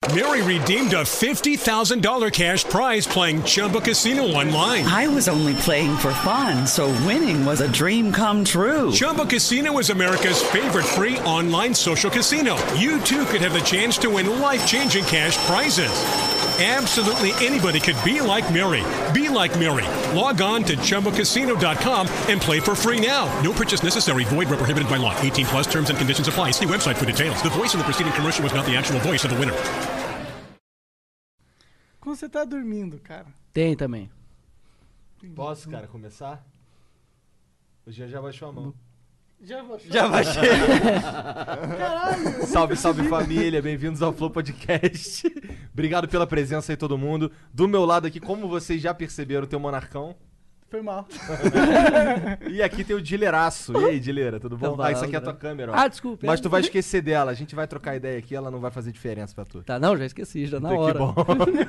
Mary redeemed a $50,000 cash prize playing Chumba Casino online. I was only playing for fun, so winning was a dream come true. Chumba Casino is America's favorite free online social casino. You, too, could have the chance to win life-changing cash prizes. Absolutely anybody could be like Mary. Be like Mary. Log on to ChumbaCasino.com and play for free now. No purchase necessary. Void where prohibited by law. 18 plus terms and conditions apply. See website for details. The voice in the preceding commercial was not the actual voice of the winner. Quando você tá dormindo, cara. Tem também. Posso, cara, começar? O Jean já baixou a mão. Já baixei. Caralho. Salve, salve família, bem-vindos ao Flow Podcast. Obrigado pela presença aí todo mundo. Do meu lado aqui, como vocês já perceberam, tem o Monarcão. Foi mal. E aqui tem o Dileiraço. E aí, Dileira, tudo bom? Tá, isso aqui é a tua câmera, ó. Ah, desculpa. Mas tu vai esquecer dela, a gente vai trocar ideia aqui, ela não vai fazer diferença pra tu. Tá, não, já esqueci, já na Que hora. bom.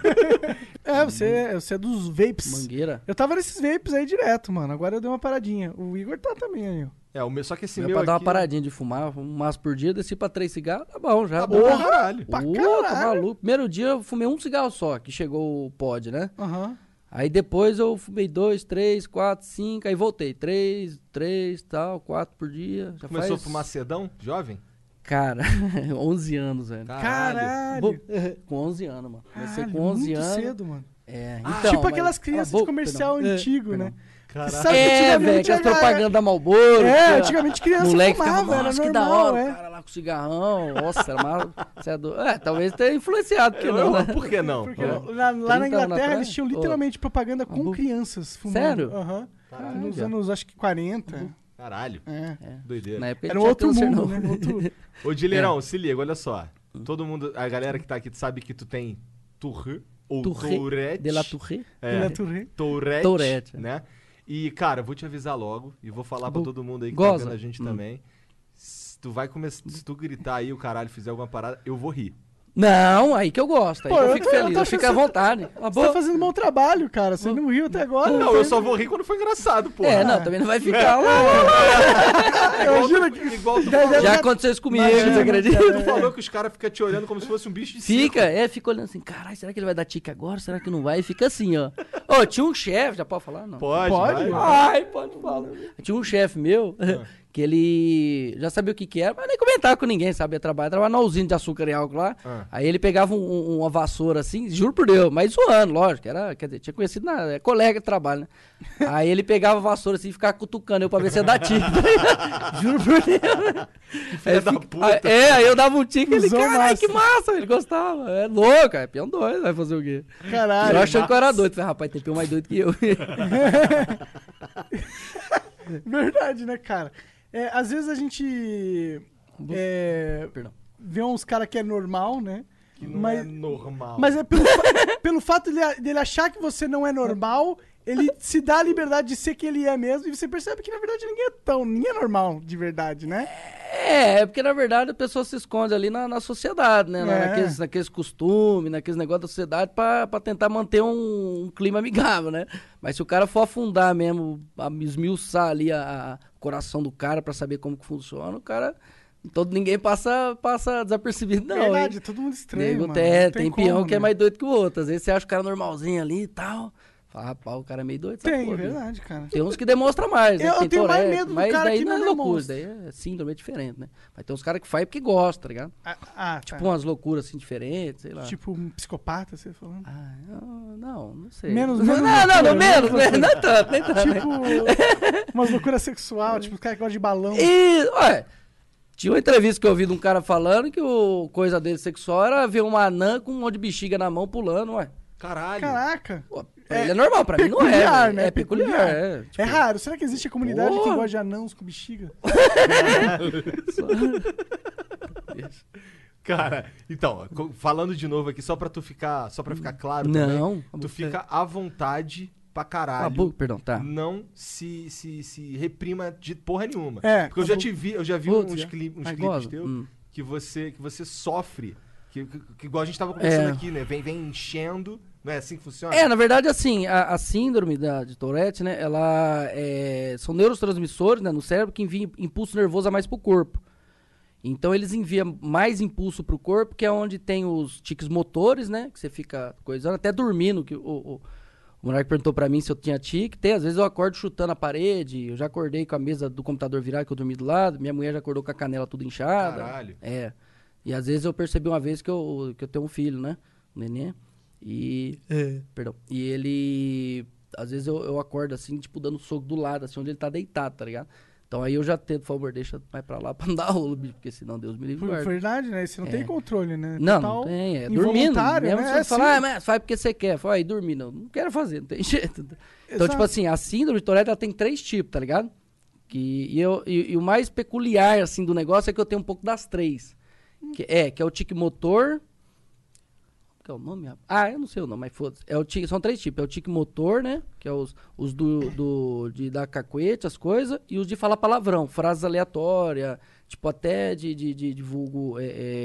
Você é dos vapes. Mangueira. Eu tava nesses vapes aí direto, mano. Agora eu dei uma paradinha. O Igor tá também aí, ó. É, o meu, só que esse Meu meu pra dar uma aqui... paradinha de fumar, um maço por dia, desci pra 3 cigarros, tá bom já. Tá bom pra caralho. Pra Tá caralho. maluco. Primeiro dia eu fumei um cigarro só, que chegou o pod, né? Aham. Aí depois eu fumei 2, 3, 4, 5, aí voltei. 3, tal, 4 por dia. Já Começou faz... a fumar cedão, jovem? Cara, 11 anos, velho. Caralho. Com 11 anos, mano. Comecei Caralho, com 11 muito anos. cedo, mano. É, Tipo mas- aquelas crianças Cala a de boca, comercial perdão. antigo, É, né? Caralho. Sabe que É, velho, antigamente que as a galera- propagandas da Marlboro. É, antigamente criança moleque fumava, ficava, era nossa, que normal, da hora, é. o cara lá com cigarrão, nossa, era mal, talvez tenha influenciado, porque não, né? Por que não? Porque É. lá 30 na anos Inglaterra atrás? eles tinham literalmente propaganda com crianças fumando. Sério? Aham. Caralho. Nos anos, acho que 40. Caralho. É. Doideira. Na época Era tinha outro câncer, mundo, não. né? Outro... Ô, Dileirão, se liga, olha só. Todo mundo, a galera que tá aqui sabe que tu tem Tourette ou Tourette. De la Tourette? É, Tourette. Tourette. né? E, cara, eu vou te avisar logo e vou falar pra todo mundo aí que Goza. tá vendo a gente também. Se tu vai começar, se tu gritar aí, o caralho, fizer alguma parada, eu vou rir. Não, aí que eu gosto, aí Pô, que eu eu fico tô- feliz, eu eu tô fico à pensando- vontade. Uma Você tá boa. fazendo um bom trabalho, cara. Você não riu até agora. Não, eu só vou rir quando for engraçado, porra. É, não, também não vai ficar lá. Eu juro que... Igual tu Deve- falou, Já aconteceu isso comigo, Imagina, você acredita? tu falou que os caras ficam te olhando como se fosse um bicho de circo. Fica olhando assim, caralho, será que ele vai dar tique agora? Será que não vai? E fica assim, ó. Ô, tinha um chefe, já pode falar? Não. Pode, Pode? vai. Ai, pode falar. Tinha um chefe meu, que ele já sabia o que que era, mas nem comentava com ninguém, sabia trabalhar. Trabalhava na usina de açúcar em álcool lá. Aí ele pegava uma vassoura assim, juro por Deus, mas zoando, lógico. Quer dizer, tinha conhecido colega de trabalho, né? Aí ele pegava a vassoura assim e ficava cutucando eu pra ver se ia dar tique. Juro por Deus. Filha da puta. Aí eu dava um tique e ele, Cusão caralho, massa. que massa, ele gostava. É louco, é peão doido, vai fazer o quê? Caralho. Eu achando que eu era doido. Falei, rapaz, tem peão mais doido que eu. Verdade, né, cara? É, às vezes a gente Perdão. vê uns caras que é normal, né? Que não Mas- é normal. Mas é pelo fato dele achar que você não é normal, ele se dá a liberdade de ser quem ele é mesmo, e você percebe que na verdade ninguém é normal de verdade, né? É porque na verdade a pessoa se esconde ali na sociedade, né? Naqueles costumes, naqueles negócios da sociedade pra tentar manter um clima amigável, né? Mas se o cara for afundar mesmo, esmiuçar ali o coração do cara pra saber como que funciona, o cara... Ninguém passa desapercebido, não, verdade, hein? é todo mundo estranho, Nego mano. tem Não tem como, peão que é né? mais doido que o outro. Às vezes você acha o cara normalzinho ali e tal. Fala, rapaz, o cara é meio doido. essa Tem, porra, verdade, cara. tem uns que demonstram mais, né? Eu Tem tenho mais Tourette, medo do mas cara daí que não é não loucura, demonstra. daí é síndrome é diferente, né? Mas tem uns caras que fazem porque gostam, tá ligado? Tipo Tá. umas loucuras assim diferentes, sei lá. Tipo um psicopata, você falando. Ah, não sei. Menos não, loucura, não, menos menos, não é tanto, nem tanto. Tipo, umas loucuras sexual, tipo, os caras que gostam de balão. E, ué, tinha uma entrevista que eu ouvi de um cara falando que o coisa dele sexual era ver uma anã com um monte de bexiga na mão pulando, ué. Caralho. Caraca. Pô, pra ele é normal, pra mim não é. Peculiar, Né? né? É peculiar, é. É raro. Será que existe a comunidade que Porra. gosta de anãos com bexiga? Cara, então, falando de novo aqui, só pra ficar claro também, Não. tu fica à vontade pra caralho. Perdão, tá. Não se reprima de porra nenhuma. É, Porque eu já vi Putz, uns já. clipes Ai, gozo. teus que você sofre. Que igual a gente tava conversando É. aqui, né? Vem enchendo. Não é assim que funciona? É, na verdade, assim, a síndrome de Tourette, né, ela são neurotransmissores, né, no cérebro que enviam impulso nervoso a mais pro corpo. Então eles enviam mais impulso pro corpo, que é onde tem os tiques motores, né? Que você fica coisando, até dormindo, que o moleque perguntou pra mim se eu tinha tique. Tem, às vezes eu acordo chutando a parede, eu já acordei com a mesa do computador virada, que eu dormi do lado, minha mulher já acordou com a canela tudo inchada. Caralho. É. E às vezes eu percebi uma vez que eu tenho um filho, né? Um neném. E... Perdão. E ele... Às vezes eu acordo assim, tipo, dando soco do lado, assim, onde ele tá deitado, tá ligado? Então aí eu já tento, por favor, deixa mais pra lá pra não dar rolo, bicho, porque senão Deus me livre. Verdade, né? Você não tem controle, né? Não, Total não tem, dormindo. Mesmo involuntário, né? você fala, mas faz porque você quer. Fala, aí dormir, não quero fazer, não tem jeito. Então, tipo assim, a síndrome de Tourette, ela tem 3 tipos, tá ligado? E o mais peculiar, assim, do negócio é que eu tenho um pouco das 3. Que é o tique motor... Qual é o nome? Eu não sei o nome, mas foda-se. São 3 tipos. É o tique motor, né? Que é os de dar cacuete, as coisas. E os de falar palavrão, frases aleatórias. Tipo, até de vulgo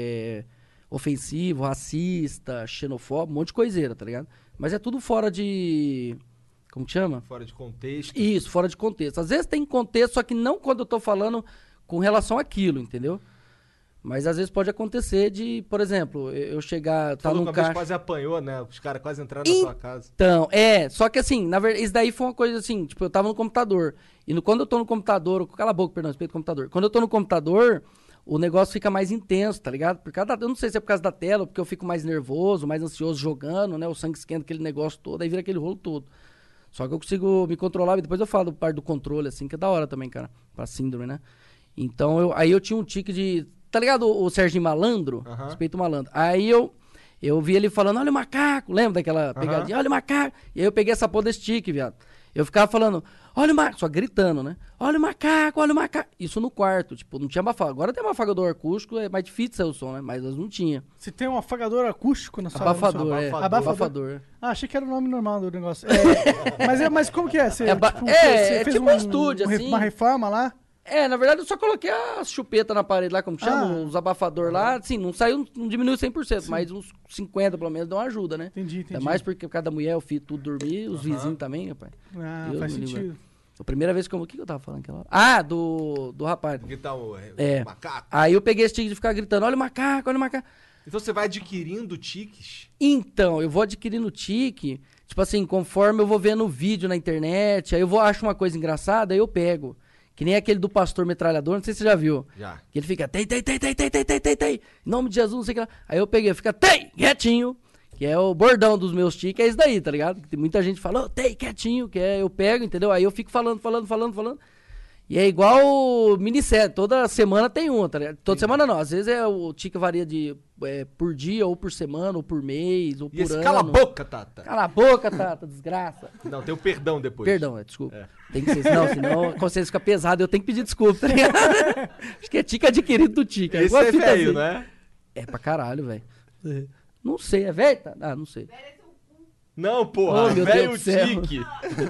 ofensivo, racista, xenofóbico, um monte de coiseira, tá ligado? Mas é tudo fora de... Como que chama? Fora de contexto. Isso, fora de contexto. Às vezes tem contexto, só que não quando eu tô falando com relação àquilo, entendeu? Mas às vezes pode acontecer de, por exemplo, eu chegar... Tá num caixa... quase apanhou, né? Os caras quase entraram na sua casa. Então, só que assim, na verdade, isso daí foi uma coisa assim, tipo, eu tava no computador. E quando eu tô no computador... Cala a boca, perdão, respeito o computador. Quando eu tô no computador, o negócio fica mais intenso, tá ligado? Eu não sei se é por causa da tela, ou porque eu fico mais nervoso, mais ansioso jogando, né? O sangue esquenta, aquele negócio todo, aí vira aquele rolo todo. Só que eu consigo me controlar, e depois eu falo do parte do controle, assim, que é da hora também, cara, pra síndrome, né? Então, aí eu tinha um tique de... Tá ligado o Serginho Malandro? Respeito o malandro. Aí eu vi ele falando, olha o macaco. Lembra daquela pegadinha? Olha o macaco. E aí eu peguei essa porra desse tique, viado. Eu ficava falando, olha o macaco. Só gritando, né? Olha o macaco, olha o macaco. Isso no quarto. Tipo, não tinha abafador. Agora tem um afagador acústico, é mais difícil sair o som, né? Mas não tinha. Você tem um afagador acústico na sua... Abafador, Abafador. Achei que era o nome normal do negócio. Mas como que é? Você, você fez tipo um estúdio, assim. Uma reforma lá? Na verdade eu só coloquei a chupeta na parede lá, como chama, os abafador lá, assim, não saiu, não diminuiu 100%, mas uns 50 pelo menos dão uma ajuda, né? Entendi. É mais porque cada mulher, o filho, tudo dormir, os vizinhos também, rapaz. Faz sentido. A primeira vez que o que eu tava falando aquela hora? Do rapaz. Gritar o macaco. Aí eu peguei esse tique de ficar gritando, olha o macaco, olha o macaco. Então você vai adquirindo tiques? Então, eu vou adquirindo tique, tipo assim, conforme eu vou vendo vídeo na internet, aí eu acho uma coisa engraçada, aí eu pego. Que nem aquele do pastor metralhador, não sei se você já viu. Já. Que ele fica, tem, em nome de Jesus, não sei o que lá. Aí eu peguei, fica, tem, quietinho. Que é o bordão dos meus tiques, é isso daí, tá ligado? Tem muita gente falando, tem, quietinho, que eu pego, entendeu? Aí eu fico falando. E é igual minissérie, toda semana tem uma, tá ligado? Toda semana não, às vezes o tique varia de por dia, ou por semana, ou por mês, ou por ano. Cala a boca, Tata. Cala a boca, Tata, desgraça. Não, tem o perdão depois. Perdão, desculpa. Tem que ser, senão a consciência fica pesada, eu tenho que pedir desculpa, tá ligado? Acho que é tique adquirido do tique. Esse é velho, assim. Né? É pra caralho, velho. Não sei, é velho? Não sei. Não, porra, velho tique.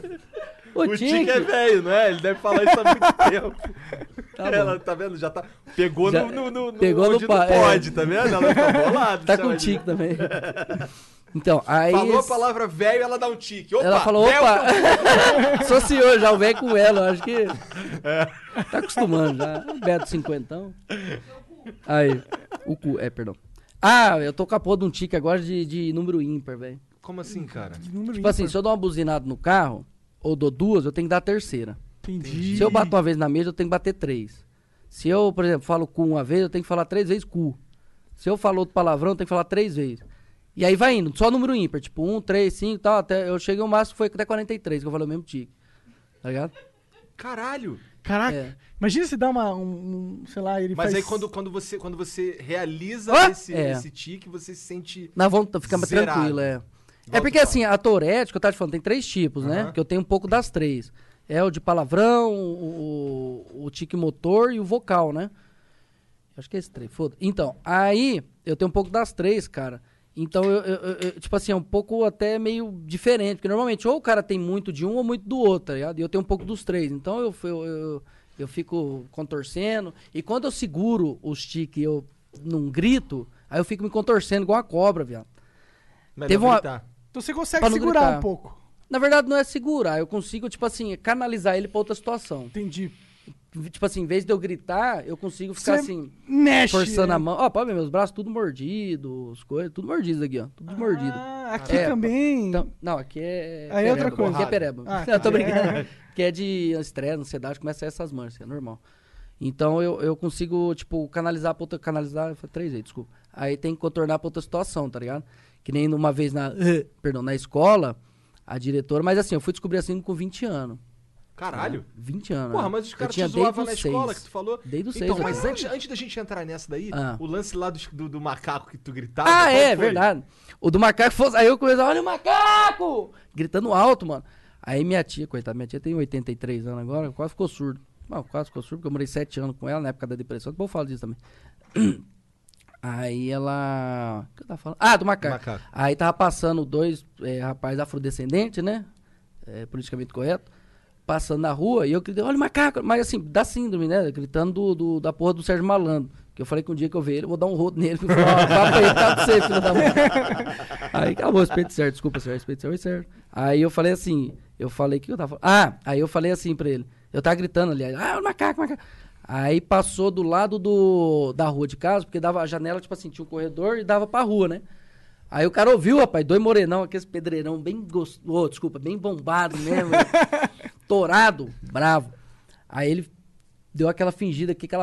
O tique é velho, não é? Ele deve falar isso há muito tempo. Ela, tá vendo? Já tá... Pegou no pegou onde no não pode, tá vendo? Ela tá bolada. Tá com tique também. Então, aí... Falou a palavra velho, ela dá um tique. Opa, ela falou, opa! Associou já o velho com ela, eu acho que... Tá acostumando já. Beto 50. Aí, o cu, perdão. Eu tô com a porra de um tique agora de número ímpar, velho. Como assim, cara? Tipo assim, se eu dou uma buzinada no carro, ou dou 2, eu tenho que dar a terceira. Entendi. Se eu bato uma vez na mesa, eu tenho que bater 3. Se eu, por exemplo, falo cu uma vez, eu tenho que falar 3 vezes cu. Se eu falo outro palavrão, eu tenho que falar 3 vezes. E aí vai indo, só número ímpar, tipo 1, 3, 5 e tal, até eu cheguei ao máximo, foi até 43, que eu falei o mesmo tique. Tá ligado? Caralho! Caraca, imagina se dá sei lá, ele Mas faz... aí quando você realiza esse tique, você se sente na vontade, fica mais tranquilo, porque assim, a Tourette, que eu tava te falando, tem 3 tipos, né? Que eu tenho um pouco das 3. É o de palavrão, o tique motor e o vocal, né? Acho que é esse 3, foda. Então, aí eu tenho um pouco das 3, cara. Então, eu tipo assim, é um pouco até meio diferente. Porque normalmente ou o cara tem muito de um ou muito do outro, tá ligado? E eu tenho um pouco dos 3. Então, eu fico contorcendo. E quando eu seguro os tiques eu não grito, aí eu fico me contorcendo igual uma cobra, viado. Teve gritar. Então você consegue segurar um pouco. Na verdade, não é segurar. Eu consigo, tipo assim, canalizar ele pra outra situação. Entendi. tipo assim, em vez de eu gritar, eu consigo ficar assim, mexe, forçando a mão. Ó, pode ver, meus braços tudo mordidos, coisas, tudo mordido aqui, ó. Tudo mordido. Aqui também. Então, não, aqui é... Aí é outra coisa. Aqui é pereba. Não, tô brincando. Que é de estresse, ansiedade, começa a essas manchas, é normal. Então eu consigo, tipo, canalizar pra outra... Canalizar, foi 3 vezes, desculpa. Aí tem que contornar pra outra situação, tá ligado? Que nem uma vez na escola, a diretora... Mas assim, eu fui descobrir assim com 20 anos. Caralho. 20 anos. Porra, mas os caras te zoavam na escola que tu falou. Desde o 6. Então, mas antes da gente entrar nessa daí, o lance lá do macaco que tu gritava... Verdade. O do macaco fosse... Aí eu comecei, olha o macaco! Gritando alto, mano. Aí minha tia, coitada, minha tia tem 83 anos agora, quase ficou surdo. Não, quase ficou surdo, porque eu morei 7 anos com ela na época da depressão, que bom falar disso também. Aí ela... O que eu tava falando? Do macaco. Aí tava passando 2 rapazes afrodescendentes, né? Politicamente correto. Passando na rua, e eu gritei, olha o macaco. Mas assim, dá síndrome, né? Gritando da porra do Sérgio Malandro. Que eu falei que um dia que eu ver ele, eu vou dar um rodo nele. Papo aí, tá pra você, filho da mãe. Aí acabou, respeito certo, desculpa, Sérgio, respeito certo. Aí eu falei assim, o que eu tava falando? Aí eu falei assim pra ele. Eu tava gritando, aliás, o macaco. Aí passou do lado da rua de casa, porque dava a janela, tipo assim, tinha um corredor e dava pra rua, né? Aí o cara ouviu, rapaz, 2 morenão, aqueles pedreirão bem bem bombado mesmo, torado, bravo. Aí ele deu aquela fingida que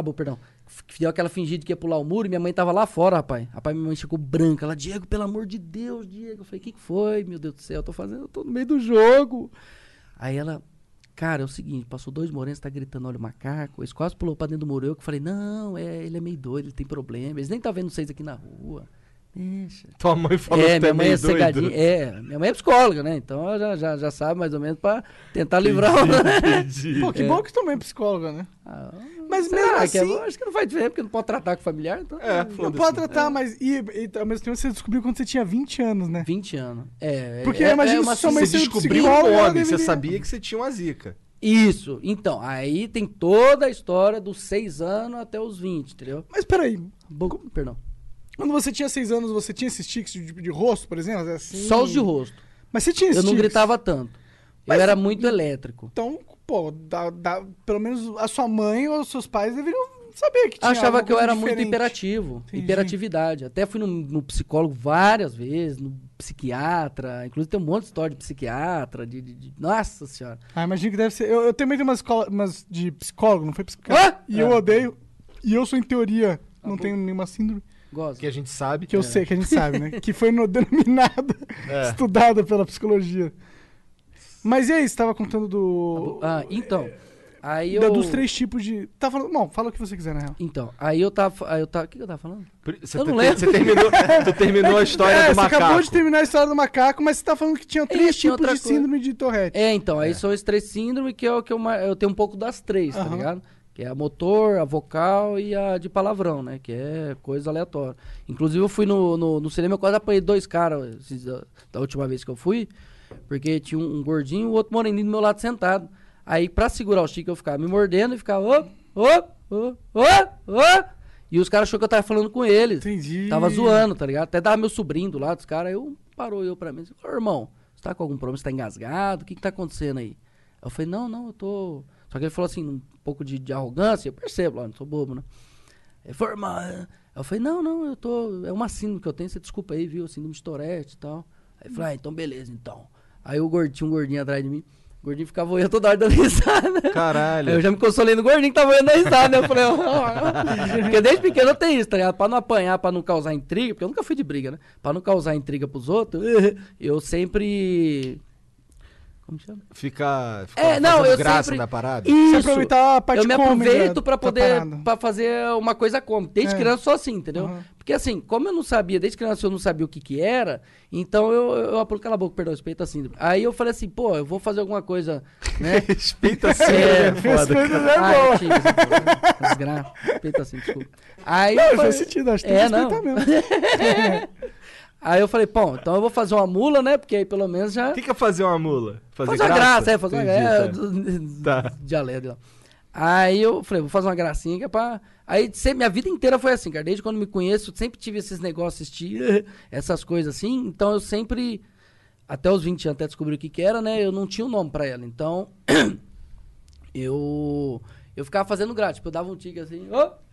deu aquela fingida que ia pular o muro e minha mãe tava lá fora, rapaz. Minha mãe chegou branca, ela, Diego, pelo amor de Deus, Diego. Eu falei, o que foi, meu Deus do céu, eu tô no meio do jogo. Aí ela, cara, é o seguinte, passou 2 morenos, tá gritando, olha o macaco, eles quase pulou pra dentro do muro. Eu que falei, não, ele é meio doido, ele tem problema, eles nem tá vendo vocês aqui na rua. Deixa. Tua mãe falou que minha mãe é cegadinha. Minha mãe é psicóloga, né? Então ela já sabe mais ou menos pra tentar livrar o... Pô, que bom que tua mãe é psicóloga, né? Mas mesmo assim... acho que não faz diferença, porque não pode tratar com familiar, então... Não pode tratar, mas... E ao mesmo tempo você descobriu quando você tinha 20 anos, né? 20 anos. Porque imagina se sua mãe você descobriu um homem, você sabia que você tinha uma zica. Isso. Então, aí tem toda a história dos 6 anos até os 20, entendeu? Mas peraí. Perdão. Quando você tinha 6 anos, você tinha esses tiques de rosto, por exemplo? Assim... Só os de rosto. Mas você tinha esses tiques? Eu não gritava tanto. Eu era muito elétrico. Então, pô, pelo menos a sua mãe ou os seus pais deveriam saber que tinha achava que eu era diferente. Muito hiperativo. Entendi. Hiperatividade. Até fui no psicólogo várias vezes, no psiquiatra. Inclusive tem um monte de história de psiquiatra. Nossa senhora. Imagino que deve ser... Eu também tenho umas de psicólogo, não foi psiquiatra. E eu odeio. E eu sou, em teoria, não tenho nenhuma síndrome. Gosto. Que a gente sabe. Que eu sei, que a gente sabe, né? Que foi denominada, estudada pela psicologia. Mas e aí, você tava contando do... então... Aí eu... Dos 3 tipos de... Tá falando... Bom, fala o que você quiser, na real. Então, aí eu tava... O que eu tava falando? Eu não lembro. Tu terminou a história do macaco. Você acabou de terminar a história do macaco, mas você tá falando que tinha 3 tipos de síndrome de Tourette. Então, aí são esses 3 síndromes que eu tenho um pouco das 3, tá ligado? Que é a motor, a vocal e a de palavrão, né? Que é coisa aleatória. Inclusive, eu fui no cinema, eu quase apanhei 2 caras da última vez que eu fui, porque tinha um gordinho e o outro moreninho do meu lado sentado. Aí, pra segurar o chique, eu ficava me mordendo e ficava... E os caras acharam que eu tava falando com eles. Entendi. Tava zoando, tá ligado? Até dava meu sobrinho do lado dos caras. Aí parou pra mim. Ô, irmão, você tá com algum problema? Você tá engasgado? O que tá acontecendo aí? Eu falei, não, eu tô... Só que ele falou assim, um pouco de arrogância. Eu percebo, não sou bobo, né? Ele falou, irmão... Eu falei, não, eu tô... É uma síndrome que eu tenho, você desculpa aí, viu? Síndrome de Tourette e tal. Aí ele falou, então beleza, então. Aí o gordinho, um gordinho atrás de mim. O gordinho ficava olhando toda hora dando risada. Caralho. Aí eu já me consolei no gordinho que tava olhando a risada, né? Eu falei, porque desde pequeno eu tenho isso, tá ligado? Pra não apanhar, pra não causar intriga, porque eu nunca fui de briga, né? Pra não causar intriga pros outros, eu sempre... Como chama? Fica eu graça sempre... da parada? Isso. Você aproveitar a parte cômica. Eu me aproveito pra poder pra fazer uma coisa cômica. Desde criança eu sou assim, entendeu? Porque assim, como eu não sabia, desde criança eu não sabia o que era, então eu cala a boca, perdão, respeito assim. Aí eu falei assim, pô, eu vou fazer alguma coisa, né? Respeito assim, é foda. Desgraça. Respeito assim, desculpa. Aí não, faz sentido, acho que tem que respeitar mesmo. Aí eu falei, pô, então eu vou fazer uma mula, né? Porque aí pelo menos já... O que é fazer uma mula? Fazer uma graça, fazer uma graça. Tá. Dialeto. Aí eu falei, vou fazer uma gracinha que é pra... Aí minha vida inteira foi assim, cara. Desde quando me conheço, eu sempre tive esses negócios, essas coisas assim. Então eu sempre, até os 20 anos, até descobrir o que era, né? Eu não tinha um nome pra ela. Então, eu Eu ficava fazendo graça, tipo, eu dava um tique assim,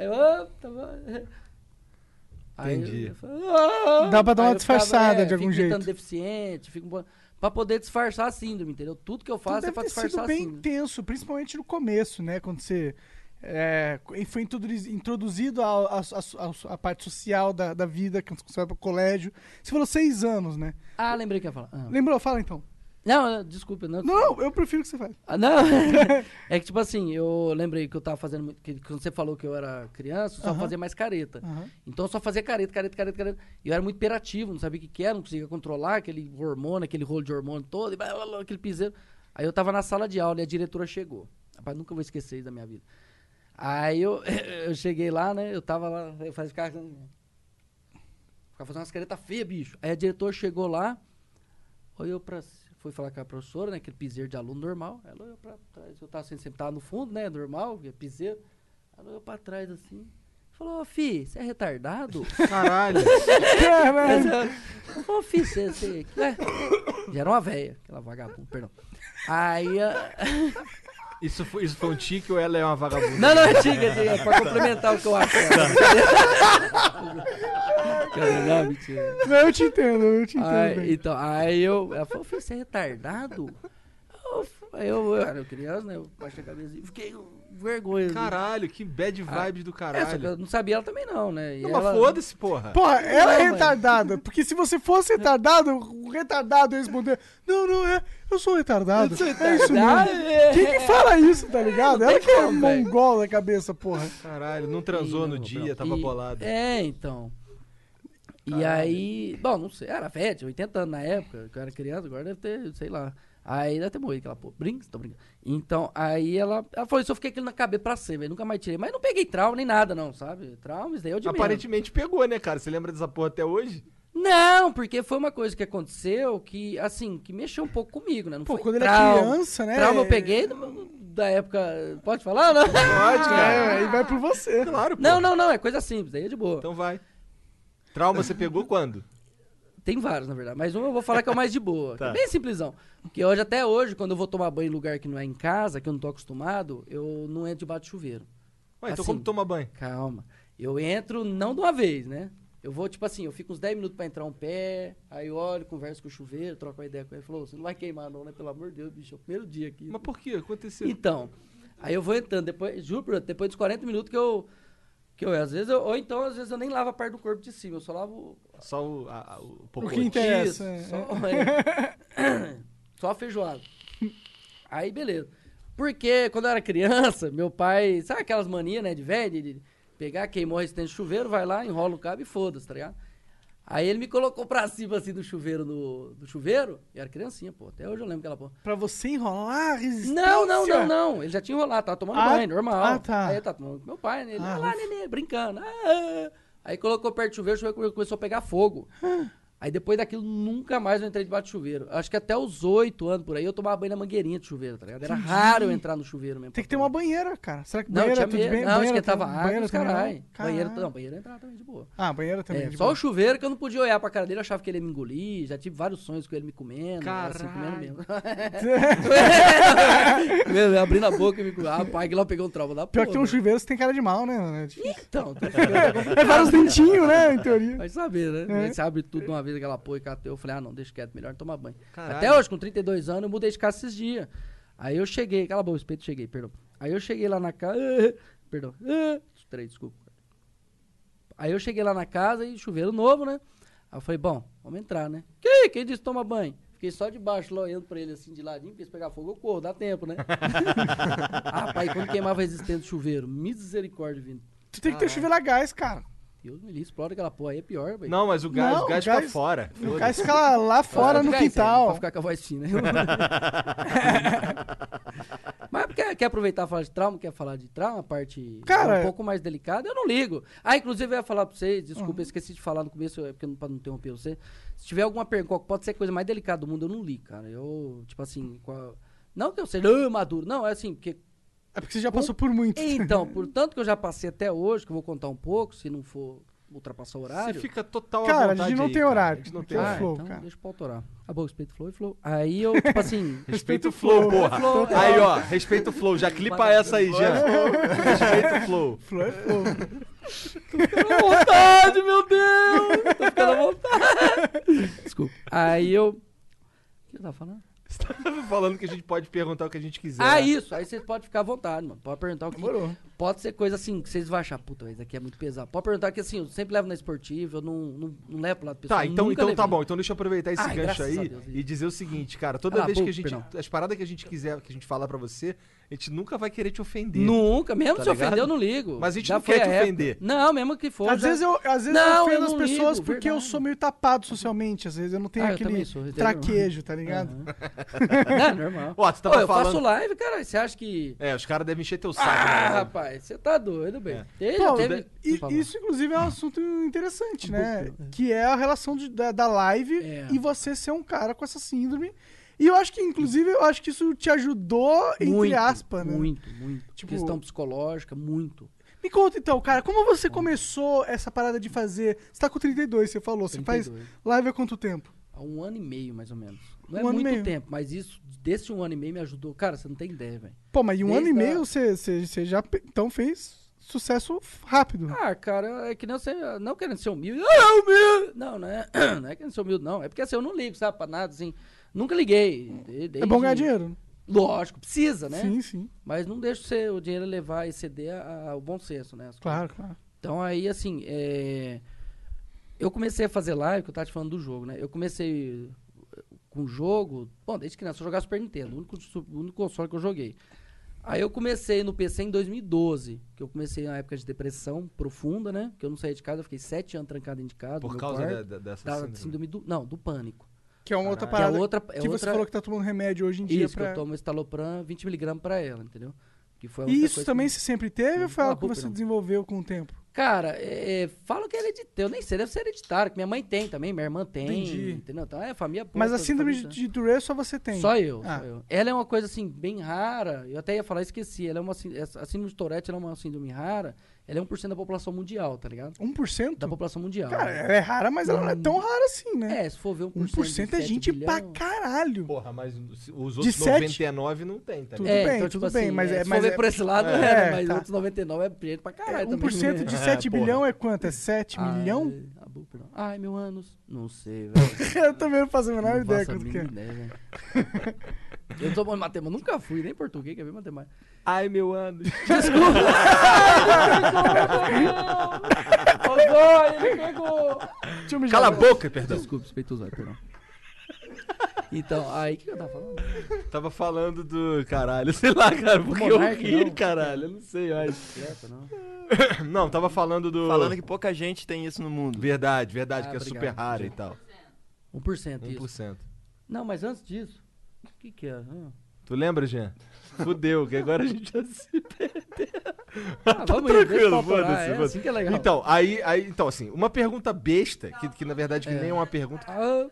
Entendi. Dá pra dar uma disfarçada de algum jeito. Fico deficiente, pra poder disfarçar a síndrome, entendeu? Tudo que eu faço é pra disfarçar a síndrome. Deve ter sido bem tenso, principalmente no começo, né? Quando você foi introduzido à parte social da vida, quando você vai pro colégio. Você falou 6 anos, né? Ah, lembrei que ia falar. Lembrou? Fala então. Não, desculpa. Não, eu prefiro que você fale. Não, é que tipo assim, eu lembrei que eu tava fazendo muito, que quando você falou que eu era criança, eu só fazia mais careta. Então eu só fazia careta. E eu era muito hiperativo, não sabia o que era, não conseguia controlar aquele hormônio, aquele rolo de hormônio todo, e blá, blá, blá, aquele piseiro. Aí eu tava na sala de aula e a diretora chegou. Rapaz, nunca vou esquecer isso da minha vida. Aí eu cheguei lá, né, eu tava lá, eu ficava fazendo umas caretas feias, bicho. Aí a diretora chegou lá, olhou fui falar com a professora, né, aquele piseiro de aluno normal. Ela olhou pra trás, eu sempre tava no fundo, né, normal, piseiro. Ela olhou pra trás assim, falou, fi, você é retardado? Caralho. Falou, fi, você... Já era uma véia, aquela vagabunda, perdão. Aí... Isso foi um tique ou ela é uma vagabunda? Não, é tique, é pra complementar o que eu acho. Não, mentira. Não, eu te entendo. Então, ela falou, filho, você é retardado? Eu era criança, né? Eu baixei a cabeça e fiquei com vergonha. Caralho, que bad vibes do caralho. Só que eu não sabia ela também não, né? Não, mas foda-se, porra. Porra, ela é retardada. Porque se você fosse retardado, o retardado ia responder, não é, eu sou retardado. Eu sou É isso mesmo. Quem que fala isso, tá ligado? Ela que é mongol da cabeça, porra. Caralho, não transou no dia, tava bolado. Então... E aí, bom, não sei, era velho, tinha 80 anos na época, que eu era criança, agora deve ter, sei lá. Aí deve ter morrido aquela porra. Tô brincando. Então, aí ela falou isso, eu fiquei aquilo na cabeça pra sempre, nunca mais tirei. Mas não peguei trauma nem nada, não, sabe? Trauma, isso daí é o de menos. Aparentemente pegou, né, cara? Você lembra dessa porra até hoje? Não, porque foi uma coisa que aconteceu que, assim, que mexeu um pouco comigo, né? Não foi quando trauma, ele é criança, né? Trauma eu peguei da época... Pode falar, não? Pode, cara. Aí vai por você. Claro, pô. Não, é coisa simples, aí é de boa. Então vai. Trauma você pegou quando? Tem vários, na verdade. Mas um eu vou falar que é o mais de boa. Tá. É bem simplesão. Porque até hoje, quando eu vou tomar banho em lugar que não é em casa, que eu não tô acostumado, eu não entro debaixo de chuveiro. Ué, então assim, como toma banho? Calma. Eu entro não de uma vez, né? Eu vou, tipo assim, eu fico uns 10 minutos pra entrar um pé, aí eu olho, converso com o chuveiro, troco uma ideia com ele. Falou, você não vai queimar não, né? Pelo amor de Deus, bicho, é o primeiro dia aqui. Mas por que? Aconteceu? Então, aí eu vou entrando, depois dos 40 minutos que eu às vezes ou então às vezes eu nem lavo a parte do corpo de cima, eu só lavo só o o que interessa. Só a feijoada. Aí beleza. Porque quando eu era criança, meu pai, sabe aquelas manias, né, de velho, de pegar, queimou a resistência de chuveiro, vai lá, enrola o cabo e foda-se, tá ligado? Aí ele me colocou pra cima, assim, do chuveiro, eu era criancinha, pô, até hoje eu lembro aquela porra. Pra você enrolar a resistência? Não, ele já tinha enrolado, tava tomando banho, normal. Ah, tá. Aí eu tava tomando com meu pai, né, ele, lá, nenê, brincando, Aí colocou perto do chuveiro, o chuveiro começou a pegar fogo. Aí depois daquilo, nunca mais eu entrei debaixo do chuveiro. Acho que até os 8 anos por aí, eu tomava banho na mangueirinha de chuveiro, tá ligado? Era raro eu entrar no chuveiro mesmo. Tem que ter uma banheira, cara. Será que Não, banheira tinha tudo bem? Não, esquentava água, banheira caralho. Caralho. Banheiro entrava também de boa. Ah, banheira também de Só boa. o chuveiro que eu não podia olhar pra cara dele, eu achava que ele ia me engolir. Já tive vários sonhos com ele me comendo. Caralho. Assim, comendo mesmo. Abrindo a boca e me comendo. Ah, pai, que lá pegou um trauma da porra. Pior que tem um chuveiro, você tem cara de mal, né? Então, É vários dentinhos, né, em teoria. vai saber, né? Você abre tudo de uma vez, aquela porra e cateu. Eu falei, não, deixa quieto, melhor tomar banho. Caralho. Até hoje, com 32 anos, eu mudei de casa esses dias. Aí eu cheguei, cala a boca, perdão. Aí eu cheguei lá na casa, desculpa. Aí eu cheguei lá na casa e chuveiro novo, né? Aí eu falei, bom, vamos entrar, né? Quem disse toma banho? Fiquei só de baixo, lá, olhando pra ele assim, de ladinho, porque se pegar fogo eu corro, dá tempo, né? Rapaz, quando queimava a resistência do chuveiro, misericórdia, vindo. Tu tem que ter chuveiro a gás, cara. Deus me livre, explode aquela porra aí, é pior, velho. Não, mas o gás fica fora. O gás fica lá fora no quintal. Pra ficar com a voz fina. Mas quer aproveitar e falar de trauma? Quer falar de trauma? A parte cara, um pouco mais delicada? Eu não ligo. Inclusive eu ia falar pra vocês, desculpa, eu esqueci de falar no começo, pra não interromper você. Se tiver alguma pergunta, pode ser a coisa mais delicada do mundo, eu não ligo, cara. Eu, tipo assim, não que eu seja maduro, não, é assim, porque... É porque você já passou por muito. Então, por tanto que eu já passei até hoje, que eu vou contar um pouco, se não for ultrapassar o horário... Você fica total à Cara, vontade a gente não aí, tem cara. horário. A gente não Aqui tem é horário. flow, então cara. deixa pra autorar. Acabou o respeito flow e flow. Aí eu, tipo assim... Respeita o flow, porra. Flow, é. Aí, ó, respeita o flow. Já clipa essa aí, Jean. Respeita o flow. Flow é flow. Tô ficando à vontade, meu Deus! Tô ficando à vontade. Desculpa. Aí eu... O que eu tava falando? Você tava falando que a gente pode perguntar o que a gente quiser. Ah, isso. Aí vocês podem ficar à vontade, mano. Pode perguntar o que... Demorou. Pode ser coisa assim, que vocês vão achar, puta, isso aqui é muito pesado. Pode perguntar que assim, eu sempre levo na esportiva, eu não levo pro lado pessoal. Tá, então nunca tá levei. bom. Então deixa eu aproveitar esse gancho graças aí a Deus. e dizer o seguinte, cara. Toda vez que a gente... perdão. As paradas que a gente quiser, que a gente falar pra você, a gente nunca vai querer te ofender. Nunca, mesmo Tá se ofender ligado? eu não ligo. Mas a gente Já não foi quer te a época. ofender. Não, mesmo que for. Às vezes eu Não, ofendo eu as não pessoas ligo, porque eu verdade. sou meio tapado socialmente. Às vezes eu não tenho Eu aquele também sou, entendeu? traquejo, tá ligado? Não, é normal. Ó, você tava eu falando... faço live, cara, você acha que... É, os caras devem encher teu saco. Ah, né? rapaz, você tá doido, bem. Pô, Teve... isso, inclusive, é um assunto interessante, né? Que é a relação da live e você ser um cara com essa síndrome. E eu acho que, inclusive, isso te ajudou, entre aspas, né? Muito. Tipo- Questão psicológica, muito. Me conta então, cara, como você começou essa parada de fazer... Você tá com 32, você falou. Você 32. faz live há quanto tempo? Há 1 ano e meio, mais ou menos. Não é Um ano e muito meio. tempo, mas isso, desse 1 ano e meio me ajudou. Cara, você não tem ideia, velho. Pô, mas em um ano e Desde a- meio você já então fez sucesso rápido. Ah, cara, é que nem você, não querendo ser humilde. Ah, humilde! Não, não é querendo ser humilde, não. É porque assim, eu não ligo, sabe, pra nada, assim. Nunca liguei. É bom ganhar dinheiro. Lógico, precisa, né? Sim. Mas não deixa o dinheiro levar e exceder ao bom senso, né? as coisas. Claro. Então aí, assim, eu comecei a fazer live, que eu tava te falando do jogo, né? Eu comecei com o jogo, bom, desde criança eu jogava Super Nintendo, o único console que eu joguei. Aí eu comecei no PC em 2012, que eu comecei na época de depressão profunda, né? Que eu não saía de casa, eu fiquei 7 anos trancado dentro de casa. Por no meu causa quarto, dessa da síndrome. síndrome do pânico. Que é uma outra Que é parada outra, que você falou que tá tomando remédio hoje em dia Isso, pra... que eu tomo estalopram 20mg pra ela, entendeu? Que foi a E única isso coisa também que... você sempre teve ou foi Cala algo que a boca, você não. desenvolveu com o tempo? Cara, falam que é hereditário. Eu nem sei, deve ser hereditário, que minha mãe tem também, minha irmã tem. Entendi. Entendeu? Então é família boa. Mas a toda síndrome família. de Tourette só você tem? Só eu, Ah. só eu. Ela é uma coisa assim, bem rara. Eu até ia falar, esqueci. Ela é a síndrome de Tourette ela é uma síndrome rara. Ela é 1% da população mundial, tá ligado? 1%? Da população mundial. Cara, ela é rara, mas ela não é tão rara assim, né? Se for ver 1%. 1% é de 7 gente pra bilhão, caralho. Porra, mas os De outros 7? 99 não tem, tá Tudo ligado? bem, então, tudo tipo bem, assim, mas se for ver por esse lado, mas tá. outros 99 é gente pra caralho também. 1% de É, 7 porra. bilhão é quanto? É 7 milhão? Ai, meu anos. Não sei, velho. Eu também não faço a menor Não ideia faço a quanto que é. mínima ideia, velho. Eu não sou bom em matemática, nunca fui, nem português, quer ver matemática. Ai, meu ano. Desculpa! Ô, Zóio, ele pegou! Deixa eu me Cala a jogar. boca, perdão. Desculpa, respeito o Zóio, perdão. Então, aí, o que eu tava falando? Tava falando do... Caralho, sei lá, cara, porque eu Monark, ri, não. caralho. Eu não sei mais. Certo, não? Não, tava falando do... Falando que pouca gente tem isso no mundo. Verdade, que é obrigado, super raro e tal. 1% isso. 1%. Não, mas antes disso, o que é? Tu lembra, Jean? Fudeu, que agora a gente já se Vamos aí, deixa tranquilo, eu autorar, foda-se, é foda-se. assim que é legal. Então, então, assim, uma pergunta besta, que na verdade que nem é uma pergunta.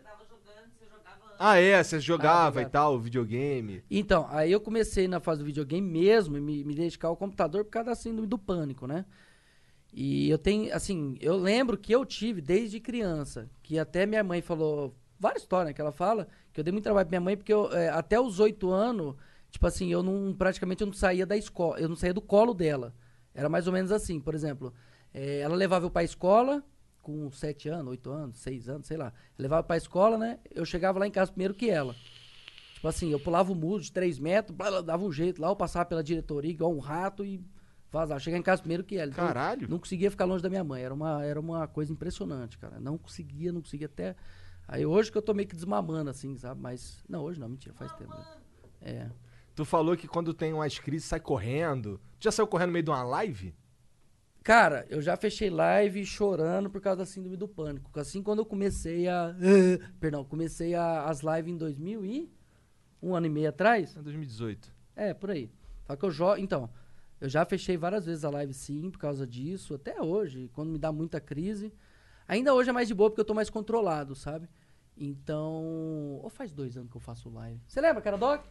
Você jogava e obrigado. tal, videogame. Então, aí eu comecei na fase do videogame mesmo, e me dedicar ao computador por causa da síndrome do pânico, né? E eu tenho, assim, eu lembro que eu tive desde criança, que até minha mãe falou, várias histórias, né, que ela fala, que eu dei muito trabalho pra minha mãe, porque eu, até os 8 anos, tipo assim, praticamente eu não saía da escola, eu não saía do colo dela. Era mais ou menos assim, por exemplo, ela levava eu pra escola, com 7 anos, 8 anos, 6 anos, sei lá. Eu levava pra escola, né? Eu chegava lá em casa primeiro que ela. Tipo assim, eu pulava o muro de 3 metros, dava um jeito lá, eu passava pela diretoria igual um rato e vazava. Chegava em casa primeiro que ela. Então, Caralho. não conseguia ficar longe da minha mãe. Era uma coisa impressionante, cara. Não conseguia até... Aí hoje que eu tô meio que desmamando, assim, sabe? Mas... Não, hoje não, mentira, faz tempo. Né? Tu falou que quando tem umas crises sai correndo. Tu já saiu correndo no meio de uma live? Cara, eu já fechei live chorando por causa da síndrome do pânico. Assim, quando eu comecei comecei as lives em 2000 e... 1 ano e meio atrás. É 2018. Por aí. Só que então, eu já fechei várias vezes a live sim, por causa disso, até hoje, quando me dá muita crise. Ainda hoje é mais de boa, porque eu tô mais controlado, sabe? Então, faz 2 anos que eu faço live. Você lembra, cara, Doc?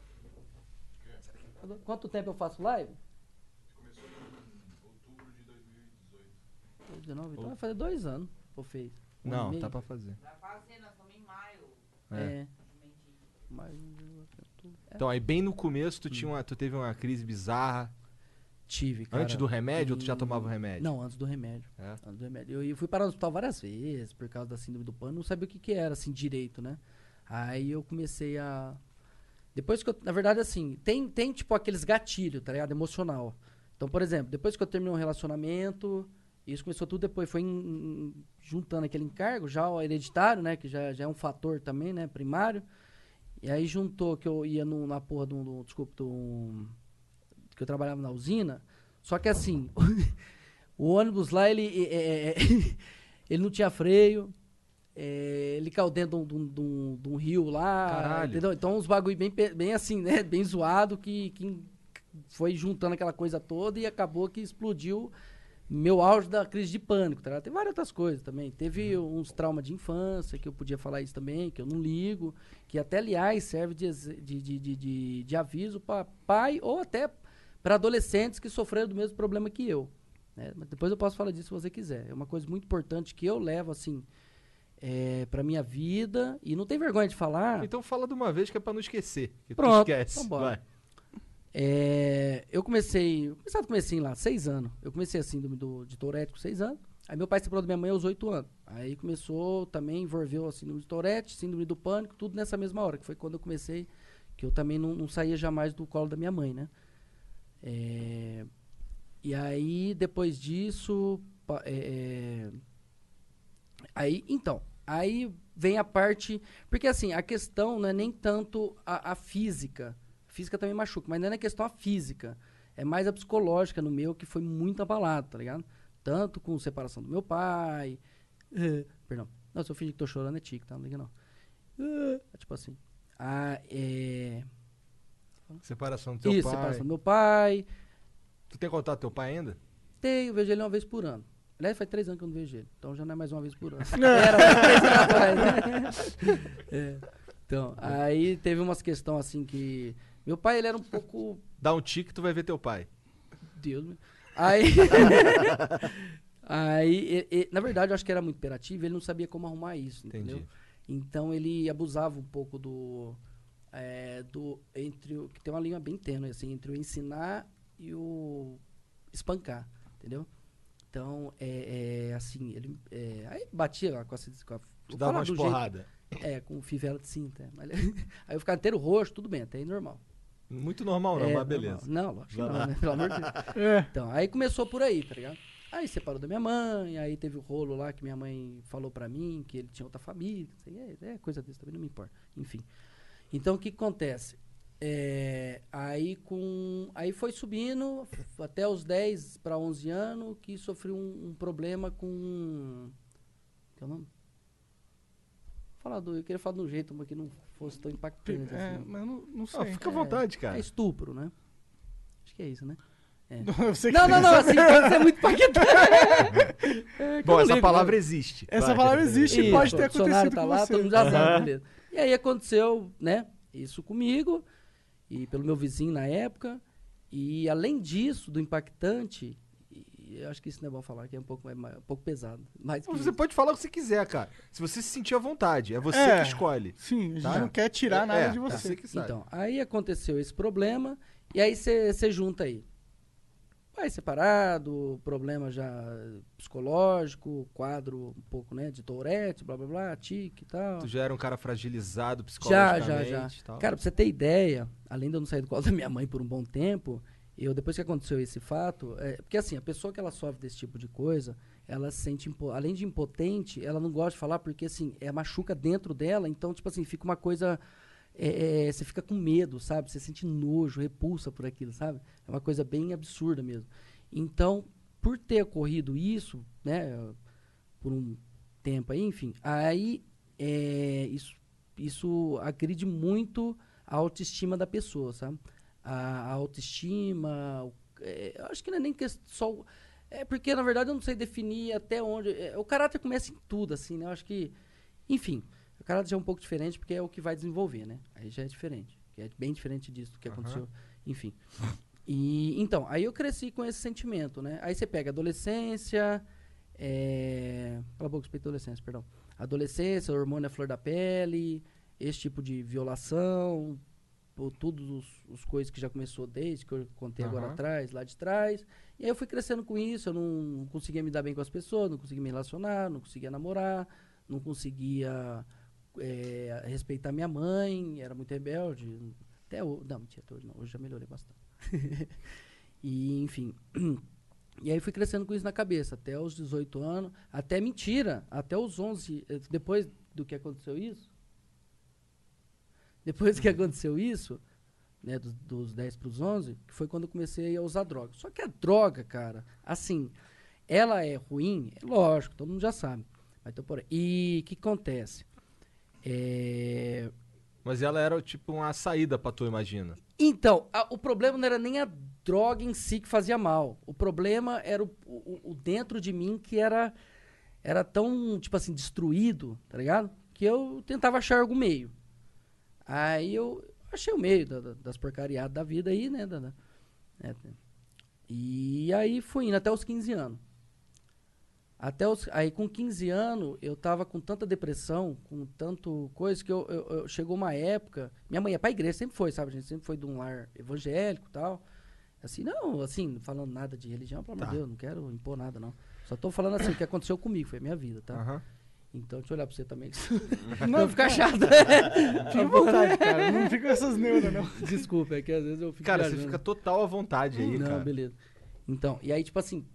Quanto tempo eu faço live? 19. Então vai fazer 2 anos, ou fez? Não, tá pra fazer. Vai fazer, nós estamos em maio. Então, aí bem no começo, tu teve uma crise bizarra. Tive, cara. Antes do remédio ou tu já tomava o remédio? Não, antes do remédio. Antes do remédio. Eu fui parar no hospital várias vezes por causa da síndrome do pânico, não sabia o que era, assim, direito, né? Aí eu comecei a... Depois que eu... Na verdade, assim, tem tipo aqueles gatilhos, tá ligado? Emocional. Então, por exemplo, depois que eu terminei um relacionamento, isso começou tudo depois, foi juntando aquele encargo, já o hereditário, né? Que já é um fator também, né? Primário. E aí juntou que eu ia na porra que eu trabalhava na usina, só que assim, o ônibus lá, ele não tinha freio, ele caiu dentro de um rio lá. Caralho. Entendeu? Então uns bagulho bem assim, né, bem zoado, que foi juntando aquela coisa toda e acabou que explodiu meu auge da crise de pânico, tá? Tem várias outras coisas também. Teve uns traumas de infância, que eu podia falar isso também, que eu não ligo, que até, aliás, serve de aviso para pai ou até para adolescentes que sofreram do mesmo problema que eu. Né? Mas depois eu posso falar disso se você quiser. É uma coisa muito importante que eu levo, assim, pra minha vida, e não tem vergonha de falar. Então fala de uma vez que é pra não esquecer. Que Pronto, tu esquece. Então bora. Vai. Eu comecei lá, 6 anos. Eu comecei a síndrome de Tourette com 6 anos. Aí meu pai se separou da minha mãe aos 8 anos. Aí começou, também envolveu a síndrome de Tourette, síndrome do pânico, tudo nessa mesma hora, que foi quando eu comecei, que eu também não saía jamais do colo da minha mãe, né? E aí, depois disso, aí vem a parte, porque assim, a questão não é nem tanto a física. A física também machuca, mas não é na questão a física. É mais a psicológica no meu, que foi muito abalado, tá ligado? Tanto com separação do meu pai. Perdão. Não, se eu fingir que tô chorando é tique, tá? Não liga não. Tipo assim. Separação do teu pai. Isso, separação do meu pai. Tu tem contato com teu pai ainda? Tenho, eu vejo ele uma vez por ano. Aliás, faz 3 anos que eu não vejo ele. Então já não é mais uma vez por ano. Era uma vez atrás, né? Então, aí teve umas questões assim que... Meu pai, ele era um pouco... Dá um tique e tu vai ver teu pai. Deus, meu. Na verdade, eu acho que era muito imperativo, ele não sabia como arrumar isso, entendeu? Entendi. Então, ele abusava um pouco que tem uma linha bem tênue, assim, entre o ensinar e o espancar, entendeu? Então, assim, ele... aí batia lá com a dava umas porradas. Com fivela de cinta. Aí eu ficava inteiro roxo, tudo bem, até aí normal. Muito normal não, mas beleza. Não, lógico que não, né? Pelo amor de Deus. Então, aí começou por aí, tá ligado? Aí separou da minha mãe, aí teve o rolo lá que minha mãe falou pra mim, que ele tinha outra família, coisa desse, também não me importa. Enfim. Então, o que acontece? Aí foi subindo até os 10 para 11 anos, que sofri um problema com... Que é o nome? Eu queria falar de um jeito, mas que não fosse tão impactante. Assim. Mas não sei. Fica à vontade, cara. É estupro, né? Acho que é isso, né? Não, assim, pode ser muito impactante. Bom, essa palavra existe. Essa palavra existe e pode ter acontecido tá com lá, você. todo mundo já sabe, beleza. E aí aconteceu, né, isso comigo, e pelo meu vizinho na época, e além disso, do impactante... Eu acho que isso não é bom falar, que é um pouco pesado. Mas você pode falar o que você quiser, cara. Se você se sentir à vontade, é você que escolhe. Sim, a gente não quer tirar nada de você. Você que sabe. Então, aí aconteceu esse problema, e aí você junta aí. Pai separado, problema já psicológico, quadro um pouco, né, de Tourette, blá, blá, blá, tique e tal. Tu já era um cara fragilizado psicologicamente Já. e tal. Cara, pra você ter ideia, além de eu não sair do colo da minha mãe por um bom tempo... depois que aconteceu esse fato, porque assim, a pessoa que ela sofre desse tipo de coisa, ela se sente, além de impotente, ela não gosta de falar porque, assim, machuca dentro dela, então, tipo assim, fica uma coisa, você fica com medo, sabe? Você sente nojo, repulsa por aquilo, sabe? É uma coisa bem absurda mesmo. Então, por ter ocorrido isso, né, por um tempo aí, enfim, aí isso agride muito a autoestima da pessoa, sabe? A autoestima, eu acho que não é nem só... porque, na verdade, eu não sei definir até onde... o caráter começa em tudo, assim, né? Eu acho que... Enfim, o caráter já é um pouco diferente porque é o que vai desenvolver, né? Aí já é diferente. É bem diferente disso do que aconteceu. Enfim. E, então, aí eu cresci com esse sentimento, né? Aí você pega a adolescência, Cala a boca, respeito à adolescência, perdão. Adolescência, hormônio à flor da pele, esse tipo de violação, por todos os coisas que já começou desde que eu contei agora atrás, lá de trás. E aí eu fui crescendo com isso, eu não conseguia me dar bem com as pessoas, não conseguia me relacionar, não conseguia namorar, não conseguia respeitar minha mãe, era muito rebelde. Até hoje, não, mentira, até hoje não, hoje já melhorei bastante. E, enfim... E aí fui crescendo com isso na cabeça, até os 18 anos, até mentira, até os 11, depois do que aconteceu isso, né, dos 10 para os 11, que foi quando eu comecei a usar droga. Só que a droga, cara, assim, ela é ruim, é lógico, todo mundo já sabe. Mas então, e o que acontece? Mas ela era tipo uma saída pra tu, imagina. Então, o problema não era nem a droga em si que fazia mal. O problema era o dentro de mim que era tão, tipo assim, destruído, tá ligado? Que eu tentava achar algum meio. Aí eu achei o meio das porcariadas da vida aí, né? E aí fui indo até os 15 anos. Aí com 15 anos, eu tava com tanta depressão, com tanto coisa, que eu chegou uma época... Minha mãe ia pra igreja, sempre foi, sabe? A gente sempre foi de um lar evangélico e tal. Assim, não, assim, falando nada de religião, pelo amor de Deus, não quero impor nada, não. Só tô falando assim, o que aconteceu comigo, foi a minha vida, tá? Então, deixa eu olhar pra você também. Não fica chato. Fica à vontade, cara. Não fica com essas neuras, não. Desculpa, é que às vezes eu fico... Cara, você fica total à vontade aí, cara. Não, beleza. Então, e aí, tipo assim,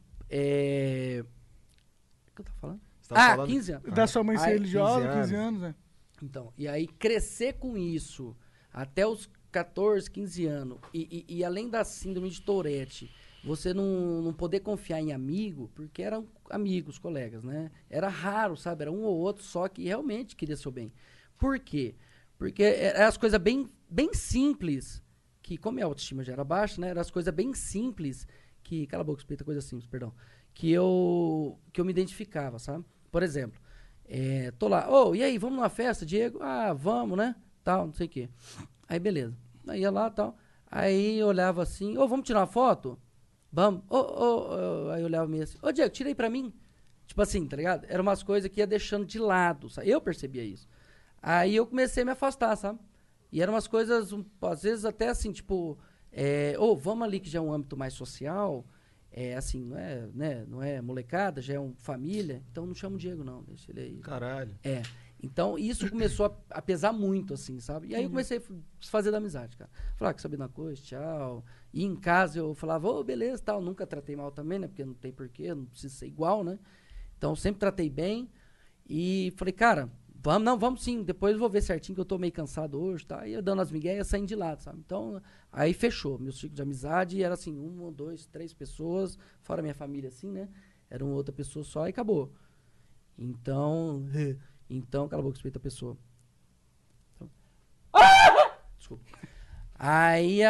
que eu tava falando? Falando 15 anos. Da sua mãe ser religiosa, 15 anos, né? Então, e aí crescer com isso até os 14, 15 anos, e além da síndrome de Tourette, você não poder confiar em amigo, porque eram amigos, colegas, né? Era raro, sabe? Era um ou outro só que realmente queria seu bem. Por quê? Porque eram as coisas bem, bem simples, que como minha autoestima já era baixa, né? Eram as coisas bem simples, que... Cala a boca, respeita, coisa simples, perdão. Que eu me identificava, sabe? Por exemplo, tô lá, e aí, vamos numa festa, Diego? Ah, vamos, né? Tal, não sei o quê. Aí, beleza. Aí ia lá, tal. Aí eu olhava assim, vamos tirar uma foto? Vamos. Aí eu olhava meio assim, Diego, tira aí pra mim. Tipo assim, tá ligado? Eram umas coisas que ia deixando de lado, sabe? Eu percebia isso. Aí eu comecei a me afastar, sabe? E eram umas coisas, às vezes até assim, tipo, vamos ali que já é um âmbito mais social... assim, não é molecada, já é família, então não chama o Diego, não, deixa ele aí. Caralho. Então isso começou a pesar muito, assim, sabe? E aí eu comecei a fazer da amizade, cara. Falar que sabia uma coisa, tchau. E em casa eu falava, beleza, tal, nunca tratei mal também, né? Porque não tem porquê, não precisa ser igual, né? Então sempre tratei bem. E falei, cara, vamos sim, depois eu vou ver certinho que eu tô meio cansado hoje, tá? E eu dando as miguéias, saindo de lado, sabe? Então, aí fechou, meu ciclo de amizade era assim, 1, 2, 3 pessoas, fora minha família, assim, né? Era uma outra pessoa só e acabou. Então, cala a boca, respeita a pessoa. Então, desculpa. Aí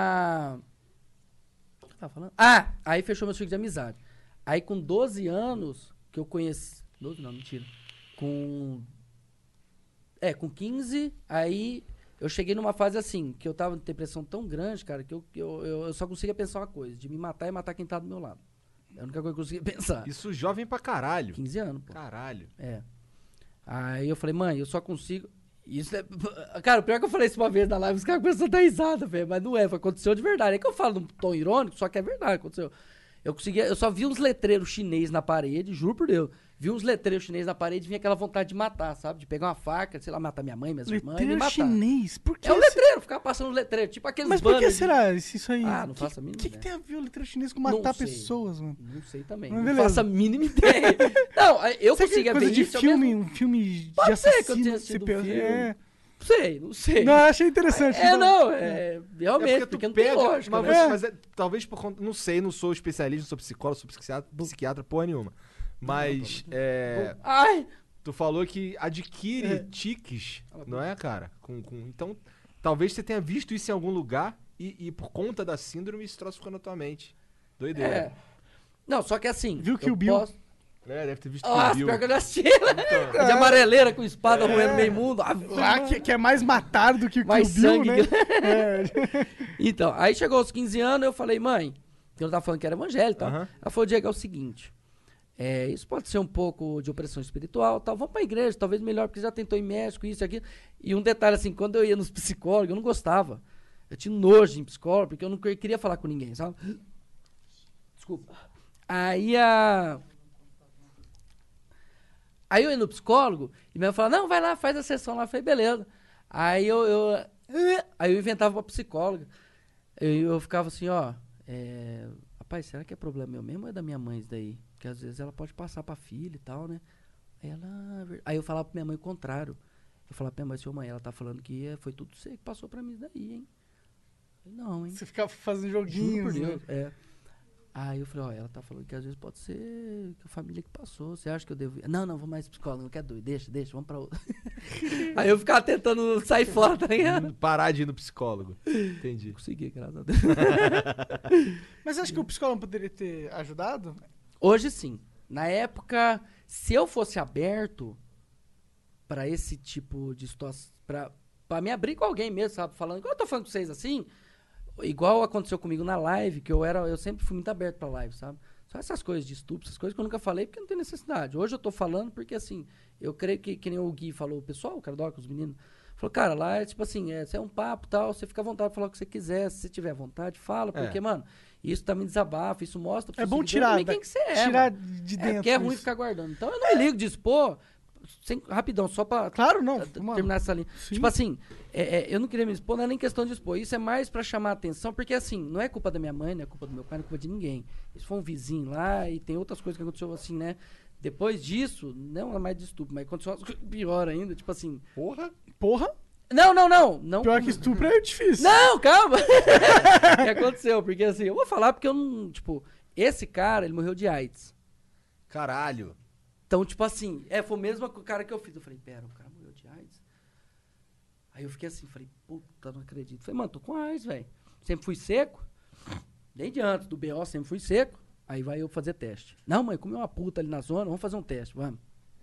o que eu tava falando? Aí fechou meu ciclo de amizade. Aí com 12 anos, que eu conheci... 12 não, mentira. Com 15, aí eu cheguei numa fase assim, que eu tava em depressão tão grande, cara, que eu só conseguia pensar uma coisa, de me matar e matar quem tá do meu lado. É a única coisa que eu conseguia pensar. Isso jovem pra caralho. 15 anos, pô. Caralho. Aí eu falei, mãe, eu só consigo... Isso Cara, o pior é que eu falei isso uma vez na live, os caras começaram a dar risada, velho, mas não aconteceu de verdade. É que eu falo num tom irônico, só que é verdade, aconteceu. Eu só vi uns letreiros chinês na parede, juro por Deus. Vi uns letreiros chineses na parede e vinha aquela vontade de matar, sabe? De pegar uma faca, sei lá, matar minha mãe, minhas irmãs e me matar. Chinês? Por que? É o letreiro, ficar passando os letreiros, tipo aqueles Mas por que será isso aí? Não faço a mínima ideia. O que tem a ver o letreiro chinês com matar pessoas, mano? Não sei também. Não faço a mínima ideia. Não, eu conseguia ver de isso. Um filme de assassino. Não sei. Não, achei interessante. Realmente, porque não tem lógica. Mas talvez por conta, não sei, não sou especialista, não sou psicólogo, sou psiquiatra, porra nenhuma. Mas, tu falou que adquire tiques, não é, cara? Então, talvez você tenha visto isso em algum lugar e por conta da síndrome isso troço ficou na tua mente. Doideira. Não, só que assim... Viu que o Bill... deve ter visto Kill Bill. Pior que eu já assisti. De amareleira com espada roendo meio mundo. Que é mais matar do que o mais Kill Bill, sangue, né? Então, aí chegou aos 15 anos, eu falei, mãe, que eu tava falando que era evangélico e tal. Ela falou, Diego, é o seguinte, Isso pode ser um pouco de opressão espiritual, tal. Vamos pra igreja, talvez melhor, porque já tentou ir médico, isso e aquilo. E um detalhe assim, quando eu ia nos psicólogos, eu não gostava. Eu tinha nojo em psicólogo, porque eu não queria falar com ninguém, sabe? Desculpa. Aí eu ia no psicólogo e minha mãe falava, não, vai lá, faz a sessão lá. Eu falei, beleza. Aí eu inventava pra psicóloga. Eu ficava assim, rapaz, será que é problema meu mesmo ou é da minha mãe isso daí? Porque às vezes ela pode passar pra filha e tal, né? Aí eu falava pra minha mãe o contrário. Eu falava pra minha mãe, sua mãe, ela tá falando que foi tudo você que passou pra mim isso daí, hein? Eu falei, não, hein? Você ficava fazendo joguinhos, Juro por Deus, Aí eu falei, ela tá falando que às vezes pode ser que a família que passou. Você acha que eu devo ir? Não, vou mais psicólogo, não quer doido. Deixa, vamos pra outra. Aí eu ficava tentando sair fora, tá ligado? Parar de ir no psicólogo. Entendi. Consegui, graças a Deus. Mas você acha que o psicólogo poderia ter ajudado? Hoje sim. Na época, se eu fosse aberto pra esse tipo de situação, pra me abrir com alguém mesmo, sabe? Falando, igual eu tô falando com vocês assim, igual aconteceu comigo na live, que eu sempre fui muito aberto pra live, sabe? Só essas coisas de estupro, essas coisas que eu nunca falei porque não tem necessidade. Hoje eu tô falando porque, assim, eu creio que nem o Gui falou, o pessoal, o Cardoca, os meninos, falou, cara, lá é tipo assim, isso é um papo e tal, você fica à vontade de falar o que você quiser, se você tiver vontade, fala, porque, mano, isso também desabafa, isso mostra pro bom tirar quem que você é, tirar mano. de dentro. Porque é ruim ficar guardando. Então eu não ligo de expor, rapidão, só pra terminar essa linha. Sim. Tipo assim, eu não queria me expor, não é nem questão de expor. Isso é mais pra chamar a atenção, porque assim, não é culpa da minha mãe, não é culpa do meu pai, não é culpa de ninguém. Isso foi um vizinho lá e tem outras coisas que aconteceu assim, né? Depois disso, não é mais de estupro, mas aconteceu pior ainda, tipo assim... Porra? Não. Pior que estupro é difícil. Não, calma. O que aconteceu? Porque assim, eu vou falar porque eu não, tipo, esse cara, ele morreu de AIDS. Caralho. Então, tipo assim, foi o mesmo cara que eu fiz. Eu falei, pera, o cara morreu de AIDS? Aí eu fiquei assim, falei, puta, não acredito. Falei, mano, tô com AIDS, velho. Sempre fui seco. Desde antes do BO, sempre fui seco. Aí vai eu fazer teste. Não, mãe, comi uma puta ali na zona, vamos fazer um teste, vamos.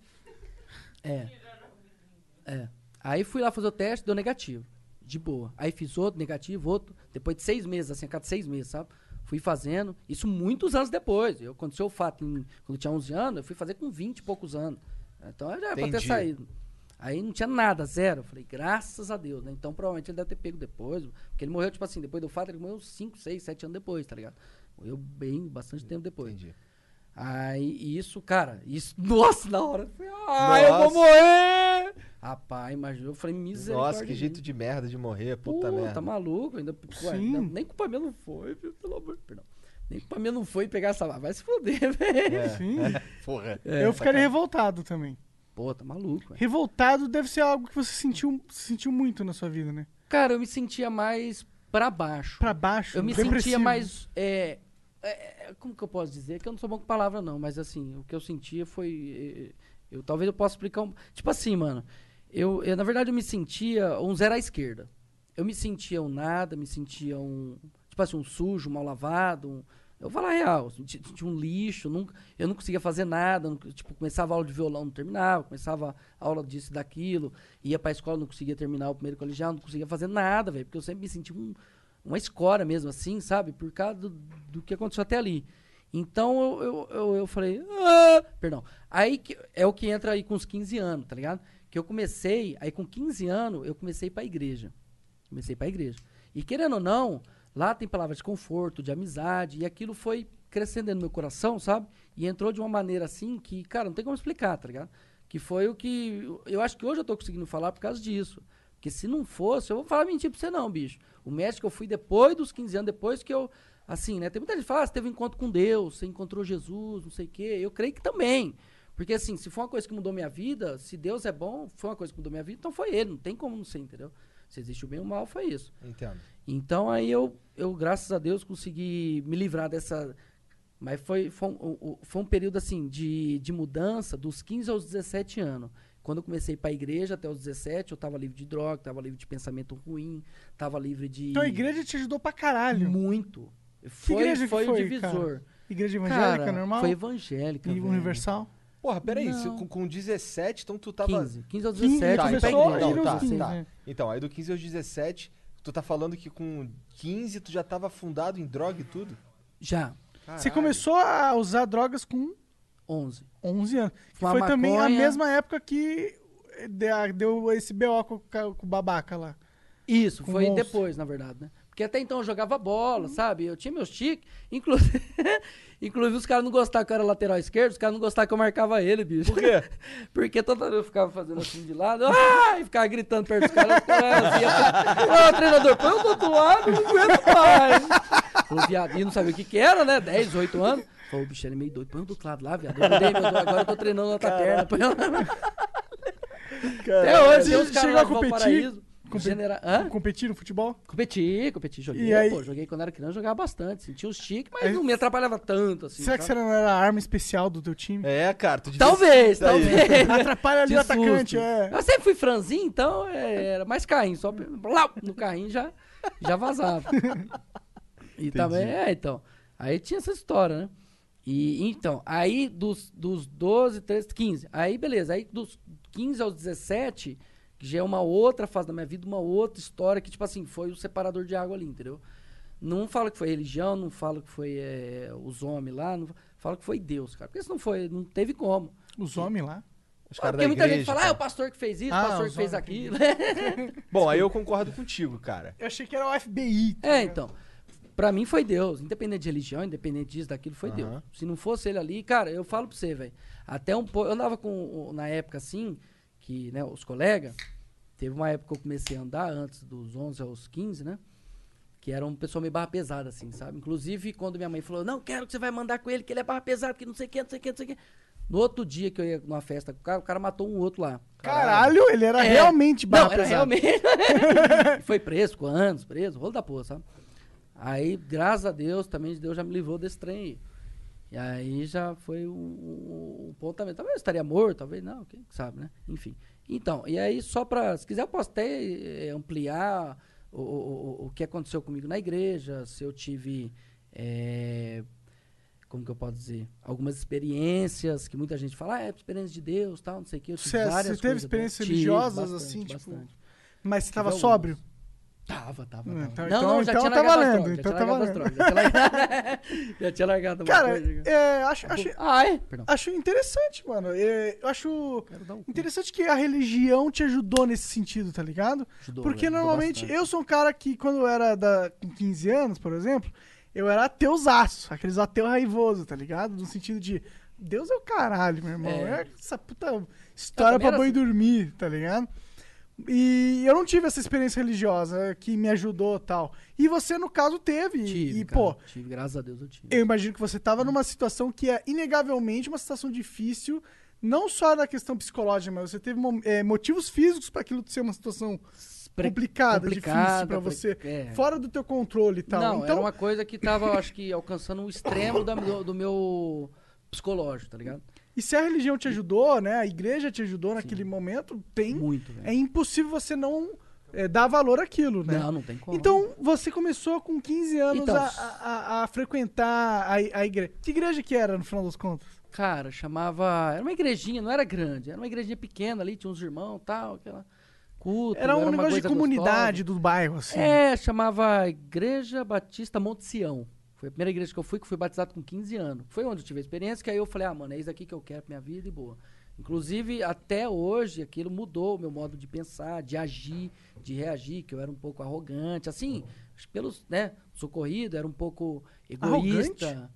Aí fui lá fazer o teste, deu negativo. De boa. Aí fiz outro, negativo, outro. Depois de 6 meses, assim, a cada 6 meses, sabe? Fui fazendo, isso muitos anos depois. Aconteceu o fato, quando eu tinha 11 anos, eu fui fazer com 20 e poucos anos. Então já era pra ter saído. Aí não tinha nada, zero. Eu falei, graças a Deus, né? Então provavelmente ele deve ter pego depois. Porque ele morreu, tipo assim, depois do fato, ele morreu 5, 6, 7 anos depois, tá ligado? Morreu bastante tempo depois. Entendi. Aí isso, cara, nossa, na hora. Eu falei, eu vou morrer! Rapaz, imagina, eu falei, misericórdia. Nossa, que jeito de merda de morrer, puta merda. Tá maluco, ainda. Nem culpa minha não foi, viu? Pelo amor, perdão. Nem culpa minha não foi pegar essa. Vai se foder, velho. Sim. Porra. Eu ficaria revoltado também. Pô, tá maluco, velho. Revoltado deve ser algo que você sentiu muito na sua vida, né? Cara, eu me sentia mais pra baixo. Pra baixo? Eu me sentia mais. Como que eu posso dizer? Que eu não sou bom com palavra, não, mas assim, o que eu sentia foi. Talvez eu possa explicar Tipo assim, mano. Na verdade, eu me sentia um zero à esquerda. Eu me sentia um nada, me sentia tipo assim, um sujo, mal lavado. Eu vou falar a real, sentia um lixo, eu não conseguia fazer nada. Tipo, começava a aula de violão, não terminava, começava a aula disso e daquilo, ia pra escola, não conseguia terminar o primeiro colegial, não conseguia fazer nada, velho, porque eu sempre me sentia uma escória mesmo, assim, sabe? Por causa do que aconteceu até ali. Então eu falei, perdão. Aí é o que entra aí com os 15 anos, tá ligado? Que eu comecei, aí com 15 anos, eu comecei pra igreja. E querendo ou não, lá tem palavras de conforto, de amizade, e aquilo foi crescendo dentro do meu coração, sabe? E entrou de uma maneira assim que, cara, não tem como explicar, tá ligado? Que foi o que... Eu acho que hoje eu tô conseguindo falar por causa disso. Porque se não fosse, eu vou falar mentira pra você não, bicho. O médico eu fui depois dos 15 anos, depois que eu... Assim, né? Tem muita gente que fala, você teve um encontro com Deus, você encontrou Jesus, não sei o quê. Eu creio que também. Porque assim, se foi uma coisa que mudou minha vida, se Deus é bom, foi uma coisa que mudou minha vida, então foi ele. Não tem como não ser, entendeu? Se existe o bem ou o mal, foi isso. Entendo. Então aí eu graças a Deus, consegui me livrar dessa... Mas foi um período assim de mudança dos 15 aos 17 anos. Quando eu comecei para a igreja, até os 17, eu tava livre de droga, tava livre de pensamento ruim, tava livre de... Então a igreja te ajudou pra caralho. Muito. Que igreja foi que o foi, divisor. Cara? Igreja evangélica, cara, normal? Foi evangélica, E velho. universal? Porra, peraí, com 17, então tu tava... 15 aos 17, tá, eu fui pra começou, igreja. girou tá, os 15, tá. né? Então, aí do 15 aos 17, tu tá falando que com 15 tu já tava afundado em droga e tudo? Já. Você começou a usar drogas com... 11. 11 anos. Que Fumar foi também a maconha. mesma época que deu esse BO com o babaca lá. Isso, Com foi monstro. depois, na verdade, né? Porque até então eu jogava bola, sabe? Eu tinha meus tiques. Inclusive, inclusive os caras não gostavam que eu era lateral esquerdo, os caras não gostavam que eu marcava ele, bicho. Por quê? Porque toda vez eu ficava fazendo assim de lado, e ficava gritando perto dos caras. Ô, treinador, põe eu do outro lado, não aguento mais. Falou, viado, e não sabia o que era, né? 10, 8 anos. Falou, bicho, ele é meio doido, põe eu do outro lado lá, viado. Eu mudei, agora eu tô treinando na outra perna. Põe eu... Até hoje, tem uns caras Chegou lá a do competir? Valparaíso. Hã? Competir no futebol? Competi, joguei. E aí- Pô, joguei quando era criança, jogava bastante. Sentia os tiques, mas não me atrapalhava tanto, assim. Será que você sabe? não era a arma especial do teu time? É, cara, tu devia... Talvez. Atrapalha ali De o atacante, susto. é. Eu sempre fui franzinho, então era mais carrinho. Só no carrinho já vazava. E também, então. Aí tinha essa história, né? E então, aí dos 12, 13, 15. Aí beleza, aí dos 15 aos 17, que já é uma outra fase da minha vida, uma outra história que, tipo assim, foi o separador de água ali, entendeu? Não falo que foi religião, não falo que foi os homens lá, não falo que foi Deus, cara. Porque se não foi, não teve como. Os homens lá. Os caras Porque da muita igreja, gente fala, cara. o pastor que fez isso, o Ah, pastor os que fez homens, aquilo. Bom, aí eu concordo contigo, cara. Eu achei que era o FBI. tá ligado? Então. Pra mim foi Deus. Independente de religião, independente disso, daquilo, foi Deus. Se não fosse ele ali, cara, eu falo pra você, velho. Até um pouco. Eu andava na época assim, que, né, os colegas. Teve uma época que eu comecei a andar, antes dos 11 aos 15, né? Que era um pessoal meio barra pesada, assim, sabe? Inclusive, quando minha mãe falou, não, quero que você vai mandar com ele, que ele é barra pesada, que não sei o que, não sei o que, não sei o que. No outro dia que eu ia numa festa com o cara matou um outro lá. Caralho, ele era realmente barra Não, era pesada. realmente. Foi preso, ficou anos preso, rolo da porra, sabe? Aí, graças a Deus, também Deus já me livrou desse trem aí. E aí já foi um ponto também. Talvez eu estaria morto, talvez não, quem sabe, né? Enfim. Então, e aí só pra... Se quiser eu posso até ampliar o que aconteceu comigo na igreja, se eu tive... como que eu posso dizer? Algumas experiências que muita gente fala, experiência de Deus, tal, não sei o que. Eu tive Você várias teve coisas experiências dessas. religiosas, Tive, assim, bastante. tipo... Mas você tava Tive sóbrio? Tava. Então já tá tinha largado as valendo, drogas, então já tá tinha largado as valendo. drogas, já tinha largado uma Cara, coisa. Perdão. acho interessante, mano. Eu acho Quero dar um cu. interessante que a religião te ajudou nesse sentido, tá ligado? Ajudou, Porque ajudou normalmente bastante. eu sou um cara que, quando eu era com 15 anos, por exemplo, eu era ateusaço, aqueles ateu raivoso, tá ligado? No sentido de, Deus é o caralho, meu irmão. É essa puta história pra boi dormir, tá ligado? E eu não tive essa experiência religiosa que me ajudou e tal. E você, no caso, teve. Tive, pô, tive, graças a Deus eu tive. eu imagino que você tava numa situação que é inegavelmente uma situação difícil, não só na questão psicológica, mas você teve motivos físicos pra aquilo ser uma situação complicada, difícil pra você, fora do teu controle e tal. Não, então, era uma coisa que tava, eu acho que, alcançando um extremo do meu psicológico, tá ligado? e se a religião te ajudou, né, a igreja te ajudou naquele momento, Muito, velho. é impossível você não dar valor àquilo, né? Não tem como. Então, você começou com 15 anos Então, a frequentar a igreja. Que igreja que era, no final das contas? Cara, chamava... Era uma igrejinha, não era grande. Era uma igrejinha pequena ali, tinha uns irmãos e tal, aquela... Culto, Era um uma negócio de coisa comunidade gostosa. do bairro, assim. Chamava Igreja Batista Monte Sião. Foi a primeira igreja que fui batizado com 15 anos. Foi onde eu tive a experiência, que aí eu falei, mano, é isso aqui que eu quero pra minha vida e boa. Inclusive, até hoje, aquilo mudou o meu modo de pensar, de agir, de reagir, que eu era um pouco arrogante, assim, pelos, né, socorrido, era um pouco egoísta. Arrogante?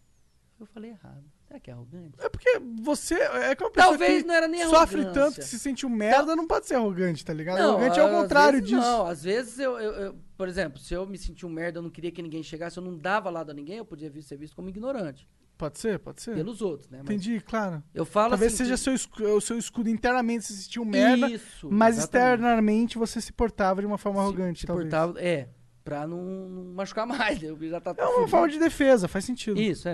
Eu falei errado. Será que é arrogante? É porque você é que uma pessoa Talvez que não era nem sofre arrogância. tanto que se sente um merda, não pode ser arrogante, tá ligado? Não, Arrogante é o às contrário vezes disso. Não, às vezes eu, por exemplo, se eu me sentir um merda, eu não queria que ninguém chegasse, eu não dava lado a ninguém, eu podia ser visto como ignorante. Pode ser. Pelos outros, né? Mas Entendi, claro. eu falo Talvez assim, seja o seu escudo internamente, se sentir um merda, Isso, mas exatamente. externamente você se portava de uma forma arrogante, se talvez. portava, pra não machucar mais, eu já tá É uma forma de defesa, faz sentido. Isso,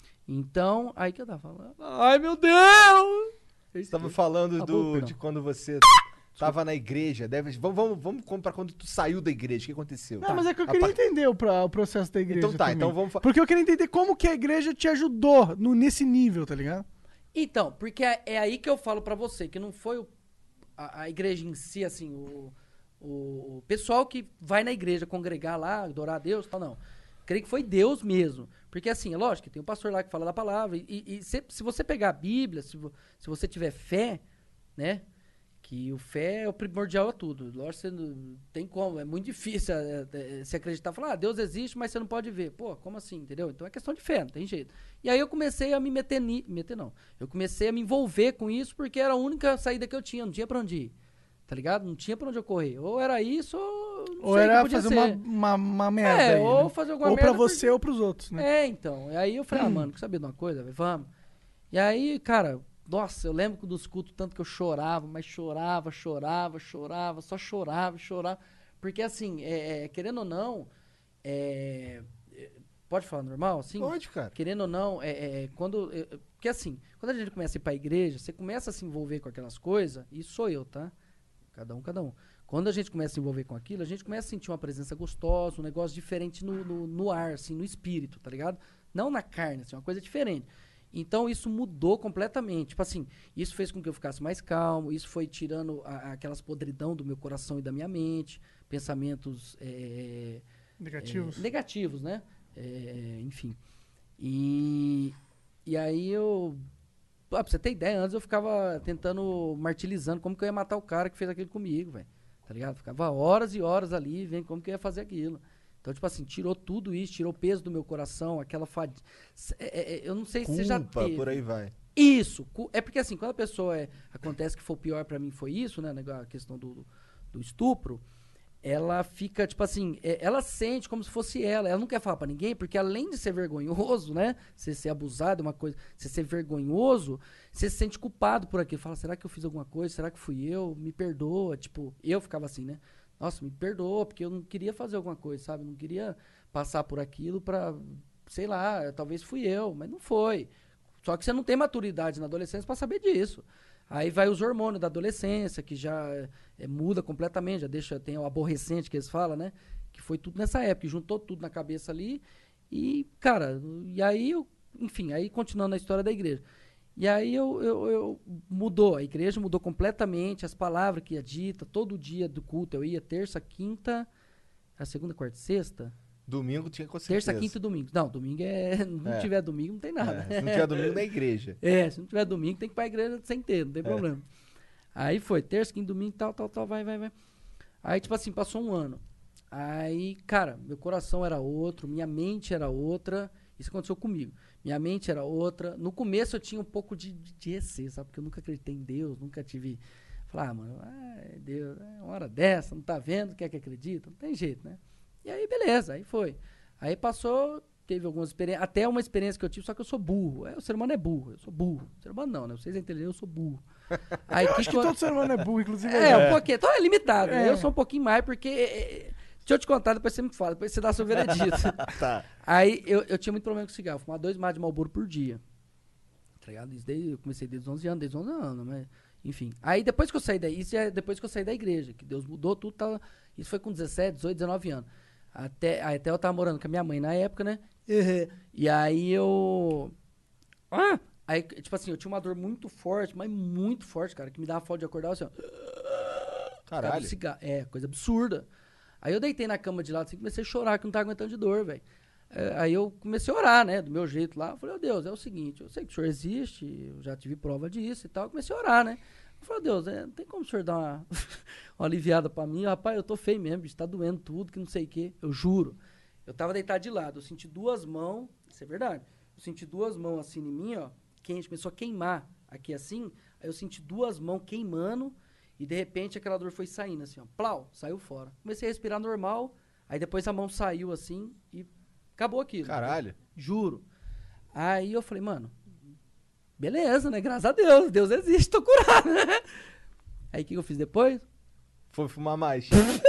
Então, aí que eu tava falando. Ai, meu Deus! Você tava falando Acabou, de quando você tava na igreja. Vamos pra quando tu saiu da igreja. O que aconteceu? Não, mas é que eu queria entender o processo da igreja. Então tá, também. então vamos Porque eu queria entender como que a igreja te ajudou nesse nível, tá ligado? Então, porque é aí que eu falo pra você, que não foi a igreja em si, assim, o pessoal que vai na igreja congregar lá, adorar a Deus e tal, não. Creio que foi Deus mesmo. Porque assim, é lógico que tem um pastor lá que fala da palavra. E se você pegar a Bíblia, se você tiver fé, né? Que o fé é o primordial a tudo. Lógico, você não tem como. É muito difícil se acreditar. Falar, Deus existe, mas você não pode ver. Pô, como assim, entendeu? Então é questão de fé, não tem jeito. E aí eu comecei a me meter não. Eu comecei a me envolver com isso porque era a única saída que eu tinha. Não tinha pra onde ir. Tá ligado? Não tinha pra onde eu correr. Ou era isso, ou era fazer uma merda aí, ou né? fazer alguma ou merda. Ou pra você ou pros outros, né? Então. E aí eu falei, mano, quer saber de uma coisa? Vamos. E aí, cara, nossa, eu lembro dos cultos tanto que eu chorava, mas chorava, só chorava. Porque assim, querendo ou não, pode falar normal, assim? Pode, cara. Querendo ou não, porque assim, quando a gente começa a ir pra igreja, você começa a se envolver com aquelas coisas, e sou eu, tá? Cada um. Quando a gente começa a se envolver com aquilo, a gente começa a sentir uma presença gostosa, um negócio diferente no ar, assim, no espírito, tá ligado? Não na carne, assim, uma coisa diferente. Então, isso mudou completamente. Tipo assim, isso fez com que eu ficasse mais calmo, isso foi tirando aquelas podridão do meu coração e da minha mente, pensamentos... negativos, né? Enfim. E aí eu... pra você ter ideia, antes eu ficava tentando, martirizando como que eu ia matar o cara que fez aquilo comigo, velho. Tá ligado? Ficava horas e horas ali, vendo como que eu ia fazer aquilo. Então, tipo assim, tirou tudo isso, tirou o peso do meu coração, aquela fadiga. Eu não sei se você já teve. Por aí vai. Isso. É porque assim, quando a pessoa acontece que foi o pior pra mim, foi isso, né? A questão do estupro. Ela fica, tipo assim, ela sente como se fosse ela. Ela não quer falar pra ninguém, porque além de ser vergonhoso, né? Você ser abusado, uma coisa, você ser vergonhoso, você se sente culpado por aquilo. Fala, será que eu fiz alguma coisa? Será que fui eu? Me perdoa. Tipo, eu ficava assim, né? Nossa, me perdoa, porque eu não queria fazer alguma coisa, sabe? Não queria passar por aquilo pra, sei lá, talvez fui eu, mas não foi. Só que você não tem maturidade na adolescência pra saber disso. Aí vai os hormônios da adolescência, que já muda completamente, tem o aborrecente que eles falam, né? Que foi tudo nessa época, juntou tudo na cabeça ali. E, cara, aí continuando a história da igreja. E aí mudou, a igreja mudou completamente, as palavras que ia dita, todo dia do culto, eu ia terça, quinta, a segunda, quarta e sexta. Domingo tinha com certeza. Terça, quinta e domingo. Não, domingo não tiver domingo, não tem nada. Se não tiver domingo, na igreja. Se não tiver domingo, tem que ir pra igreja sem ter, não tem problema. Aí foi, terça, quinta, domingo, tal, vai. Aí, tipo assim, passou um ano. Aí, cara, meu coração era outro, minha mente era outra. Isso aconteceu comigo. Minha mente era outra. No começo eu tinha um pouco de receio, sabe? Porque eu nunca acreditei em Deus, nunca tive... Falar, mano, Deus, uma hora dessa, não tá vendo, quer que acredita? Não tem jeito, né? E aí, beleza, aí foi. Aí passou, teve algumas experiências, até uma experiência que eu tive, só que eu sou burro. O ser humano é burro, eu sou burro. O ser humano não, né? Vocês entendem, eu sou burro. Aí, acho que todo ser humano é burro, inclusive. Um pouquinho, então é limitado, né? Eu sou um pouquinho mais, porque... Deixa eu te contar, depois você me fala, depois você dá seu veredito. Tá. Aí eu tinha muito problema com cigarro, fumava 2 maços de Marlboro por dia. Tá ligado? Isso daí, eu comecei desde os 11 anos, mas... Enfim. Aí depois que eu saí daí, isso é depois que eu saí da igreja, que Deus mudou tudo, tá, isso foi com 17, 18, 19 anos. Até eu tava morando com a minha mãe na época, né? E aí aí, tipo assim, eu tinha uma dor muito forte, mas muito forte, cara, que me dava falta de acordar assim, ó. Caralho. Coisa absurda. Aí eu deitei na cama de lado assim, comecei a chorar, que não tava aguentando de dor, velho. Aí eu comecei a orar, né, do meu jeito lá. Eu falei, Deus, é o seguinte, eu sei que o senhor existe, eu já tive prova disso e tal. Eu comecei a orar, né. Eu falei, Deus, não tem como o senhor dar uma aliviada pra mim? Rapaz, eu tô feio mesmo, bicho, tá doendo tudo, que não sei o quê. Eu juro. Eu tava deitado de lado, eu senti 2 mãos, isso é verdade. Eu senti 2 mãos assim em mim, ó, quente, começou a queimar aqui assim. Aí eu senti 2 mãos queimando e de repente aquela dor foi saindo assim, ó, plau, saiu fora. Comecei a respirar normal, aí depois a mão saiu assim e acabou aquilo. Caralho. Né? Juro. Aí eu falei, mano, beleza, né? Graças a Deus. Deus existe, tô curado, né? Aí o que eu fiz depois? Foi fumar mais.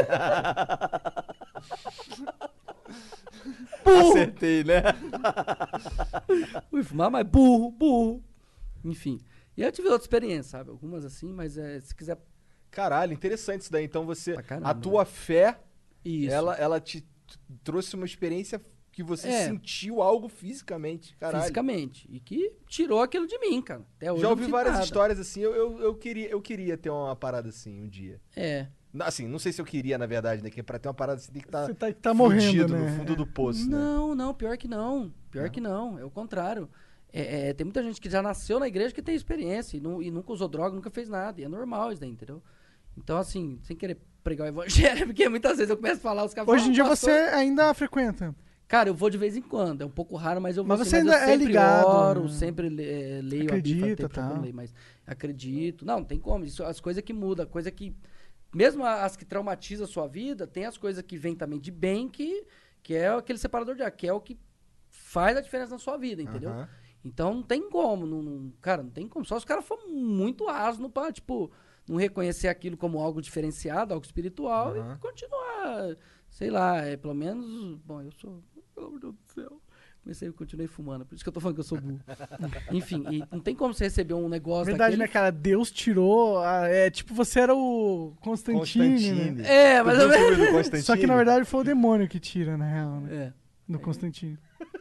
Burro! Acertei, né? Fui fumar mais, burro. Enfim. E aí eu tive outra experiência, sabe? Algumas assim, mas se quiser... Caralho, interessante isso daí. Então você... Caramba, a tua fé, isso. ela te trouxe uma experiência que você sentiu algo fisicamente, caralho. Fisicamente. E que tirou aquilo de mim, cara. Até hoje já ouvi várias nada. histórias assim, eu queria ter uma parada assim um dia. Assim, não sei se eu queria, na verdade, né? Que pra ter uma parada você tem que estar Você tá morrendo, né? no fundo do poço, né? Não, pior que não. Pior que não, é o contrário. Tem muita gente que já nasceu na igreja que tem experiência e nunca usou droga, nunca fez nada. E é normal isso daí, entendeu? Então, assim, sem querer pregar o evangelho, porque muitas vezes eu começo a falar, os caras falam... Hoje em dia você ainda frequenta? Cara, eu vou de vez em quando. É um pouco raro, mas eu vou. Mas você ainda é ligado. Oro, né? sempre leio Acredita, a Bíblia, mas acredito. Não tem como. Isso, as coisas que mudam, coisa que... Mesmo as que traumatizam a sua vida, tem as coisas que vêm também de bem, que é aquele separador de ar, que é o que faz a diferença na sua vida, entendeu? Aham. Então não tem como. Cara, não tem como. Só os caras foram muito asno pra, tipo, não reconhecer aquilo como algo diferenciado, algo espiritual e continuar, sei lá, pelo menos... Bom, eu sou... Pelo amor de Deus do céu. Continuei fumando, por isso que eu tô falando que eu sou burro. Enfim, e não tem como você receber um negócio verdade, daquele... né, cara? Deus tirou... tipo, você era o Constantine. Né? Mas eu... Só que, na verdade, foi o demônio que tira, na real, né? No Constantine.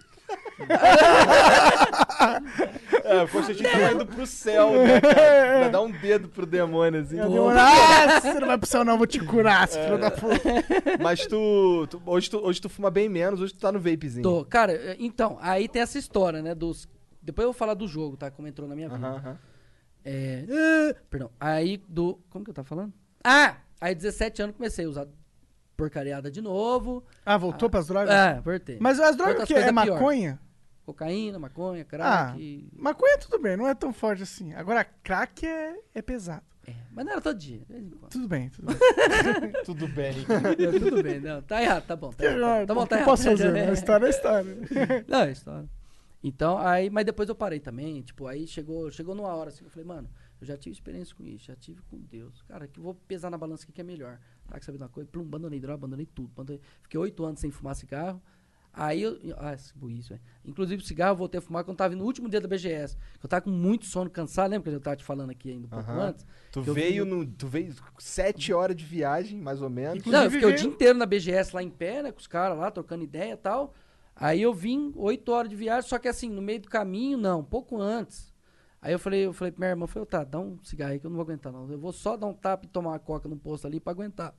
O Constantino tá indo pro céu, né, cara? Vai dar um dedo pro demônio, assim. Você não vai pro céu não, vou te curar, filho da puta. Mas hoje tu fuma bem menos, hoje tu tá no vapezinho. Cara, então, aí tem essa história, né, depois eu vou falar do jogo, tá, como entrou na minha vida. Perdão, aí como que eu tava falando? Aí 17 anos comecei a usar porcariada de novo. Voltou pras drogas? Voltei. Mas as drogas o quê? É maconha? Cocaína, maconha, crack. Maconha tudo bem, não é tão forte assim. Agora, crack é pesado. Mas não era todo dia, de vez em quando. Tudo bem. Tudo bem. Tudo bem, não. Tá errado, tá bom. Tá errado. Posso fazer, a história é história. Não, é história. Então, mas depois eu parei também, tipo, aí chegou numa hora assim, eu falei, mano, eu já tive experiência com isso, já tive com Deus. Cara, que eu vou pesar na balança aqui que é melhor. Tá, que sabe de uma coisa? Plum, abandonei droga, abandonei tudo. Fiquei 8 anos sem fumar cigarro. Aí esse burrice, velho. Inclusive, cigarro eu voltei a fumar quando tava no último dia da BGS. Eu tava com muito sono, cansado. Lembra que eu tava te falando aqui ainda um pouco antes? Tu veio 7 horas de viagem, mais ou menos. Não, eu fiquei o dia inteiro na BGS lá em pé, né? Com os caras lá, trocando ideia e tal. Aí eu vim 8 horas de viagem, só que assim, no meio do caminho, não, um pouco antes. Aí eu falei pra minha irmã, tá, dá um cigarro aí que eu não vou aguentar, não. Eu vou só dar um tapa e tomar uma coca no posto ali pra aguentar.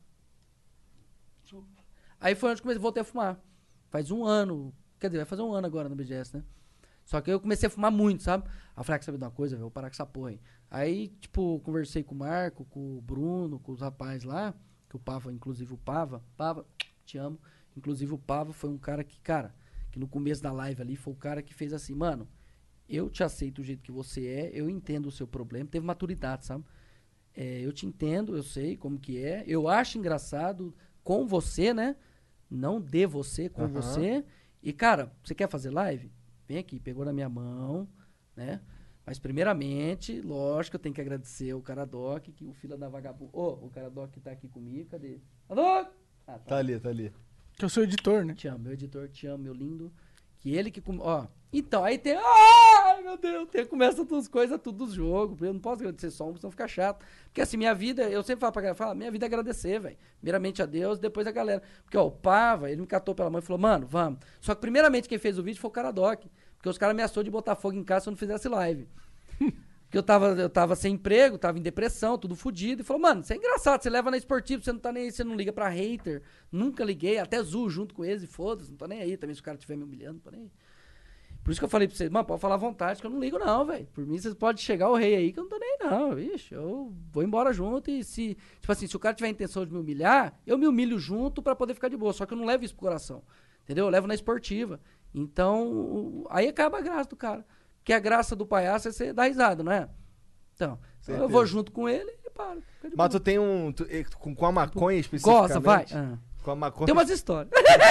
Aí foi onde eu voltei a fumar. Faz 1 ano, quer dizer, vai fazer 1 ano agora no BGS, né? Só que eu comecei a fumar muito, sabe? Aí eu falei, sabe de uma coisa, velho, vou parar com essa porra aí. Aí, tipo, conversei com o Marco, com o Bruno, com os rapazes lá, que o Pava, inclusive o Pava, te amo. Inclusive o Pava foi um cara que no começo da live ali, foi o cara que fez assim, mano, eu te aceito do jeito que você é, eu entendo o seu problema, teve maturidade, sabe? Eu te entendo, eu sei como que é, eu acho engraçado com você, né? Não de você, com você. E, cara, você quer fazer live? Vem aqui, pegou na minha mão, né? Mas, primeiramente, lógico, eu tenho que agradecer o Caradoc, que o filho da vagabunda... o Caradoc tá aqui comigo, cadê? Caradoc! Tá ali. Que eu sou editor, né? Te amo, meu editor, te amo, meu lindo. Que ele que... Então, aí tem... Ai, meu Deus! Começa as coisas, tudo dos jogos. Eu não posso agradecer só um, senão fica chato. Porque assim, minha vida... Eu sempre falo pra galera, minha vida é agradecer, velho. Primeiramente a Deus, depois a galera. Porque, o Pava, ele me catou pela mão e falou, mano, vamos. Só que primeiramente quem fez o vídeo foi o Caradoc. Porque os caras ameaçou de botar fogo em casa se eu não fizesse live. Porque eu tava sem emprego, tava em depressão, tudo fodido. E falou, mano, isso é engraçado, você leva na esportiva, você não tá nem aí, você não liga pra hater. Nunca liguei, até Zu junto com eles e foda-se, não tô nem aí. Também se o cara estiver me humilhando, não tô nem aí. Por isso que eu falei pra vocês, mano, pode falar à vontade, que eu não ligo não, velho. Por mim, vocês podem chegar o rei aí, que eu não tô nem aí não, vixe. Eu vou embora junto e se o cara tiver a intenção de me humilhar, eu me humilho junto pra poder ficar de boa. Só que eu não levo isso pro coração, entendeu? Eu levo na esportiva. Então, aí acaba a graça do cara. Porque a graça do palhaço é você dar risada, não é? Então, eu vou junto com ele e paro. Mas tu tem com a maconha especificamente? Gosta, vai. Com a maconha... Tem umas histórias.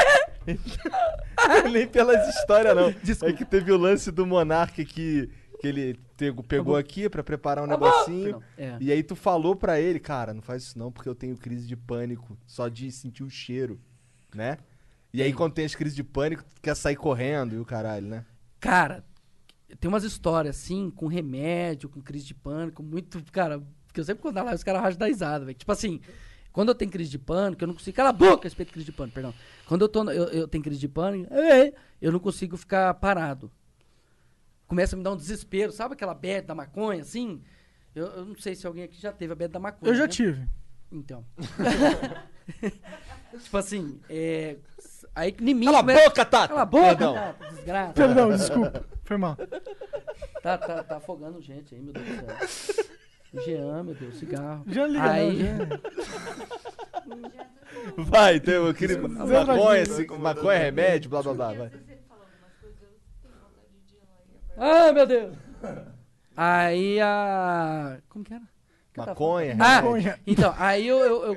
Nem pelas histórias, não. Desculpa. É que teve o lance do Monark que ele pegou aqui pra preparar um negocinho. E aí tu falou pra ele, cara, não faz isso não, porque eu tenho crise de pânico só de sentir o cheiro, né? E aí quando tem as crises de pânico, tu quer sair correndo e o caralho, né? Cara, tem umas histórias assim, com remédio, com crise de pânico, muito, cara, porque eu sempre quando lá os caras racham da risada, velho. Tipo assim, quando eu tenho crise de pânico, eu não consigo... Cala a boca a respeito de crise de pânico, perdão. Quando eu tenho crise de pânico, eu não consigo ficar parado. Começa a me dar um desespero, sabe aquela bad da maconha, assim? Eu não sei se alguém aqui já teve a bad da maconha, Eu já né? tive. Então. Tipo assim, aí em mim... Cala a boca, Tata! Cala a boca, Perdão. Tata, desgraça. Perdão, desculpa. Foi mal. Tá afogando gente aí, meu Deus do céu. Jean, meu Deus, cigarro. Já liga, Aí... não, já. Vai, tem aquele maconha, remédio, blá blá blá, vai. Ai, meu Deus. Aí a... Como que era? Maconha, Maconha. Então, aí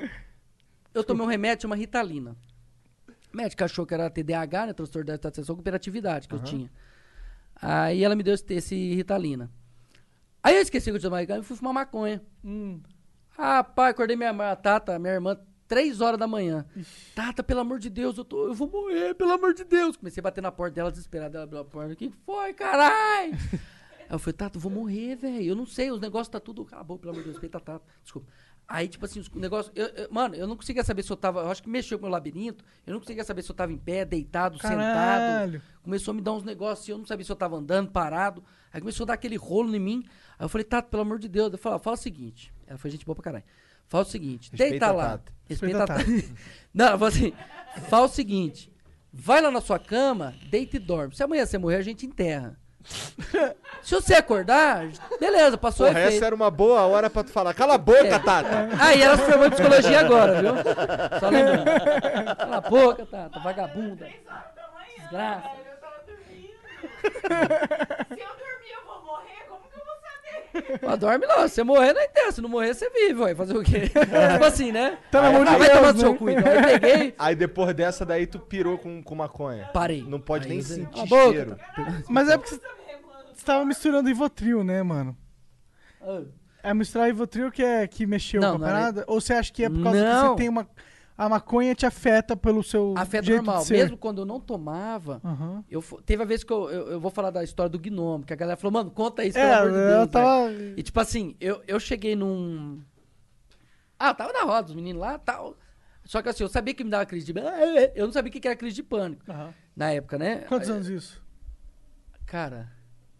eu tomei um remédio, uma Ritalina. O médico achou que era TDAH, né? Transtorno de déficit de atenção com hiperatividade que eu tinha. Aí ela me deu esse Ritalina. Aí eu esqueci que eu tinha tomado Ritalina e fui fumar maconha. Rapaz, acordei minha irmã, 3 horas da manhã. Tata, pelo amor de Deus, eu vou morrer, pelo amor de Deus. Comecei a bater na porta dela, desesperada, ela abriu a porta. O que foi, caralho? Aí eu falei, Tata, eu vou morrer, velho. Eu não sei, os negócios tá tudo... Acabou, pelo amor de Deus, respeita a Tata. Desculpa. Aí, tipo assim, os negócios... Mano, eu não conseguia saber se eu tava... Eu acho que mexeu com o meu labirinto. Eu não conseguia saber se eu tava em pé, deitado, sentado. Começou a me dar uns negócios, eu não sabia se eu tava andando, parado. Aí começou a dar aquele rolo em mim. Aí eu falei, Tata, pelo amor de Deus. Eu falei, fala o seguinte. Ela foi gente boa pra caralho. Fala o seguinte, deita lá. Respeita a Tata. Não, ela falou assim, fala o seguinte. Vai lá na sua cama, deita e dorme. Se amanhã você morrer, a gente enterra. Se você acordar, beleza, passou o efeito. Essa era uma boa hora pra tu falar. Cala a boca, Tata! Aí ela se formou em psicologia agora, viu? Só lembrando. Cala a boca, Tata, vagabunda. Desgraça. Eu tava dormindo. Se eu dormir, eu vou morrer? Como que eu vou saber? Mas dorme não, se você morrer, não enterra. Se não morrer, você vive, vai fazer o quê? Tipo assim, né? Tá na mão de vai Deus, tomar do né? seu cu, então. Aí peguei, Aí depois dessa daí tu pirou com maconha. parei. Não pode Aí nem eu- sentir Cala a boca, cheiro. Tata. Mas é porque você tava misturando Rivotril, né, mano? Ah. É misturar Rivotril que mexeu Não, com a não é- parada? Ou você acha que é por causa que Não. você tem uma... A maconha te afeta pelo seu Afeta jeito normal. de ser? Mesmo quando eu não tomava, Aham. teve a vez que eu vou falar da história do gnomo, que a galera falou, mano, conta isso, É, pelo amor de eu Deus. tava... velho. E tipo assim, eu cheguei num... Ah, eu tava na roda, os meninos lá e tal. Só que assim, eu sabia que me dava crise de... Eu não sabia o que era crise de pânico. Aham. Na época, né? Quantos anos isso? Cara...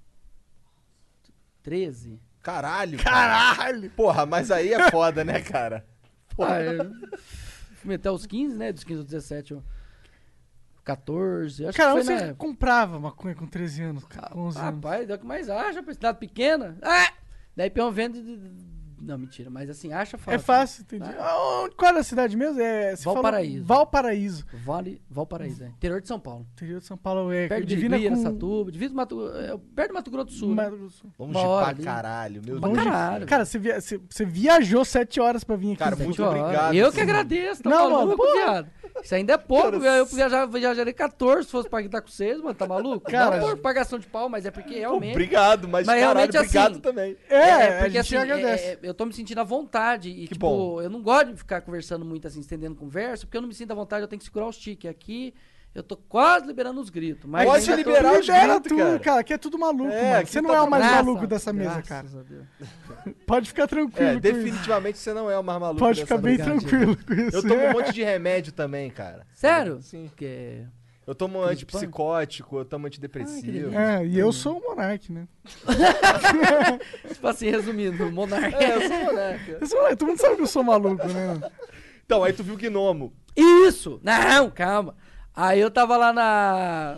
13? Caralho! Caralho! Porra, mas aí é foda, né, cara? Ah, eu fui até os 15, né? Dos 15 aos 17, 14. Acho Cara, que onde foi na você época. comprava maconha com 13 anos, com 11 anos? Rapaz, é o que mais acha, pra cidade pequena. Ah! Daí peão vende... Não, mentira, mas assim, acha fácil. É fácil, entendi. Qual era a cidade mesmo? Você falou- Valparaíso. Valparaíso. Valparaíso, é. Interior de São Paulo. Interior de São Paulo é Perto de divina Biribiri, com... Aracatuba, perto do Mato Grosso do Sul. né? Mato Grosso do Sul. Longe Uma hora pra ali. caralho, meu Pra Deus. caralho. Cara, você viajou 7 horas pra vir aqui. Cara, velho. muito 7 horas. obrigado, Eu que sim. agradeço, tá Não, maluco, mano, viado? Isso ainda é pouco, velho. Eu viajaria 14 se fosse pra estar com vocês, mano, tá maluco? Cara, Não por pagação de pau, mas é porque realmente... Obrigado, mas caralho, realmente, obrigado assim, também. É, porque a gente assim, agradece. eu tô me sentindo à vontade e, Que tipo, bom. eu não gosto de ficar conversando muito assim, estendendo conversa, porque eu não me sinto à vontade, eu tenho que segurar os tiques. Aqui, eu tô quase liberando os gritos. Mas Pode ainda tô- liberar os Libera gritos, tudo, cara. que é tudo maluco, É, mano. aqui Você não tá é o mais Graças- maluco dessa mesa, graças cara. a Deus. Pode ficar tranquilo com isso. Definitivamente você não é o mais maluco Pode dessa ficar bem mesa. Obrigado, tranquilo com isso. Eu tomo um monte de remédio também, cara. Sério? Sim. Porque... Eu tomo Crise de antipsicótico, eu tomo Ai, que antidepressivo. delícia. É, e eu sou o Monark, né? Tipo assim, resumindo, monarca. É, eu sou moleque. Eu sou, todo mundo sabe que eu sou maluco, né? Então, aí tu viu o gnomo. Isso! Não, calma. Aí eu tava lá na...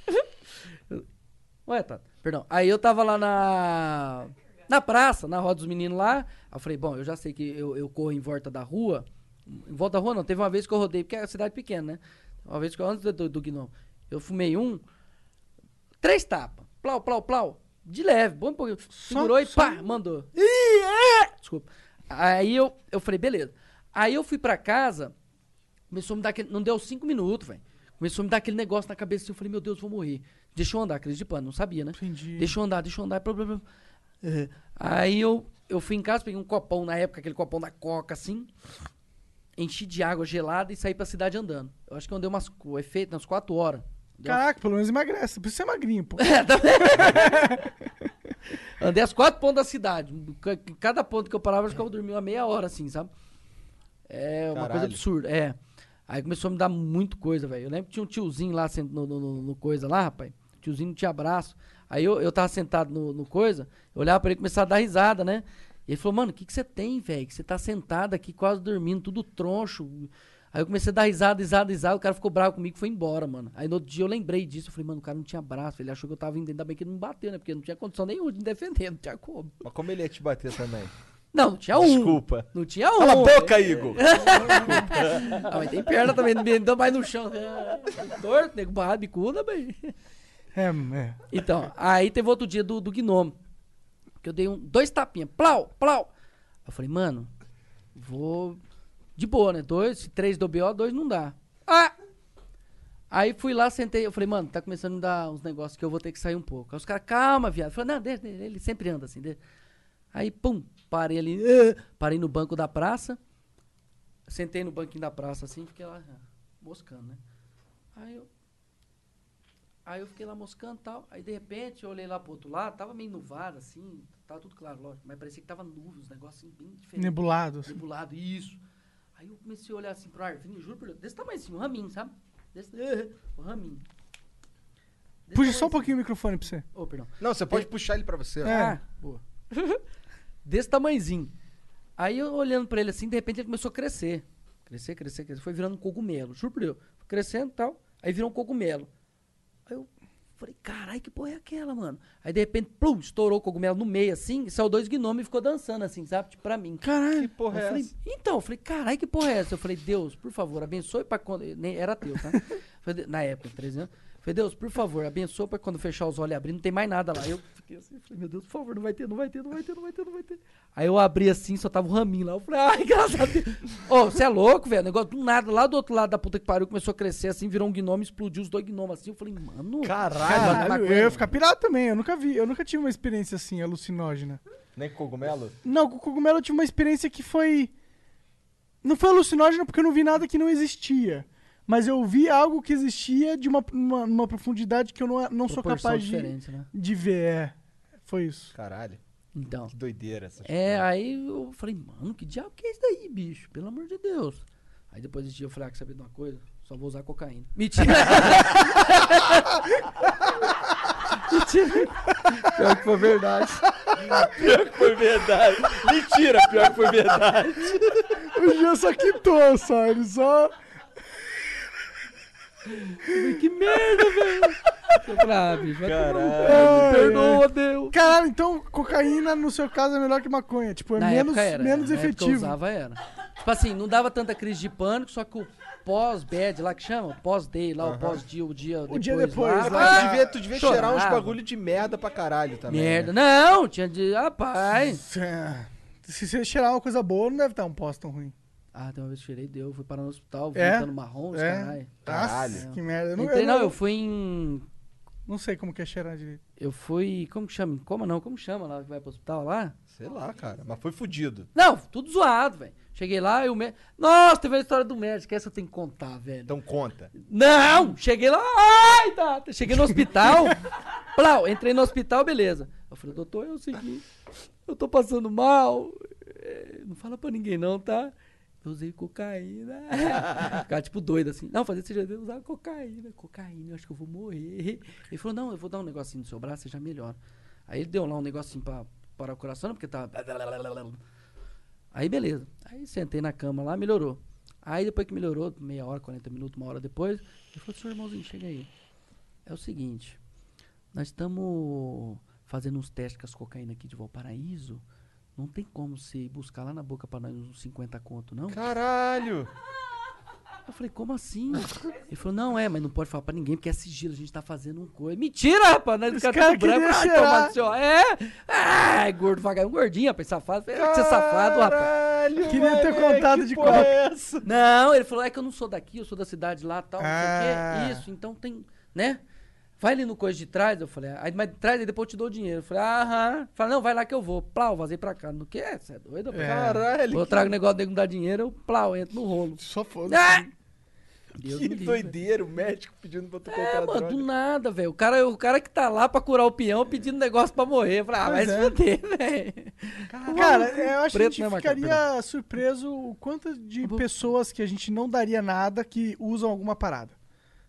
Ué, tá. Perdão. Aí eu tava lá na praça, na roda dos meninos lá. Aí eu falei, bom, eu já sei que eu corro em volta da rua. Em volta da rua não, teve uma vez que eu rodei, porque é a cidade pequena, né? Uma vez que eu, antes do gnomo, eu fumei 3 tapas. Plau, plau, plau. De leve, bom um pouquinho. Segurou e pá, mandou. Desculpa. Aí eu falei, beleza. Aí eu fui pra casa, começou a me dar aquele... Não deu 5 minutos, velho. Começou a me dar aquele negócio na cabeça. Eu falei, meu Deus, vou morrer. Deixa eu andar, crise de pânico. Não sabia, né? Entendi. Deixa eu andar. Blá. Aí eu fui em casa, peguei um copão na época, aquele copão da Coca, assim. Enchi de água gelada e saí pra cidade andando. Eu acho que eu andei o efeito, umas 4 horas. Deu umas- Caraca, pelo menos emagrece. Por isso você é magrinho, pô. Andei as 4 pontos da cidade. Cada ponto que eu parava, acho que eu dormia uma meia hora, assim, sabe? É uma coisa Caralho. absurda. É. Aí começou a me dar muito coisa, velho. Eu lembro que tinha um tiozinho lá no coisa lá, rapaz. O tiozinho não tinha braço. Aí eu tava sentado no coisa, eu olhava pra ele e começava a dar risada, né? E ele falou, mano, o que você tem, velho? Que você tá sentado aqui quase dormindo, tudo troncho. Aí eu comecei a dar risada, o cara ficou bravo comigo e foi embora, mano. Aí no outro dia eu lembrei disso, eu falei, mano, o cara não tinha braço, ele achou que eu tava indo, ainda bem que ele não bateu, né? Porque não tinha condição nenhuma de me defender, não tinha como. Mas como ele ia te bater também? Não tinha um. Desculpa. Não tinha um. Cala a boca, Igor! Ah, mas tem perna também, não me dá mais no chão. Torto, nego, barra, bicuda, bem. É. Então, aí teve outro dia do gnomo, que eu dei 2 tapinhas, plau, plau. Eu falei, mano, vou... De boa, né? 2, 3 do BO, 2 não dá. Ah! Aí fui lá, sentei, eu falei, mano, tá começando a me dar uns negócios que eu vou ter que sair um pouco. Aí os caras, calma, viado. Eu falei, não, deixa, ele sempre anda assim, deixa. Aí, pum, parei ali, parei no banco da praça, sentei no banquinho da praça assim, fiquei lá, moscando, né? Aí eu fiquei lá moscando e tal, aí de repente eu olhei lá pro outro lado, tava meio nublado assim, tava tudo claro, lógico, mas parecia que tava nuvem, uns negócios assim, bem diferentes. Nebulado. Assim. Nebulado, isso. Aí eu comecei a olhar assim pro ar, juro por Deus, desse tamanho assim, um raminho, sabe? Um raminho. Puxa só um pouquinho o microfone pra você. Oh, perdão. Não, você pode puxar ele pra você. Ah, boa. Desse tamanhozinho. Aí eu olhando pra ele assim, de repente ele começou a crescer. Crescer. Foi virando um cogumelo, juro por Deus. Foi crescendo e tal, aí virou um cogumelo. Aí eu falei, caralho, que porra é aquela, mano? Aí de repente, plum, estourou o cogumelo no meio assim, e saiu 2 gnomos e ficou dançando assim, sabe? Tipo, pra mim. Caralho, que porra é essa? Então, eu falei, caralho, que porra é essa? Eu falei, Deus, por favor, abençoe pra quando... Nem era ateu, tá? Na época, 13 anos. Falei, Deus, por favor, abençoa pra quando fechar os olhos e abrir, não tem mais nada lá. Eu fiquei assim, falei, meu Deus, por favor, não vai ter. Aí eu abri assim, só tava um raminho lá. Eu falei, ai, graças a Deus. Ô, você é louco, velho? O negócio do nada, lá do outro lado da puta que pariu, começou a crescer assim, virou um gnomo, explodiu os 2 gnomos assim. Eu falei, mano... Caralho, eu ia ficar pirado também. Eu nunca tive uma experiência assim, alucinógena. Nem com cogumelo? Não, com cogumelo eu tive uma experiência que foi... Não foi alucinógena porque eu não vi nada que não existia. Mas eu vi algo que existia de uma profundidade que eu não sou capaz de ver. Foi isso. Caralho. Então. Que doideira essa aí eu falei, mano, que diabo que é isso daí, bicho? Pelo amor de Deus. Aí depois desse dia eu falei, quer saber de uma coisa? Só vou usar cocaína. Mentira! Mentira! Pior que foi verdade. Mentira, pior que foi verdade. O Jean só quitou, só. Ele só... Que merda, velho! Eu falei, bicho, vai perdoa, Deus. Caralho, então cocaína no seu caso é melhor que maconha. Tipo, é menos efetivo. Eu usava era. Tipo assim, não dava tanta crise de pânico, só que o pós-bad lá que chama, pós-day lá, o pós-dia, o dia depois. Lá. Tu devia cheirar uns bagulho de merda pra caralho também. Merda. Né? Não, tinha de... Rapaz. Se você cheirar uma coisa boa, não deve estar um pós tão ruim. Ah, tem uma vez que cheirei, fui parar no hospital, vomitando marrom, caralho. Que merda. Eu fui em... Não sei como que é cheirar direito. Eu fui... Como que chama? Como chama lá que vai pro hospital lá? Sei lá, cara. Mas foi fudido. Não, tudo zoado, velho. Cheguei lá e o médico... Nossa, teve a história do médico. Essa eu tenho que contar, velho. Então conta. Não! Cheguei lá... Ai, tá. Cheguei no hospital. Plau, entrei no hospital, beleza. Eu falei, doutor, é o seguinte. Eu tô passando mal. Não fala pra ninguém não, tá? Eu usei cocaína. Ficava tipo doido assim. Não, fazer esse jeito, eu usava cocaína. Cocaína, eu acho que eu vou morrer. Ele falou, não, eu vou dar um negocinho no seu braço, você já melhora. Aí ele deu lá um negocinho pra parar o coração, porque tava... Aí beleza. Aí sentei na cama lá, melhorou. Aí depois que melhorou, meia hora, 40 minutos, 1 hora depois, ele falou, seu irmãozinho, chega aí. É o seguinte, nós estamos fazendo uns testes com as cocaína aqui de Valparaíso. Não tem como você ir buscar lá na boca pra nós uns 50 conto, não? Caralho! Eu falei, como assim? Ele falou, não, mas não pode falar pra ninguém, porque é sigilo, a gente tá fazendo um coisa. Mentira, rapaz! Nós cara branco, tomar do seu... gordo, vagabundo, gordinho, rapaz, safado. Você é safado, rapaz. Queria ter contado de qual é essa. Não, ele falou, é que eu não sou daqui, eu sou da cidade lá, tal, não sei o quê. Isso, então tem, né? Vai ali no coisa de trás, eu falei, mas de trás, aí depois eu te dou o dinheiro. Eu falei, aham. Falei, não, vai lá que eu vou. Plau, vazei pra cá. No que é? Você é doido? Caralho. Eu trago o negócio dele não dá dinheiro, eu plau, entro no rolo. Só foda. Que doideira, o médico pedindo pra tu comprar mano, droga. do nada, velho. O cara que tá lá pra curar o peão pedindo negócio pra morrer. Eu falei, vai se fuder, velho. Cara, eu acho que a gente ficaria surpreso o quanto de pessoas que a gente não daria nada que usam alguma parada.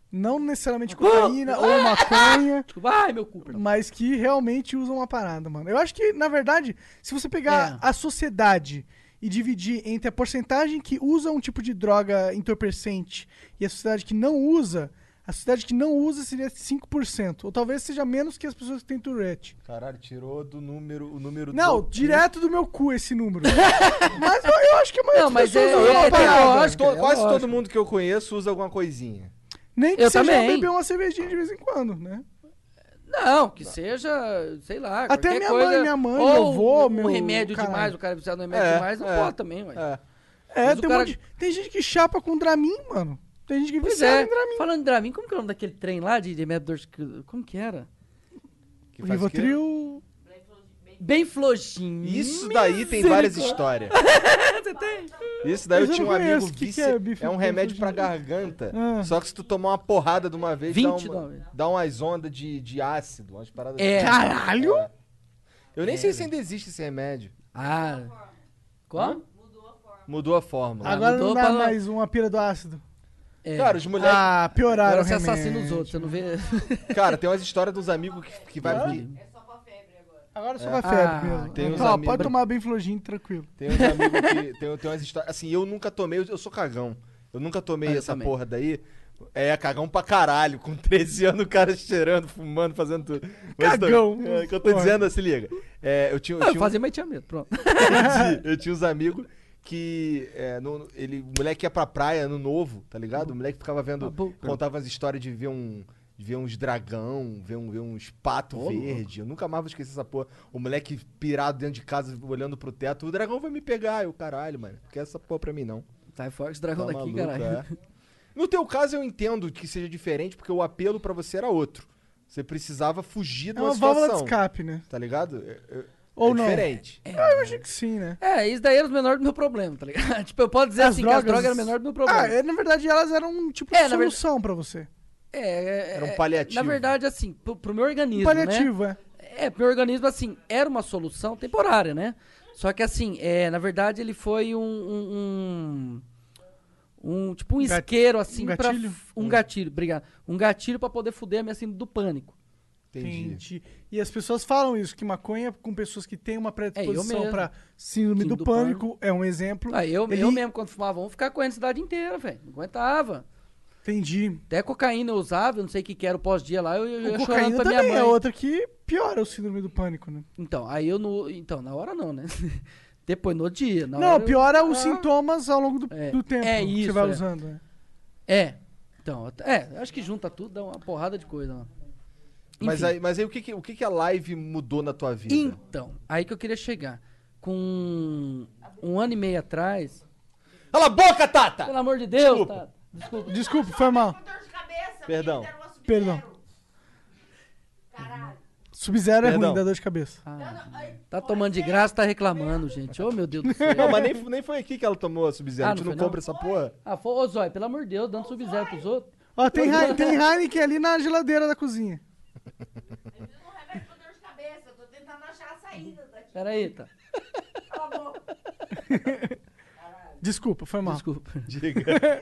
Não necessariamente cocaína ou maconha. Ai, meu cu. Mas que realmente usam uma parada, mano. Eu acho que, na verdade, se você pegar a sociedade e dividir entre a porcentagem que usa um tipo de droga entorpecente e a sociedade que não usa, a sociedade que não usa seria 5%. Ou talvez seja menos que as pessoas que têm Tourette. Caralho, tirou do número, o número... Não, direto do meu cu esse número. Mas eu acho que a maioria das pessoas eu usa uma parada. Quase todo mundo que eu conheço usa alguma coisinha. Nem que Eu seja também. beber uma cervejinha de vez em quando, né? Não, que seja, sei lá, Até qualquer minha coisa. mãe, meu ou avô, um meu remédio caralho. demais, o cara precisa de um remédio demais, não pode também, ué. Mas o Tem, cara- tem gente que chapa com Dramin, mano. Tem gente que Pois viciada é. em Dramin. Falando em Dramin, como que é o nome daquele trem lá de remédio dor de... Como que era? Que faz o quê? Rivotril... Bem flojinho. Isso daí tem várias histórias. Você tem? Isso daí eu Mas eu tinha um não amigo conheço. Que vice... é bife É um com remédio pra flojinho? garganta. Ah. Só que se tu tomar uma porrada de uma vez, 29. dá umas ondas de ácido, umas paradas É. assim. Caralho! Eu nem sei se ainda existe esse remédio. Ah. Como? Mudou a fórmula. Agora não mudou dá pra- mais uma pira do ácido. É. Cara, os moleques... Ah, pioraram Agora o você remédio. assassina os outros, você não vê... Cara, tem umas histórias dos amigos que vai... Agora só vai febre Ah, mesmo. tem uns Ó, amigos- pode tomar bem flojinho, tranquilo. Tem uns amigos que... Tem umas histórias... Assim, eu nunca tomei... Eu sou cagão. Eu nunca tomei Eu essa também. porra daí. É, cagão pra caralho. Com 13 anos, o cara cheirando, fumando, fazendo tudo. Mas Cagão. É, o que eu tô dizendo, se liga. É, eu tinha... Eu fazia, mas tinha medo, pronto. Eu tinha uns amigos que... o moleque ia pra praia no novo, tá ligado? O moleque ficava vendo... Contava as histórias de ver uns dragão, ver uns patos verdes. Eu nunca mais vou esquecer essa porra. O moleque pirado dentro de casa, olhando pro teto. O dragão vai me pegar. Eu, caralho, mano. Não quer essa porra pra mim, não. Sai fora esse dragão Tá daqui, maluco, caralho. é. No teu caso, eu entendo que seja diferente, porque o apelo pra você era outro. Você precisava fugir de É uma uma válvula de situação. escape, né? Tá ligado? Ou é não. diferente. Eu acho que sim, né? É, isso daí era o menor do meu problema, tá ligado? Tipo, eu posso dizer As assim que as drogas- drogas eram o menor do meu problema. Na verdade, elas eram um tipo É, de na solução pra você. Era um paliativo. Na verdade, assim, pro meu organismo, Paliativo, né? Pro meu organismo, assim, era uma solução temporária, né? Só que, assim, na verdade, ele foi tipo um isqueiro, assim, um gatilho? um gatilho, obrigado. Um gatilho pra poder fuder a minha síndrome do pânico. Entendi. E as pessoas falam isso, que maconha com pessoas que têm uma predisposição mesmo. pra síndrome do pânico é um exemplo. Eu mesmo, quando fumava, vamos ficar correndo a cidade inteira, velho. Não aguentava. Entendi. Até cocaína eu usava, eu não sei o que era o pós-dia lá, eu ia chorando Cocaína pra minha também mãe. é outra que piora o síndrome do pânico, né? Então, aí eu no. Então, na hora não, né? Depois, no dia. Na Não, hora eu- piora os sintomas ao longo do tempo É que isso, você vai é. usando. Né? Então, acho que junta tudo, dá uma porrada de coisa, mano. Mas Enfim. aí o que a live mudou na tua vida? Então, aí que eu queria chegar. Com um ano e meio atrás. Cala a boca, Tata! Pelo amor de Deus, Desculpa. Tata. Desculpa. Desculpa, foi mal. Com dor de cabeça, Perdão. me deram uma Sub-Zero. Perdão. Caralho. Sub-Zero é Perdão. ruim, dá dor de cabeça. Tá tomando de graça, tá reclamando, gente. Ô, meu Deus do céu. Não, mas nem foi aqui que ela tomou a Sub-Zero. Ah, a gente não não foi, compra essa porra. Ô, Zói, pelo amor de Deus, dando sub-zero pros outros. Ó, tem Heineken ali na geladeira da cozinha. Eu não remédio pra dor de cabeça. Eu tô tentando achar a saída daqui. Pera aí, tá. Cala a boca. Desculpa, foi mal. Desculpa. Diga.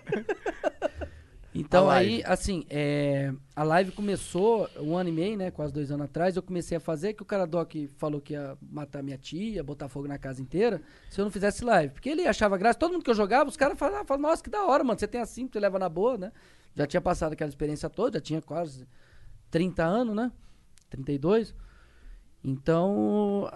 Então A aí, live. assim, a live começou 1 ano e meio, né? Quase 2 anos atrás. Eu comecei a fazer que o cara Doc falou que ia matar minha tia, botar fogo na casa inteira, se eu não fizesse live. Porque ele achava graça. Todo mundo que eu jogava, os caras falavam, nossa, que da hora, mano. Você tem assim, você leva na boa, né? Já tinha passado aquela experiência toda, já tinha quase 30 anos, né? 32. Então.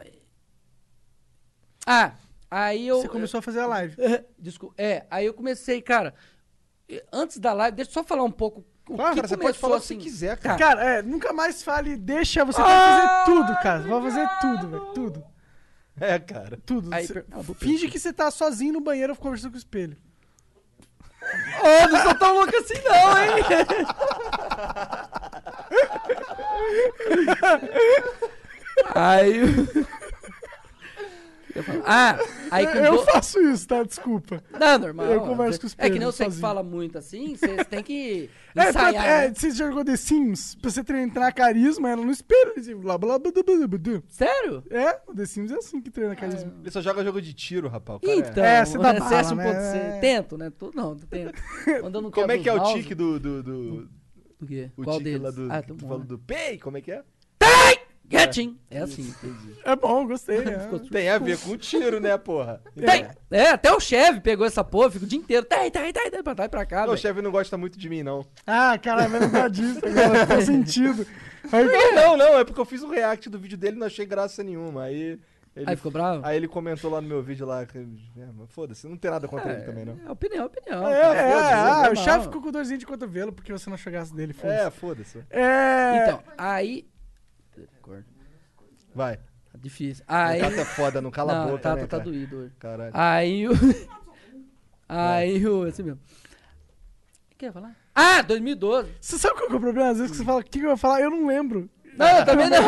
Aí eu. Você começou a fazer a live. Desculpa. Aí eu comecei, cara. Antes da live, deixa eu só falar um pouco. O Claro, que cara, você começou, pode falar o que assim, você quiser, cara. Cara, nunca mais fale, deixa, você pode fazer tudo, cara. Vai fazer tudo, velho, tudo. É, cara. Tudo. Aí, Cê- cala a boca. finge que você tá sozinho no banheiro conversando com o espelho. Ô, não sou tão louco assim, não, hein? Aí. Aí com Eu faço isso, tá? Desculpa. Não, normal. Eu converso com os É que nem pesos você que sozinho. fala muito assim, você tem que ensaiar. Né? Você jogou The Sims, pra você treinar carisma, ela no espelho. Assim, blá, blá, blá, blá, blá, blá. Sério? O The Sims é assim que treina carisma. Ele só joga jogo de tiro, rapaz. O cara Então, você dá bala, CS 1.6. né? Tento, né? Não, tento. Quando eu não Como é quebro que é os o mouse- tique do... O quê? O Qual tique deles? lá do... Ah, que tem um tu monte. falou do Pay, como é que é? Getting! É assim. É bom, gostei. Tem a ver com tiro, né, porra? Até o chefe pegou essa porra, fica o dia inteiro. Tá, pra lá e pra cá, Não, o velho. chefe não gosta muito de mim, não. Caralho, vai lembrar disso agora, faz sentido. Não, é porque eu fiz um react do vídeo dele e não achei graça nenhuma. Aí Aí ficou bravo? Aí ele comentou lá no meu vídeo lá. Mas foda-se, não tem nada contra ele também, não. É opinião. O chefe ficou com dorzinho de cotovelo porque você não chegasse dele, foda-se. Foda-se. Então, aí... Vai. Difícil. O Aí... Tata é foda, não cala a boca, Tata né, tá cara? doído hoje. Caralho. Aí o... Assim mesmo. O que eu ia falar? 2012. Você sabe qual que é o problema? Às vezes que você fala, o que eu vou falar? Eu não lembro. Não, eu também não.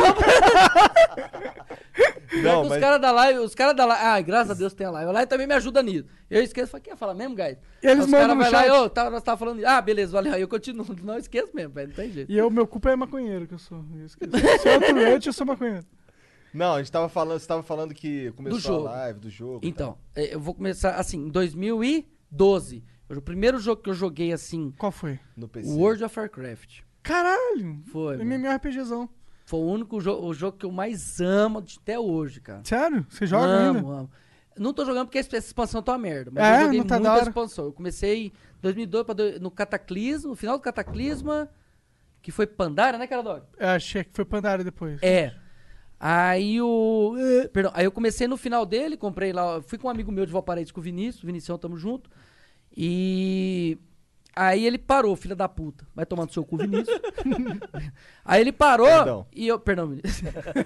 Não, Os mas... caras da live... graças a Deus tem a live. A live também me ajuda nisso. Eu esqueço, falo, o que ia falar mesmo, guys? E eles Os mandam caras no vai lá chat. e, nós tava falando... beleza, valeu. Aí eu continuo. Não esqueço mesmo, velho. Não tem jeito. E meu culpa é maconheiro que eu sou. Eu esqueci. Se eu outro eu sou maconheiro. Não, a gente tava falando, você tava falando que começou Do jogo. a live, do jogo. e Então, eu vou começar assim, em 2012. O primeiro jogo que eu joguei assim, Qual foi? tal, no PC. World of Warcraft. Caralho! Foi, mano. MMORPGzão. Foi o único o jogo que eu mais amo até hoje, cara. Sério? Você joga amo, ainda? amo. Não tô jogando porque essa expansão tá uma merda. Mas É? eu joguei Não tá muita da hora? expansão. Eu comecei em 2002 no Cataclisma, no final do Cataclisma, que foi Pandaria, né, cara dog? Eu achei que foi Pandaria depois. Aí aí eu comecei no final dele, comprei lá, fui com um amigo meu de Valparaíso, com o Vinicião, tamo junto. E aí ele parou, filha da puta. Vai tomar no seu cu, Vinícius. Aí ele parou Perdão. e eu... Perdão, Vinícius.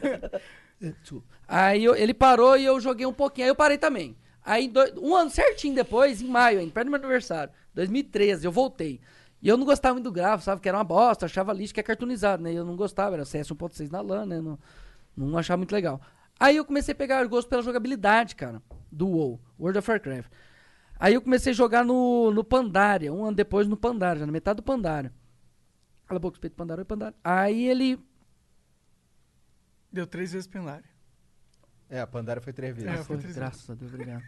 Aí ele parou e eu joguei um pouquinho. Aí eu parei também. Aí um ano certinho depois, em maio ainda, perto do meu aniversário, 2013, eu voltei. E eu não gostava muito do gráfico, sabe? Que era uma bosta, achava lixo, que é cartoonizado, né? Eu não gostava, era CS 1.6 na LAN, né? Não achava muito legal. Aí eu comecei a pegar gosto pela jogabilidade, cara, do WoW, World of Warcraft. Aí eu comecei a jogar no Pandaria, um ano depois no Pandaria, já na metade do Pandaria. Cala a boca, respeito Pandaria, Pandaria. Aí ele... Deu 3 vezes Pandaria. A Pandaria foi 3 vezes. Foi 3 vezes. Graças a Deus, obrigado.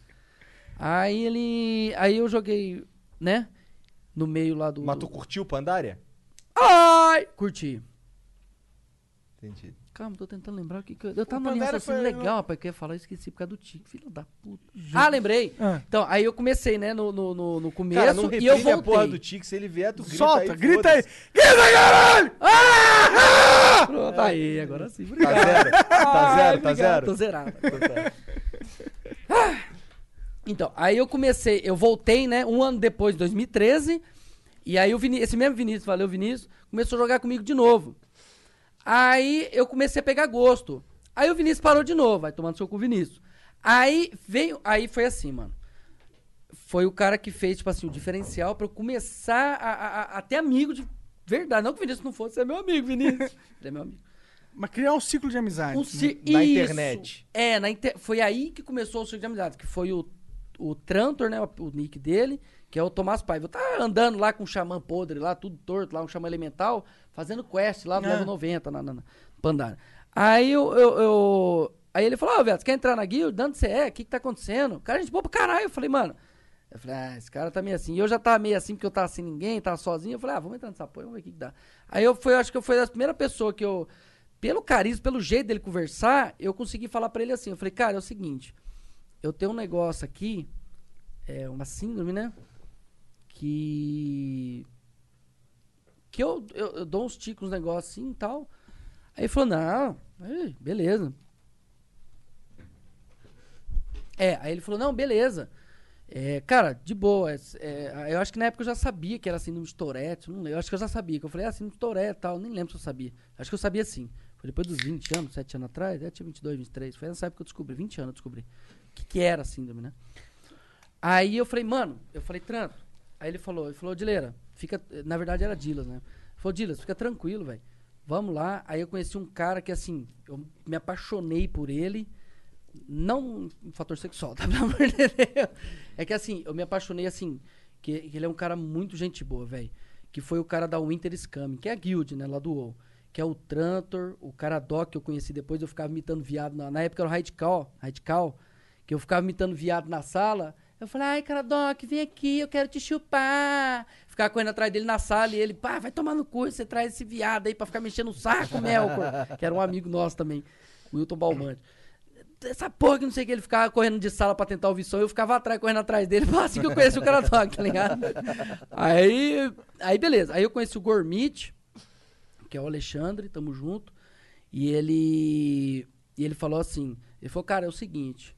Aí eu joguei, né, no meio lá do... Mas tu curtiu Pandaria? Curti. Entendi. Calma, tô tentando lembrar o que eu tava O numa linha Pandaria raciocínio foi- legal, rapaz, que eu ia falar, eu esqueci por causa do Tico, filho da puta. Lembrei. Então, aí eu comecei, né, no começo, Cara, não e eu reprime a porra voltei. do Tique, se ele vier, tu grita Solta, aí, grita aí. foda-se. Grita, caralho! Pronto, aí, agora sim, Tá obrigado. zero, tá zero, tá Obrigado, zero. Tô zerado. Então, aí eu voltei, né, um ano depois, 2013, e aí esse mesmo Vinícius, valeu Vinícius, começou a jogar comigo de novo. Aí eu comecei a pegar gosto. Aí o Vinícius parou de novo, vai tomando seu cu, Vinícius. Aí foi assim, mano. Foi o cara que fez, tipo assim, o diferencial pra eu começar a ter amigo de verdade. Não que o Vinícius não fosse, é meu amigo, Vinícius. Ele é meu amigo. Mas criar um ciclo de amizade. Na Isso. internet. Foi aí que começou o ciclo de amizade, que foi o Trantor, né, o nick dele, que é o Tomás Paiva. Eu tava andando lá com um xamã podre lá, tudo torto lá, um xamã elemental, fazendo quest lá do level 90 na Pandaria. Aí aí ele falou, velho, você quer entrar na guild? De onde você é? O que tá acontecendo? Cara, a gente pô pra caralho. Eu falei, mano... esse cara tá meio assim. E eu já tava meio assim, porque eu tava sem ninguém, tava sozinho. Eu falei, vamos entrar nessa porra, vamos ver o que dá. Aí acho que eu fui a primeira pessoa que eu... Pelo carisma, pelo jeito dele conversar, eu consegui falar pra ele assim. Eu falei, cara, é o seguinte, eu tenho um negócio aqui, uma síndrome, né? Que eu dou uns ticos, uns negócios assim e tal. Aí ele falou, não, beleza. Aí ele falou, não, beleza. Cara, de boa. Eu acho que na época eu já sabia que era síndrome de Tourette. Não lembro, eu acho que eu já sabia. Que eu falei, síndrome de Tourette e tal. Nem lembro se eu sabia. Acho que eu sabia sim. Foi depois dos 20 anos, 7 anos atrás. Tinha 22, 23. Foi nessa época que eu descobri. 20 anos eu descobri. O que era a síndrome, né? Aí eu falei, mano, Tranto. Aí ele falou, Dileira, na verdade era Dilas, né? Ele falou, Dilas, fica tranquilo, velho. Vamos lá. Aí eu conheci um cara que, assim, eu me apaixonei por ele. Não um fator sexual, tá? Pelo amor de Deus. É que assim, eu me apaixonei assim, que ele é um cara muito gente boa, velho. Que foi o cara da Winter is Coming, que é a guild, né, lá do WoW. Que é o Trantor, o cara Doc que eu conheci depois, eu ficava imitando viado. Na época era o Radical, que eu ficava imitando viado na sala. Eu falei, ai, cara Doc, vem aqui, eu quero te chupar. Ficava correndo atrás dele na sala e ele, pá, vai tomar no cu, você traz esse viado aí pra ficar mexendo o saco, Melkor. Que era um amigo nosso também, o Wilton Balmante. Essa porra que não sei o que, ele ficava correndo de sala pra tentar ouvir som, eu ficava atrás, correndo atrás dele, assim que eu conheci o cara Doc, tá ligado? Aí beleza, aí eu conheci o Gormit, que é o Alexandre, tamo junto, e ele falou assim, ele falou, cara, é o seguinte,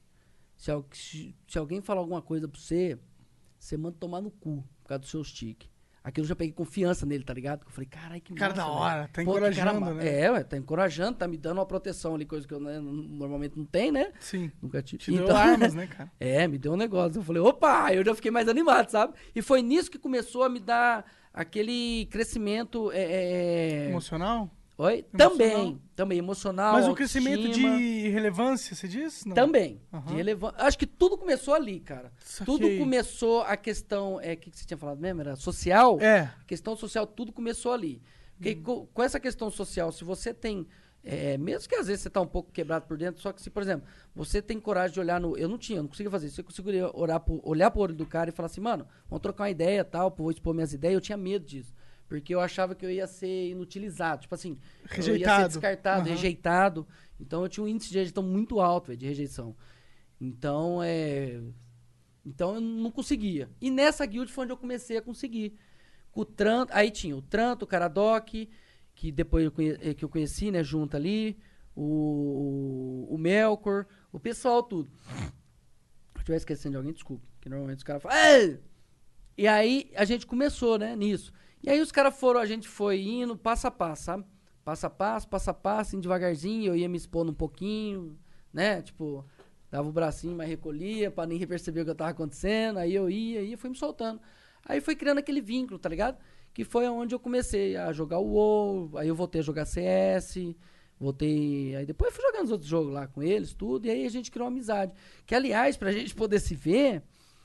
se alguém falar alguma coisa pra você, você manda tomar no cu, por causa dos seus tiques. Aquilo eu já peguei confiança nele, tá ligado? Eu falei, caralho, que cara massa, da hora, velho. tá encorajando, né? Ué, tá encorajando, tá me dando uma proteção ali, coisa que eu normalmente não tenho, né? Sim. Nunca tive. Te deu armas, né, cara? Me deu um negócio. Eu falei, opa, eu já fiquei mais animado, sabe? E foi nisso que começou a me dar aquele crescimento... Emocional? Oi? Emocional. Também emocional. Mas o crescimento autoestima. de relevância, você disse? Não. Também. Uhum. De relevância. Acho que tudo começou ali, cara. Saquei. Tudo começou a questão. O que você tinha falado mesmo? Era social? É. A questão social, tudo começou ali. Porque com essa questão social, se você tem. Mesmo que às vezes você tá um pouco quebrado por dentro, só que se, por exemplo, você tem coragem de olhar no. Eu não conseguia fazer isso. Eu conseguiria olhar pro olho do cara e falar assim, mano, vamos trocar uma ideia e tal, vou expor minhas ideias. Eu tinha medo disso. Porque eu achava que eu ia ser inutilizado. Tipo assim, rejeitado. Eu ia ser descartado, Uhum. rejeitado. Então eu tinha um índice de rejeição muito alto, véio, de rejeição. Então, Então eu não conseguia. E nessa guild foi onde eu comecei a conseguir. Com o Tranto, aí tinha o Tranto, o Caradoc, que depois que eu conheci, né, junto ali. O Melkor, o pessoal, tudo. Se eu estiver esquecendo de alguém, desculpa. Que normalmente os caras falam... Ei! E aí a gente começou, né, nisso. E aí os caras a gente foi indo passo a passo, sabe? Passo a passo, indo devagarzinho, eu ia me expondo um pouquinho, né? Tipo, dava o bracinho, mas recolhia pra ninguém perceber o que tava acontecendo. Aí eu ia, fui me soltando. Aí foi criando aquele vínculo, tá ligado? Que foi onde eu comecei a jogar o WoW, aí eu voltei a jogar CS, aí depois fui jogando os outros jogos lá com eles, tudo, e aí a gente criou uma amizade. Que, aliás, pra gente poder se ver...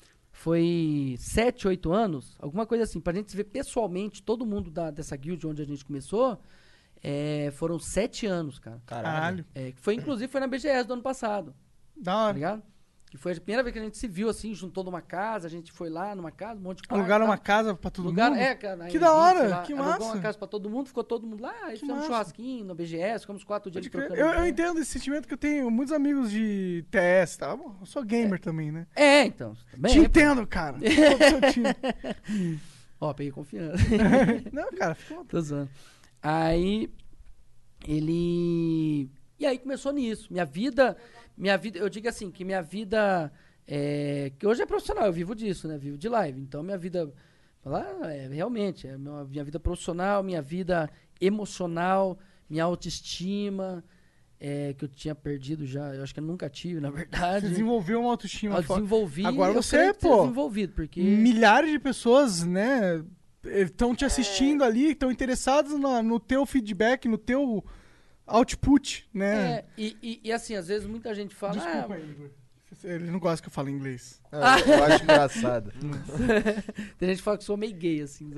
Foi 7, 8 anos, alguma coisa assim, pra gente se ver pessoalmente, todo mundo dessa guild onde a gente começou, foram 7 anos, cara. Caralho. Inclusive foi na BGS do ano passado. Da hora. Tá ligado? Que foi a primeira vez que a gente se viu assim, juntou numa casa, a gente foi lá numa casa, um monte de quarto. Alugaram uma casa pra todo mundo? Cara. Que da hora, que massa. Alugou uma casa pra todo mundo, ficou todo mundo lá, aí fizemos um churrasquinho na BGS, ficamos 4 dias trocando. Eu entendo esse sentimento que eu tenho muitos amigos de TS, tá? Bom, eu sou gamer também, né? Então. Também, Te entendo, cara. Todo seu time. Ó, peguei confiança. Não, cara, fica... Tô zoando. Aí, E aí começou nisso. Minha vida, eu digo assim, que minha vida, que hoje é profissional, eu vivo disso, né? Vivo de live. Então, minha vida, realmente, minha vida profissional, minha vida emocional, minha autoestima, que eu tinha perdido já, eu acho que eu nunca tive, na verdade. Você desenvolveu uma autoestima. Eu desenvolvi. Agora eu você, desenvolvido, porque... milhares de pessoas, né, estão te assistindo ali, estão interessadas no teu feedback, no teu output, né? E assim, às vezes muita gente fala... Desculpa aí, Igor. Ele não gosta que eu fale inglês. Eu acho engraçado. Tem gente que fala que sou meio gay, assim.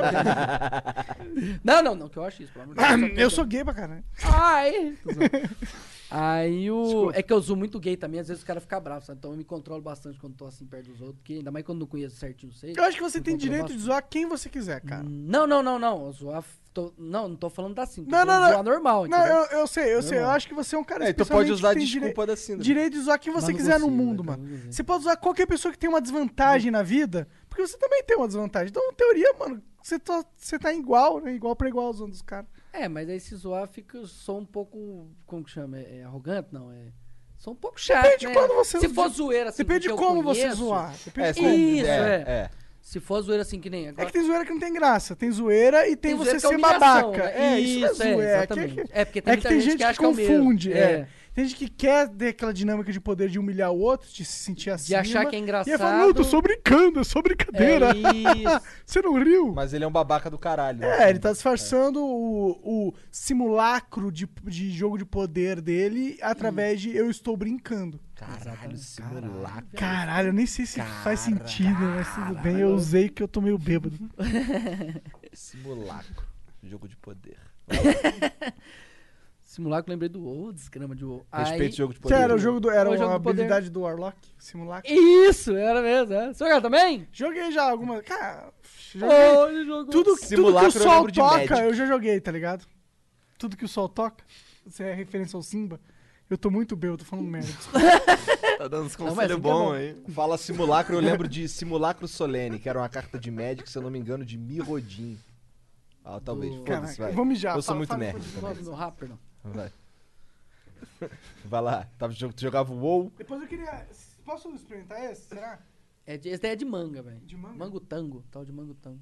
Não, que eu acho isso. Pelo amor de Deus, eu sou gay pra caralho. Ai! Aí é que eu uso muito gay também, às vezes os caras ficam bravos, sabe? Então eu me controlo bastante quando tô assim perto dos outros, porque ainda mais quando não conheço certinho, sei. Eu acho que você tem direito de zoar quem você quiser, cara. Não. Zoar. Não tô falando da síndrome. Não. Zoar normal, não, eu sei. Eu acho que você é um cara tu pode usar a desculpa da síndrome. Direito de zoar quem você quiser no mundo, mano. Você pode usar qualquer pessoa que tem uma desvantagem na vida, porque você também tem uma desvantagem. Então, em teoria, mano, você tá igual, né? Igual pra igual usando os caras. Mas aí se zoar, sou um pouco, como que chama? Arrogante? Não, sou um pouco chato, depende né? de quando você... Se for zoeira, assim, depende de como você zoar. Depende de como. Isso, Se for zoeira assim que nem agora. É que tem zoeira que não tem graça. Tem zoeira e tem você ser humilhação, babaca. né? Isso é zoeira. Exatamente. Porque tem muita gente que acha que confunde. Tem gente que quer ter aquela dinâmica de poder de humilhar o outro, de se sentir acima. De achar que é engraçado. E aí fala, não, eu tô só brincando, é só brincadeira. É isso. Você não riu? Mas ele é um babaca do caralho. Né? É, ele tá disfarçando o simulacro de jogo de poder dele através de eu estou brincando. Caralho, simulacro. Caralho, eu nem sei se faz sentido, mas tudo bem, eu usei que eu tô meio bêbado. Simulacro. Jogo de poder. Simulacro, lembrei do WoW, desgrama de WoW. Respeito o jogo de poder. Era o jogo era O jogo uma do poder. habilidade do Warlock, simulacro. Isso, era mesmo. É. Você joga também? Joguei já alguma. Cara, joguei. Ele jogou. Tudo que Simulacro o eu sol lembro de toca, Magic. eu já joguei, tá ligado? Tudo que o sol toca. Isso é referência ao Simba. Eu tô muito bêbado, tô falando merda. Tá dando uns mas conselhos assim que é bom. bons aí. Fala simulacro, eu lembro de Simulacro Solene, que era uma carta de Magic, se eu não me engano, de Mirrodin. Ah, talvez. Foda-se, Caraca, vai. eu vou mijar. Eu sou muito fala, nerd. continua. Nossa, meu rap, não. Vai. Vai lá. Tu jogava o WoW. Depois eu queria. Posso experimentar esse? Será? Esse daí é de manga, velho. De manga? Mango tango, tal de mango tango.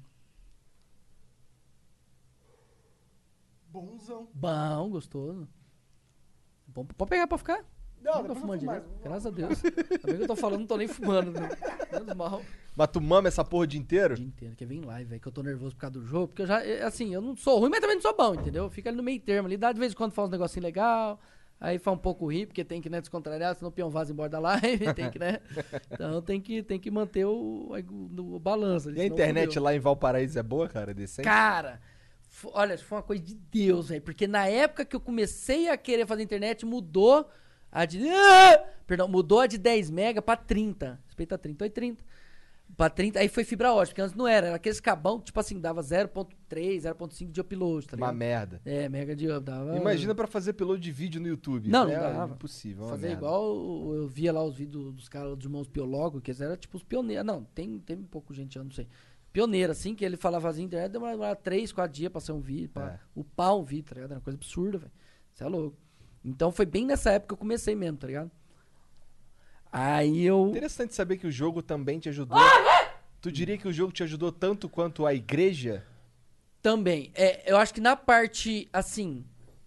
Bonzão. Bom, gostoso. Bom, pode pegar pra ficar? Não, Nunca depois eu fumando fumo mais. direto. Graças a Deus. Também que eu tô falando, não tô nem fumando, né? Menos mal. Mas tu mama essa porra o dia inteiro? O dia inteiro, que vem live, velho, que eu tô nervoso por causa do jogo, porque eu já, assim, eu não sou ruim, mas também não sou bom, entendeu? Fica ali no meio termo ali, dá de vez em quando faz um negocinho legal, aí faz um pouco rir, porque tem que, né, descontrariar, senão o peão vaza embora da live, tem que, né? Então tem que manter o balanço. E a internet lá em Valparaíso é boa, cara? Decente? Cara, olha, foi uma coisa de Deus, velho, porque na época que eu comecei a querer fazer internet, mudou mudou a de 10 mega pra 30. Respeita 30, 30. Pra 30, aí foi fibra ótica, porque antes não era aqueles cabão que, tipo assim, dava 0.3, 0.5 de upload, tá ligado? Uma merda. É, mega de up, dava... Imagina pra fazer upload de vídeo no YouTube. Não, não é dava. impossível. Fazer merda. igual, eu via lá os vídeos dos caras, dos irmãos Piologo, que eles eram tipo os pioneiros. Não, tem um pouco gente, eu não sei. Pioneiro, assim, que ele falava assim, internet demorava 3, 4 dias pra ser um vídeo, pra upar um vídeo, tá ligado? Era uma coisa absurda, velho. Isso é louco. Então foi bem nessa época que eu comecei mesmo, tá ligado? Aí eu... Interessante saber que o jogo também te ajudou. Tu diria que o jogo te ajudou tanto quanto a igreja? Também. Eu acho que na parte, assim...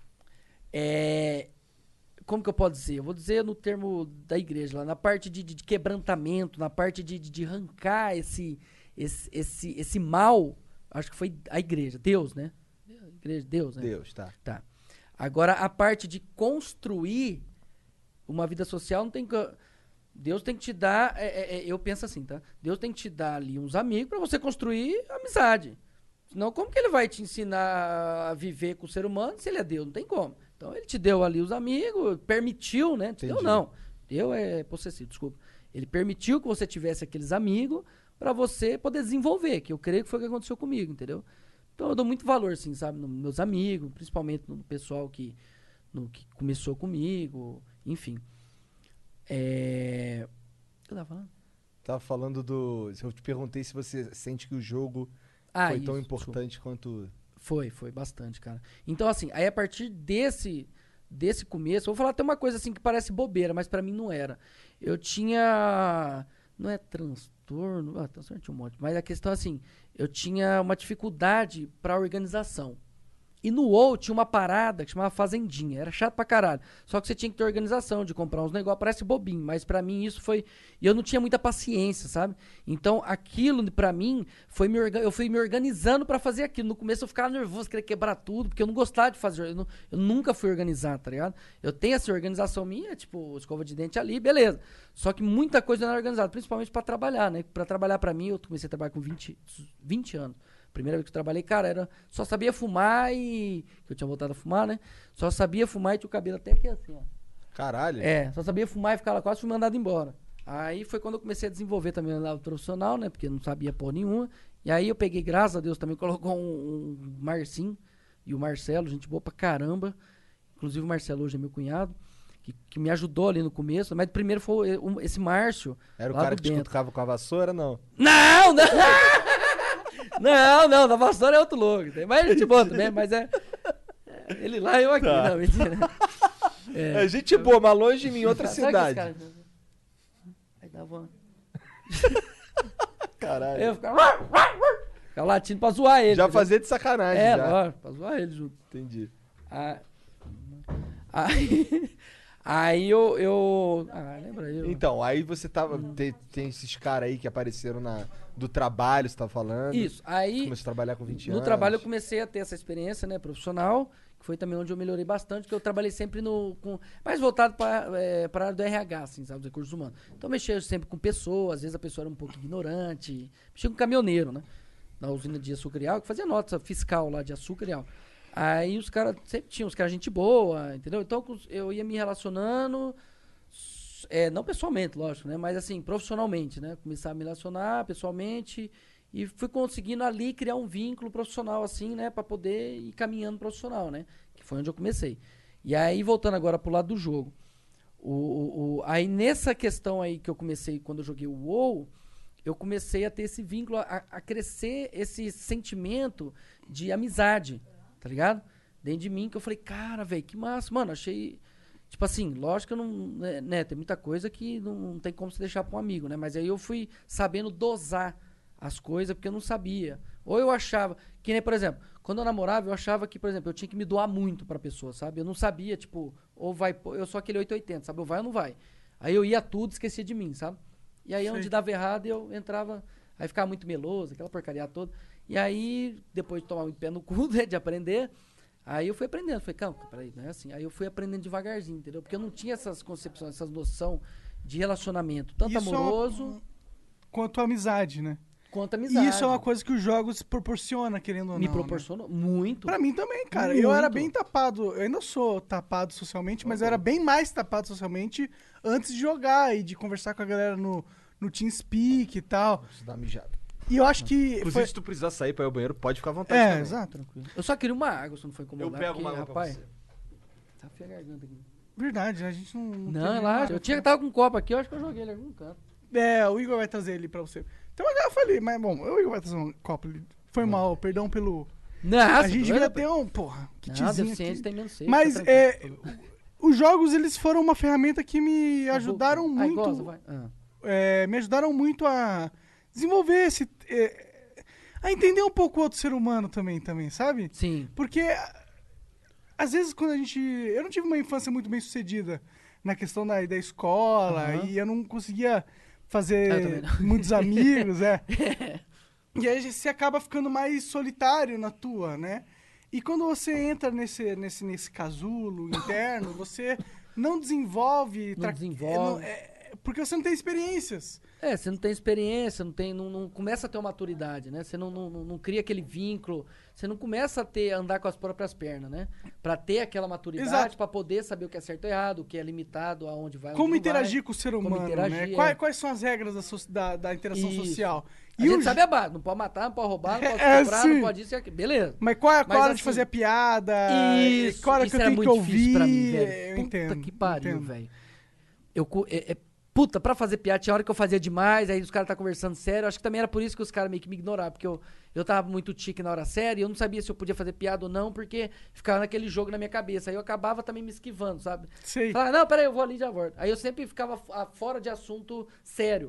Como que eu posso dizer? Eu vou dizer no termo da igreja lá. Na parte de quebrantamento, na parte de arrancar esse mal. Acho que foi a igreja. Deus, né? Igreja, Deus, né? Deus, tá. Tá. Agora, a parte de construir uma vida social, não tem que... Deus tem que te dar... eu penso assim, tá? Deus tem que te dar ali uns amigos pra você construir amizade. Senão, como que ele vai te ensinar a viver com o ser humano se ele é Deus? Não tem como. Então, ele te deu ali os amigos, permitiu, né? Te deu não. Deu é possessivo, desculpa. Ele permitiu que você tivesse aqueles amigos pra você poder desenvolver, que eu creio que foi o que aconteceu comigo, entendeu? Então, eu dou muito valor, assim, sabe? Nos meus amigos, principalmente no pessoal que começou comigo, enfim. O que eu tava falando? Tava falando do... Eu te perguntei se você sente que o jogo foi tão importante quanto... Foi bastante, cara. Então, assim, aí a partir desse começo... Vou falar até uma coisa, assim, que parece bobeira, mas pra mim não era. Eu tinha... Não é transtorno... transtorno tinha um monte. Mas a questão, assim... Eu tinha uma dificuldade pra organização. E no WoW tinha uma parada que chamava Fazendinha. Era chato pra caralho. Só que você tinha que ter organização de comprar uns negócios. Parece bobinho, mas pra mim isso foi... E eu não tinha muita paciência, sabe? Então aquilo pra mim, eu fui me organizando pra fazer aquilo. No começo eu ficava nervoso, queria quebrar tudo, porque eu não gostava de fazer. Eu nunca fui organizado, tá ligado? Eu tenho essa organização minha, tipo, escova de dente ali, beleza. Só que muita coisa não era organizada, principalmente pra trabalhar, né? Pra trabalhar pra mim, eu comecei a trabalhar com 20 anos. Primeira vez que eu trabalhei, cara, só sabia fumar e... Que eu tinha voltado a fumar, né? Só sabia fumar e tinha o cabelo até aqui assim, ó. Caralho. Só sabia fumar e ficava quase fui mandado embora. Aí foi quando eu comecei a desenvolver também o lado profissional, né? Porque eu não sabia porra nenhuma. E aí eu peguei, graças a Deus, também colocou um Marcinho e o Marcelo, gente boa pra caramba. Inclusive o Marcelo hoje é meu cunhado, que me ajudou ali no começo. Mas primeiro foi esse Márcio. Era o cara que te cutucava com a vassoura, não? Não! Não, da vassoura é outro louco. Mas gente boa também, mas ele lá e eu aqui, Tá. não, mentira. É gente boa, mas longe de mim, em outra cidade. Aí dava uma... Caralho. Eu ficava latindo pra zoar ele. Já entendeu? fazia de sacanagem, já. Lógico, pra zoar ele junto. Entendi. Aí eu... Ah, lembra eu. Então, aí você tava... Tem esses caras aí que apareceram do trabalho, você tava falando. Isso, aí... Começou a trabalhar com 20 anos. No trabalho eu comecei a ter essa experiência, né, profissional, que foi também onde eu melhorei bastante, porque eu trabalhei sempre mais voltado para a área do RH, assim, sabe, dos recursos humanos. Então eu mexia sempre com pessoas, às vezes a pessoa era um pouco ignorante, mexia com caminhoneiro, né, na usina de açúcar e álcool, que fazia nota fiscal lá de açúcar e álcool. Aí os caras sempre tinham, os caras gente boa, entendeu? Então eu ia me relacionando, não pessoalmente, lógico, né? Mas assim, profissionalmente, né? Começar a me relacionar pessoalmente e fui conseguindo ali criar um vínculo profissional, assim, né? Pra poder ir caminhando profissional, né? Que foi onde eu comecei. E aí, voltando agora pro lado do jogo. Aí nessa questão aí que eu comecei, quando eu joguei o WoW, eu comecei a ter esse vínculo, a crescer esse sentimento de amizade. Tá ligado? Dentro de mim, que eu falei, cara, velho, que massa. Mano, achei... Tipo assim, lógico que eu não... Né, tem muita coisa que não tem como se deixar pra um amigo, né? Mas aí eu fui sabendo dosar as coisas, porque eu não sabia. Ou eu achava... Que nem, por exemplo, quando eu namorava, eu achava que, por exemplo, eu tinha que me doar muito pra pessoa, sabe? Eu não sabia, tipo... Ou vai... Eu sou aquele 880, sabe? Ou vai ou não vai. Aí eu ia tudo, esquecia de mim, sabe? E aí, onde dava errado, eu entrava... Aí ficava muito meloso, aquela porcaria toda. E aí, depois de tomar muito pé no cu, né, de aprender, aí eu fui aprendendo. Falei, calma, peraí, não é assim. Aí eu fui aprendendo devagarzinho, entendeu? Porque eu não tinha essas concepções, essas noção de relacionamento, tanto Isso amoroso... Quanto a amizade, né? Quanto a amizade. E isso é uma coisa que os jogos proporcionam, querendo ou não. Me proporcionou muito. Pra mim também, cara. Muito. Eu era bem tapado. Eu ainda sou tapado socialmente, mas eu era bem mais tapado socialmente antes de jogar e de conversar com a galera no TeamSpeak e tal. Preciso dar uma mijada. E eu acho que... Inclusive, se tu precisar sair pra ir ao banheiro, pode ficar à vontade também. Exato. Tranquilo. Eu só queria uma água, se não for incomodar. Eu pego porque, uma água pra rapaz, você. tá feia a garganta aqui. Verdade, a gente não... Não, relaxa. Eu tava com um copo aqui, eu acho que eu joguei ele em algum canto. O Igor vai trazer ele pra você. Então eu já falei, mas bom, o Igor vai trazer um copo ali. Foi mal, perdão pelo... Nossa, a gente devia ter um... Porra, que não, tizinho deficiente aqui. tem menos seis. Mas os jogos, eles foram uma ferramenta que me ajudaram muito... Goza, vai. Me ajudaram muito a desenvolver esse... a entender um pouco o outro ser humano também, sabe? Sim. Porque, às vezes, quando a gente... Eu não tive uma infância muito bem sucedida na questão da escola, e eu não conseguia fazer muitos amigos, E aí você acaba ficando mais solitário na tua, né? E quando você entra nesse casulo interno, você não desenvolve... Não desenvolve. Porque você não tem experiências. Você não tem experiência, não começa a ter uma maturidade, né? Você não cria aquele vínculo, você não começa a andar com as próprias pernas, né? Pra ter aquela maturidade, pra poder saber o que é certo ou errado, o que é limitado, aonde vai, como interagir com o ser humano, né? Quais são as regras da interação social? A gente sabe a base, não pode matar, não pode roubar, não pode estuprar, não pode isso e aquilo. Beleza. Mas qual é a hora de fazer a piada? Isso, qual hora que eu tenho que ouvir? Pra mim, velho. Eu Puta entendo. que pariu, velho. Puta, pra fazer piada, tinha hora que eu fazia demais, aí os caras tá conversando sério. Acho que também era por isso que os caras meio que me ignoravam, porque eu tava muito tique na hora séria e eu não sabia se eu podia fazer piada ou não, porque ficava naquele jogo na minha cabeça. Aí eu acabava também me esquivando, sabe? Sei. Falava, não, peraí, eu vou ali e já volto. Aí eu sempre ficava fora de assunto sério.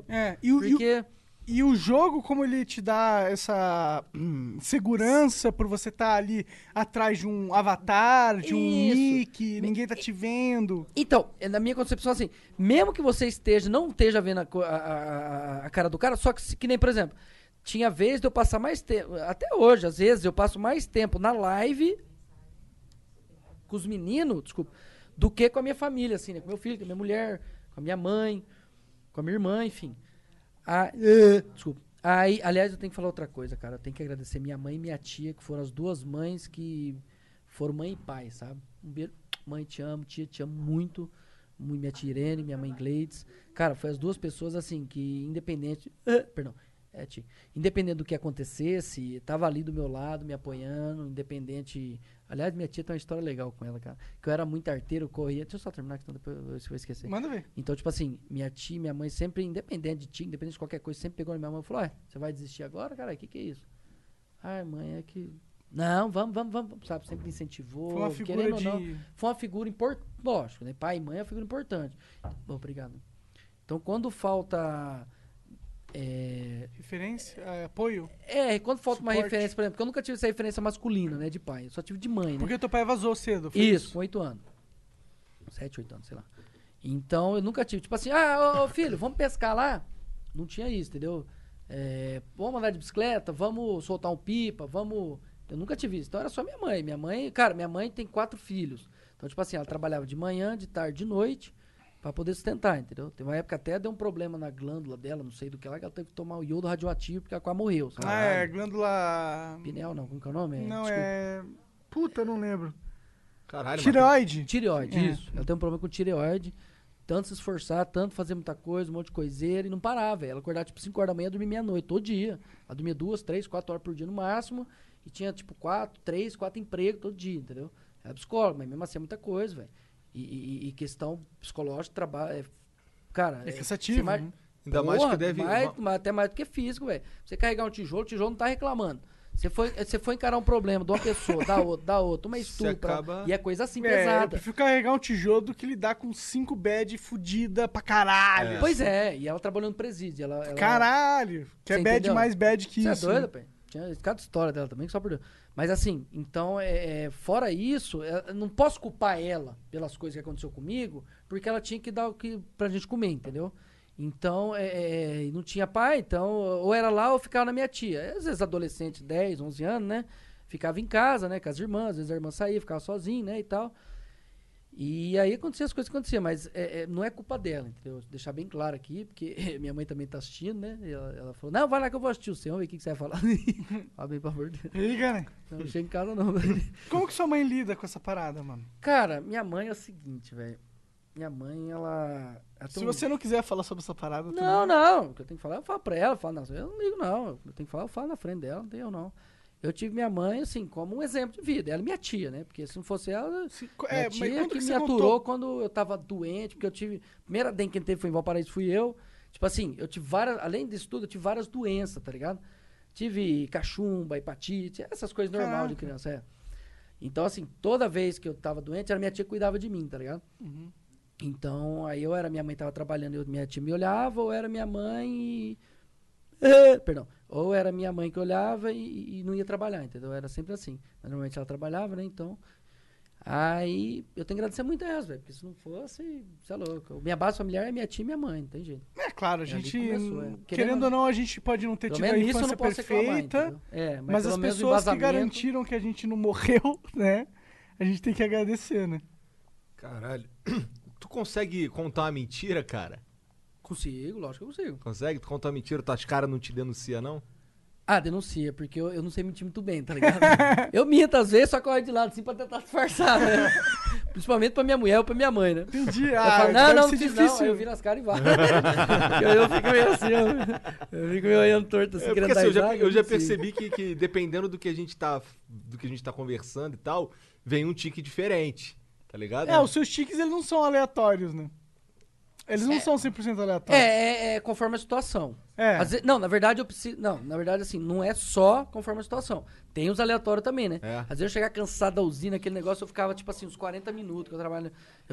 E o jogo, como ele te dá essa segurança por você estar ali atrás de um avatar, de um nick, ninguém tá te vendo. Então, na minha concepção, assim, mesmo que você não esteja vendo a cara do cara, só que nem, por exemplo, tinha vez de eu passar mais tempo, até hoje, às vezes, eu passo mais tempo na live com os meninos, do que com a minha família, assim, né? Com meu filho, com a minha mulher, com a minha mãe, com a minha irmã, enfim. Desculpa. Aí, aliás, eu tenho que falar outra coisa, cara. Eu tenho que agradecer minha mãe e minha tia, que foram as duas mães que foram mãe e pai, sabe? Um beijo. Mãe, te amo. Tia, te amo muito. Minha tia Irene, minha mãe Gleides. Cara, foi as duas pessoas, assim, que independente... tia. Independente do que acontecesse, tava ali do meu lado, me apoiando, independente... Aliás, minha tia tem uma história legal com ela, cara. Que eu era muito arteiro, eu corria... Deixa eu só terminar, senão depois eu vou esquecer. Manda ver. Então, tipo assim, minha tia e minha mãe sempre, independente de ti, independente de qualquer coisa, sempre pegou na minha mão e falou, você vai desistir agora, cara? O que é isso? Ai, mãe, é que... Não, vamos, sabe? Sempre me incentivou. Foi uma figura ou não, foi uma figura importante, lógico, né? Pai e mãe é uma figura importante. Obrigado. Então, quando falta... Referência? Apoio? Quando falta Suporte. uma referência, por exemplo, porque eu nunca tive essa referência masculina, né, de pai. Eu só tive de mãe, né? Porque teu pai vazou cedo. Foi Isso, com 8 anos. 7, 8 anos, sei lá. Então, eu nunca tive, tipo assim, ô filho, vamos pescar lá? Não tinha isso, entendeu? Vamos andar de bicicleta, vamos soltar um pipa, vamos... Eu nunca tive isso. Então, era só minha mãe. Minha mãe tem 4 filhos. Então, tipo assim, ela trabalhava de manhã, de tarde, de noite, pra poder sustentar, entendeu? Teve uma época até deu um problema na glândula dela, não sei do que lá, que ela teve que tomar o iodo radioativo porque ela quase morreu. Sabe? Glândula... Pineal não, como que é o nome? Não, Desculpa. Puta, eu não lembro. Caralho, Tireoide. Tireoide, isso. Ela tem um problema com tireoide. Tanto se esforçar, tanto fazer muita coisa, um monte de coiseira e não parava, velho. Ela acordava tipo 5 horas da manhã e dormia meia-noite, todo dia. Ela dormia 2, 3, 4 horas por dia no máximo e tinha tipo 3, 4 empregos todo dia, entendeu? Ela é psicóloga, mas mesmo assim é muita coisa, velho. E questão psicológica, trabalho, cara... É cansativo, né? Ainda mais que deve... Até mais do que físico, velho. Você carregar um tijolo, o tijolo não tá reclamando. Você foi encarar um problema de uma pessoa, da outra, uma estupra, e é coisa assim pesada. Eu prefiro carregar um tijolo do que lidar com 5 bad fudida pra caralho. Pois é, e ela trabalhou no presídio. Caralho! Que é bad mais bad que isso. Você é doido, pai? Tinha cada história dela também, que só por Deus. Mas assim, então, fora isso, eu não posso culpar ela pelas coisas que aconteceu comigo, porque ela tinha que dar o que pra gente comer, entendeu? Então, não tinha pai, então, ou era lá ou ficava na minha tia. Às vezes, adolescente, 10, 11 anos, né? Ficava em casa, né? Com as irmãs, às vezes a irmã saía, ficava sozinha, né? E tal. E aí acontecia as coisas que aconteciam, mas não é culpa dela, entendeu? Vou deixar bem claro aqui, porque minha mãe também tá assistindo, né? E ela falou, não, vai lá que eu vou assistir o seu, vamos ver o que você vai falar. Fala bem, por favor. Liga, né? Não chega em casa, não, velho. Como que sua mãe lida com essa parada, mano? Cara, minha mãe é o seguinte, velho. Minha mãe, ela Se você não quiser falar sobre essa parada... Não. O que eu tenho que falar, eu falo pra ela. Eu falo, não, eu não ligo, não. Eu tenho que falar, eu falo na frente dela, não tem eu, não. Eu tive minha mãe, assim, como um exemplo de vida. Ela é minha tia, né? Porque se não fosse ela, minha tia que me aturou quando eu tava doente, porque eu tive... A primeira dengue que teve foi em Valparaíso, fui eu. Tipo assim, eu tive várias... Além disso tudo, eu tive várias doenças, tá ligado? Tive cachumba, hepatite, essas coisas normais de criança, Então, assim, toda vez que eu tava doente, era minha tia que cuidava de mim, tá ligado? Uhum. Então, aí minha mãe tava trabalhando e minha tia me olhava, ou era minha mãe e... Perdão. Ou era minha mãe que olhava e não ia trabalhar, entendeu? Era sempre assim. Mas normalmente ela trabalhava, né? Então... Aí, eu tenho que agradecer muito a elas, velho. Porque se não fosse, você é louco. Minha base familiar é minha tia e minha mãe, não tem jeito. É claro, a gente... Querendo ou não, a gente pode não ter tido a infância perfeita. Mas as pessoas que garantiram que a gente não morreu, né? A gente tem que agradecer, né? Caralho. Tu consegue contar uma mentira, cara? Consigo, lógico que eu consigo. Consegue? Tu conta uma mentira, tuas caras não te denunciam, não? Denuncia, porque eu não sei mentir muito bem, tá ligado? Eu minto às vezes, só corre de lado assim pra tentar disfarçar, né? Principalmente pra minha mulher ou pra minha mãe, né? Entendi. Eu falo, não fiz não. Aí eu viro as caras e vai. eu fico meio assim, eu fico meio olhando torto assim, querendo dar risada. Eu já percebi que dependendo do que a gente tá conversando e tal, vem um tique diferente, tá ligado? Os seus tiques, eles não são aleatórios, né? Eles não são 100% aleatórios. É conforme a situação. Às vezes, não, na verdade eu preciso... Não, na verdade assim, não é só conforme a situação. Tem os aleatórios também, né? Às vezes eu chegava cansado da usina, aquele negócio, eu ficava tipo assim, uns 40 minutos que eu trabalho...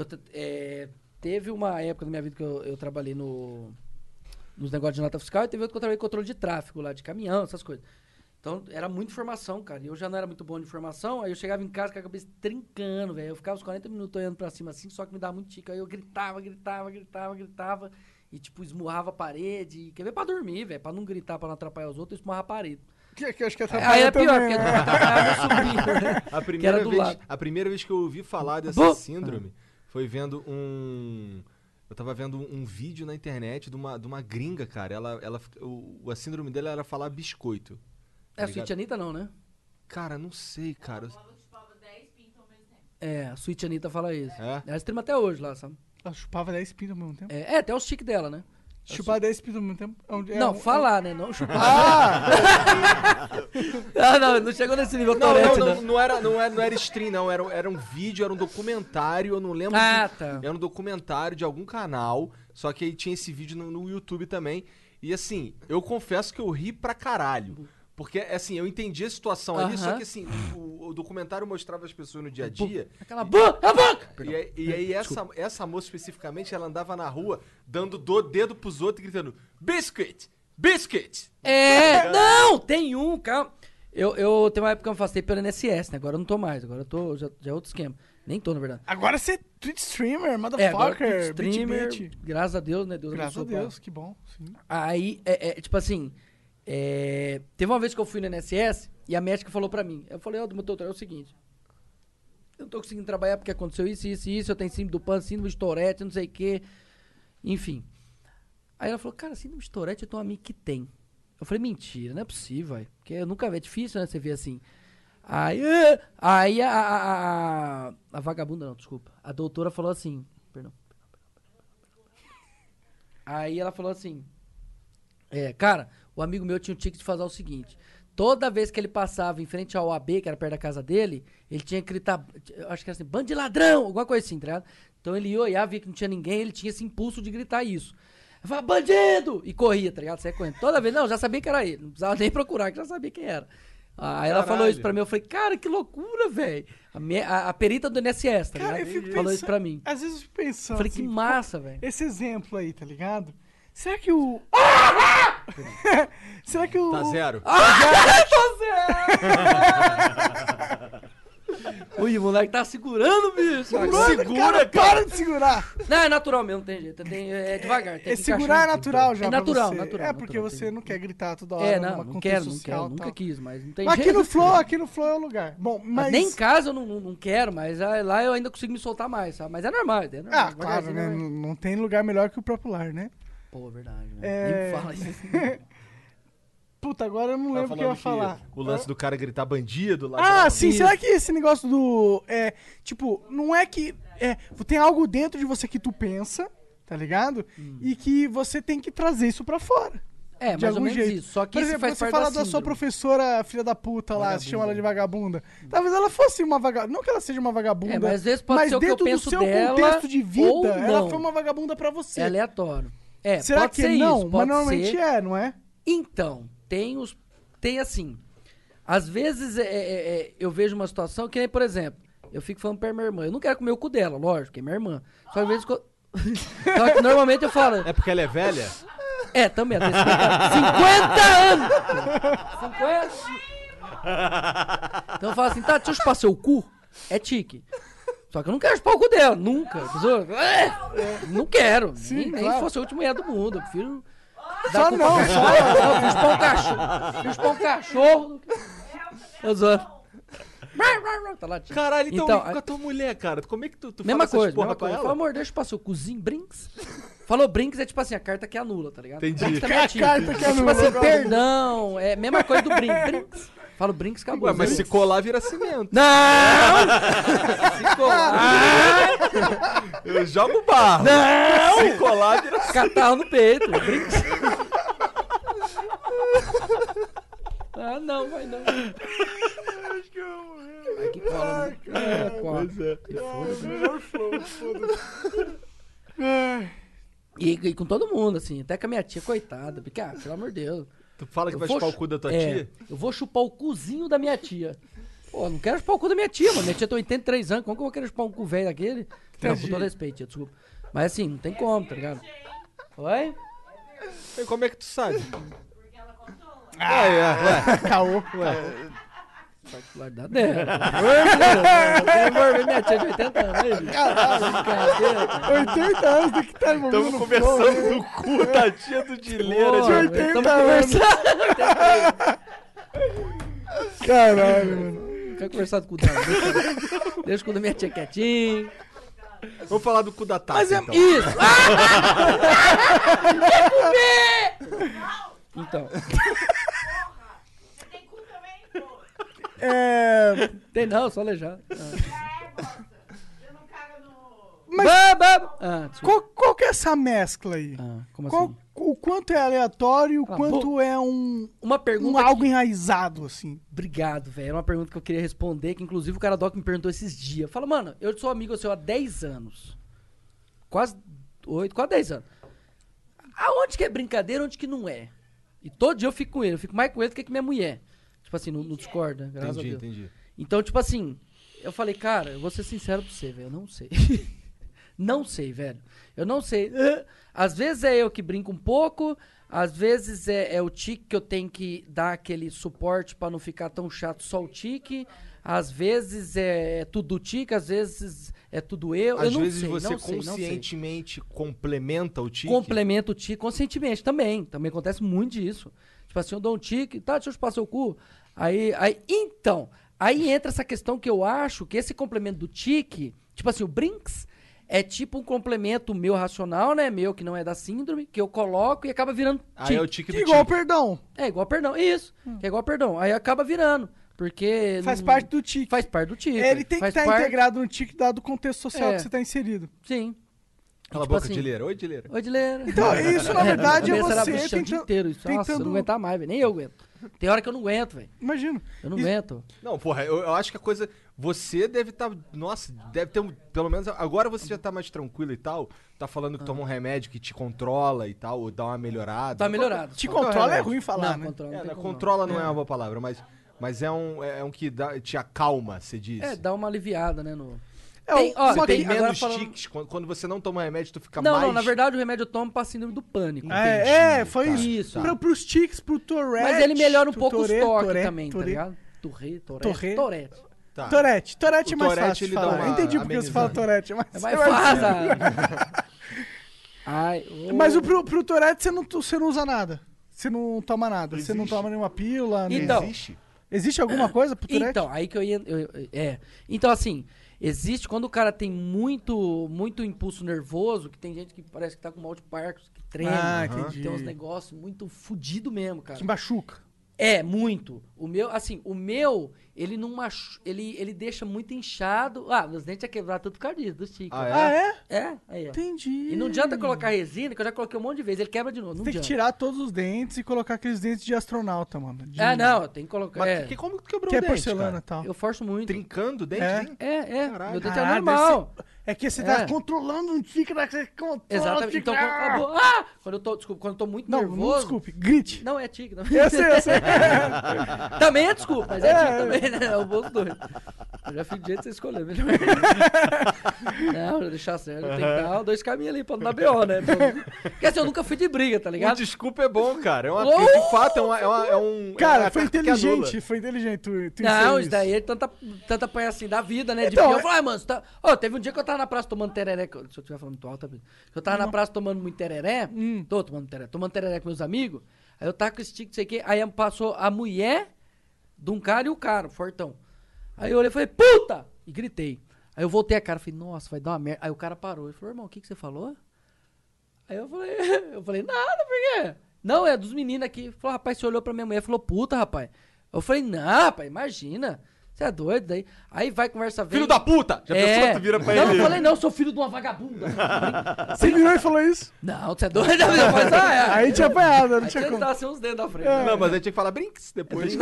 Teve uma época da minha vida que eu trabalhei nos negócios de nota fiscal e teve outra que eu trabalhei em controle de tráfego lá, de caminhão, essas coisas. Então, era muita informação, cara. E eu já não era muito bom de informação, aí eu chegava em casa com a cabeça trincando, velho. Eu ficava uns 40 minutos olhando pra cima assim, só que me dava muito tique. Aí eu gritava e, tipo, esmurrava a parede. Quer ver pra dormir, velho? Pra não gritar, pra não atrapalhar os outros, eu esmurrava a parede. Que eu acho que atrapalha aí é também, pior, porque não atrapalhava meu sobrinho, né? A primeira vez que eu ouvi falar dessa síndrome foi vendo eu tava vendo um vídeo na internet de uma gringa, cara. A síndrome dela era falar biscoito. A Sweet Anitta não, né? Cara, não sei, cara. A Sweet Anitta fala isso. Ela streama até hoje lá, sabe? Ela chupava 10 pintos ao mesmo tempo? Até os tiques dela, né? Chupar 10 pintos ao mesmo tempo? Não, falar, né? Não chupar. Não chegou nesse nível. Não era stream, não. Era um vídeo, era um documentário, eu não lembro. Tá. Era um documentário de algum canal, só que aí tinha esse vídeo no YouTube também. E assim, eu confesso que eu ri pra caralho. Porque, assim, eu entendi a situação ali, só que, assim, o documentário mostrava as pessoas no dia a dia. Aquela boca! E aí, essa moça, especificamente, ela andava na rua, dando dedo pros outros e gritando, biscuit! Biscuit! Não! Tem um, calma. Eu tenho uma época que eu me afastei pelo INSS, né? Agora eu não tô mais, agora eu tô, já é outro esquema. Nem tô, na verdade. Agora você é Twitch streamer, Agora motherfucker, Twitch streamer, bitch. graças a Deus, né? Deus Graças a abençoe, Deus, que bom. Sim. Aí, tipo assim, teve uma vez que eu fui no INSS e a médica falou pra mim, eu falei, meu doutor, é o seguinte, eu não tô conseguindo trabalhar porque aconteceu isso, eu tenho síndrome do PAN, síndrome de Tourette, não sei o quê, enfim. Aí ela falou, cara, síndrome de Tourette eu tenho um amigo que tem. Eu falei, mentira, não é possível, véio, porque eu nunca vi, é difícil, né, você ver assim. Aí a vagabunda, não, desculpa, a doutora falou assim, perdão. Aí ela falou assim, cara, o amigo meu tinha um tique de fazer o seguinte, toda vez que ele passava em frente ao AB, que era perto da casa dele, ele tinha que gritar, acho que era assim, bando de ladrão, alguma coisa assim, tá ligado? Então ele ia olhar, via que não tinha ninguém, ele tinha esse impulso de gritar isso. Eu falava, bandido! E corria, tá ligado? Saia correndo. Toda vez, não, já sabia que era ele, não precisava nem procurar, que já sabia quem era. Aí ela falou isso pra mim, eu falei, cara, que loucura, velho. A perita do INSS, tá Cara, ligado? Falou isso pra mim. Às vezes eu fico pensando. Eu falei, assim, que massa, velho. Esse exemplo aí, tá ligado? Será que o. Será que o. Tá zero. Ui, o moleque tá segurando, bicho. Segura, cara. Para de segurar. Não, é natural mesmo, não tem jeito. É devagar. Tem que Segurar é encaixar. natural já. É pra natural, você. natural. É porque natural, você tem- não quer gritar toda hora. Não, numa não contexto quero, social e nunca tal. quis, mas não tem Mas jeito. aqui no Flow é o lugar. Bom, mas. Nem em casa eu não quero, mas lá eu ainda consigo me soltar mais, sabe? Mas é normal, Ah, devagarzinho, claro, né? vai. Não tem lugar melhor que o próprio lar, né? Pô, verdade, né? É. Nem me fala isso. Puta, agora eu não lembro o que eu ia falar. O lance do cara gritar bandido lá. Ah, sim, será que esse negócio do. Tipo, não é que. Tem algo dentro de você que tu pensa, tá ligado? E que você tem que trazer isso pra fora. É, de mais ou algum menos jeito. isso. Só que Por isso exemplo, faz você parte fala da da sua síndrome. professora, filha da puta lá, você chama ela de vagabunda. Talvez ela fosse uma vagabunda. Não que ela seja uma vagabunda. Mas às vezes pode ser o que eu dentro penso do seu dela, contexto de vida, ou ela não. foi uma vagabunda pra você. É aleatório. Será pode que ser não? isso, Mas pode normalmente ser. não é? Então, tem assim, às vezes eu vejo uma situação que nem, por exemplo, eu fico falando pra minha irmã, eu não quero comer o cu dela, lógico, que é minha irmã. Só que às vezes, só que normalmente eu falo... É porque ela é velha? Também, ela tem 50 anos! 50? Então eu falo assim, tá, deixa eu chupar seu cu, é tique. Só que eu não quero chupar o cu dela, nunca. Não quero, nem claro. se fosse a última mulher do mundo, eu prefiro... Só não, Fiz pão cachorro. Fiz pão cachorro. Eu zoando. Tá lá, tia. Caralho, então Então, com a tua mulher, cara, como é que tu Mesma fala essas coisa, porra mesma pra coisa. ela? Fala, amor, deixa eu passar o cozinho, brinks. Falou brinks, é tipo assim, a carta que anula, tá ligado? Entendi. Brinks também é tique. carta que É tipo anula, assim, eu gosto. perdão, é a mesma coisa do brinks. Falo brinks, acabou. Ué, mas Brinks. se colar vira cimento. Não! Se colar... Eu jogo barro. Não! Se colar vira Catarro no peito, brinks. Não, vai não. Acho que eu vou morrer. Ai, que cola. Cola. Pois é. Se foda. Melhor flow, foda-se. Ai. E com todo mundo, assim, até com a minha tia, coitada, porque, pelo amor de Deus. Tu fala que Eu vai vou chupar o chu- cu da tua tia? Eu vou chupar o cozinho da minha tia. Pô, não quero chupar o cu da minha tia, mano. Minha tia tem 83 anos, como que eu vou querer chupar um cu velho daquele? Não, com todo respeito, tia, desculpa. Mas assim, não tem como, tá ligado? Oi? E como é que tu sabe? Porque ela contou. Ué. Caô. Particularidade dela. Eu quero envolver minha tia de 80 anos. Aí, bicho. Brincadeira, cara. 80 anos tem que estar envolvido Estamos no flow, né? conversando do cu da tia do Dileira. Pô, de 80 tamo anos. conversando. Caralho, mano. Não quero conversar com o cu dela. Deixa o cu da minha tia quietinho. Vamos falar do cu da Tata, Mas é então. Isso! Quer comer! Então, Você tem cu também? Pô. tem não, só aleijado. Moça. Você não caga no... Mas Desculpa. qual que é essa mescla aí? Como Qual- assim? O quanto é aleatório e o Ah, quanto é Uma pergunta algo enraizado, assim? Obrigado, velho. Era uma pergunta que eu queria responder, que inclusive o cara Doc me perguntou esses dias. Fala, mano, eu sou amigo seu há 10 anos. Quase 10 anos. Aonde que é brincadeira, onde que não é? E todo dia eu fico com ele. Eu fico mais com ele do que com minha mulher. Tipo assim, no Discord, né? Graças a Deus. Entendi. Então, tipo assim, eu falei, cara, eu vou ser sincero pra você, velho. Eu não sei. Não sei, velho. Eu não sei. Às vezes é eu que brinco um pouco, Às vezes é o tique que eu tenho que dar aquele suporte pra não ficar tão chato só o tique. Às vezes é tudo tique, às vezes é tudo eu. Às eu não vezes sei, você não sei. conscientemente complementa o tique. Complemento o tique conscientemente também. Também acontece muito disso. Tipo assim, eu dou um tique, tá, deixa eu chupar seu cu. Aí entra essa questão que eu acho que esse complemento do tique, tipo assim, o Brinks é tipo um complemento meu racional, né? Meu que não é da síndrome, que eu coloco e acaba virando tique. Aí é o tique do Igual tique. perdão. É igual perdão, isso. Que é igual perdão. Aí acaba virando. Porque. Faz parte do tique. Faz parte do tique. Ele tem que estar integrado no tique dado o contexto social É. que você está inserido. Sim. Cala a Tipo boca, assim, Dileira. Oi, Dileira. Oi, Dileira. Então, isso na verdade é No começo era você puxando o dia inteiro isso. Nossa, eu não aguentava mais, velho. Nem eu aguento. Tem hora que eu não aguento, velho. Imagino. Eu não Isso- aguento. Não, porra, eu acho que a coisa... Você deve estar... Nossa, deve ter pelo menos... Agora você já tá mais tranquilo e tal. Tá falando que toma um remédio que te controla e tal, ou dá uma melhorada. Tá melhorado. Te Qual que é o controla é remédio? ruim falar, né? controla, não tem como não. Controla não é uma boa palavra, mas é um que te acalma, você diz. É, dá uma aliviada, né? No... É, Tem- ó, Você uma tem que- agora menos falando- tiques. Quando você não toma remédio, tu fica Não, mais... não, na verdade o remédio eu tomo pra síndrome do pânico. Foi Tá, isso. Isso. Pra, pros tiques, pro Tourette. Mas ele melhora um pouco os Tourette, toques Tourette, também, tá Tourette. ligado? Torre. Tourette. Tá. Tourette. Tourette é O mais Tourette, fácil de ele dá falar. uma Eu entendi porque você fala amenizada. Tourette, mas... É mais fácil. Ai, Mas pro Tourette você não usa nada. Você não toma nada. Você não toma nenhuma pílula. nem- Então, Existe? Existe alguma coisa pro Tourette? Então, aí que eu ia. Então, assim, existe quando o cara tem muito impulso nervoso, que tem gente que parece que tá com mal de Parkinson, que treme, Ah, que entendi. tem uns negócios muito fudido mesmo, cara. Que machuca. É, muito. O meu, ele não ele deixa muito inchado. Ah, meus dentes ia quebrar tudo por causa disso, dos tiques. Ah, é? Ah, é? É? Aí, ó. Entendi. E não adianta colocar resina, que eu já coloquei um monte de vezes, ele quebra de novo. Não Tem que adianta. tirar todos os dentes e colocar aqueles dentes de astronauta, mano. De- Ah, não, tem que colocar. Mas como que quebrou Que é o dente, porcelana e cara? tal. Eu forço muito. Trincando o dente? É. hein? Meu dente é Caralho, normal. É que você tá É. controlando, não fica naquele controle. Exatamente. fica- Então, quando eu tô muito Não, nervoso. não desculpe, grite. Não é tique, não. Eu sei. Também é desculpa, mas é tique também, né? É o bolso doido. Eu já fiz do jeito que você escolheu. Melhor. Não, pra deixar certo, tem que dar dois caminhos ali pra não dar B.O., né? Porque assim, eu nunca fui de briga, tá O ligado? desculpa é bom, cara. Oh! De fato, é um... Cara, é a foi carta que anula. inteligente, foi inteligente. Tu Não, inseriu isso daí é tanta apanha assim da vida, né? De Então, eu falei, mano, você tá... Ô, teve um dia que eu tava na praça tomando tereré. Se eu estiver falando muito alto, tá? Eu tava na praça tomando muito tereré. Tô tomando tereré com meus amigos. Aí eu tava com esse tique, não sei o quê. Aí passou a mulher de um cara e o cara, fortão. Aí eu olhei e falei, puta! E gritei. Aí eu voltei a cara, falei, nossa, vai dar uma merda. Aí o cara parou. Ele falou, irmão, o que você falou? Aí eu falei, nada, por quê? Não, é dos meninos aqui. Falou, rapaz, você olhou pra minha mulher e falou, puta, rapaz. Eu falei, não, rapaz, imagina. Você é doido daí? Aí vai, conversa, vem. Filho da puta! Já pensou que tu vira pra Não, ele? eu falei, não, sou filho de uma vagabunda. Você virou e falou isso? Não, você é doido? Depois, Aí tinha apanhado, não Aí tinha tinha que como. dar assim uns dedos na frente. Não, mas aí tinha que falar Brinks depois.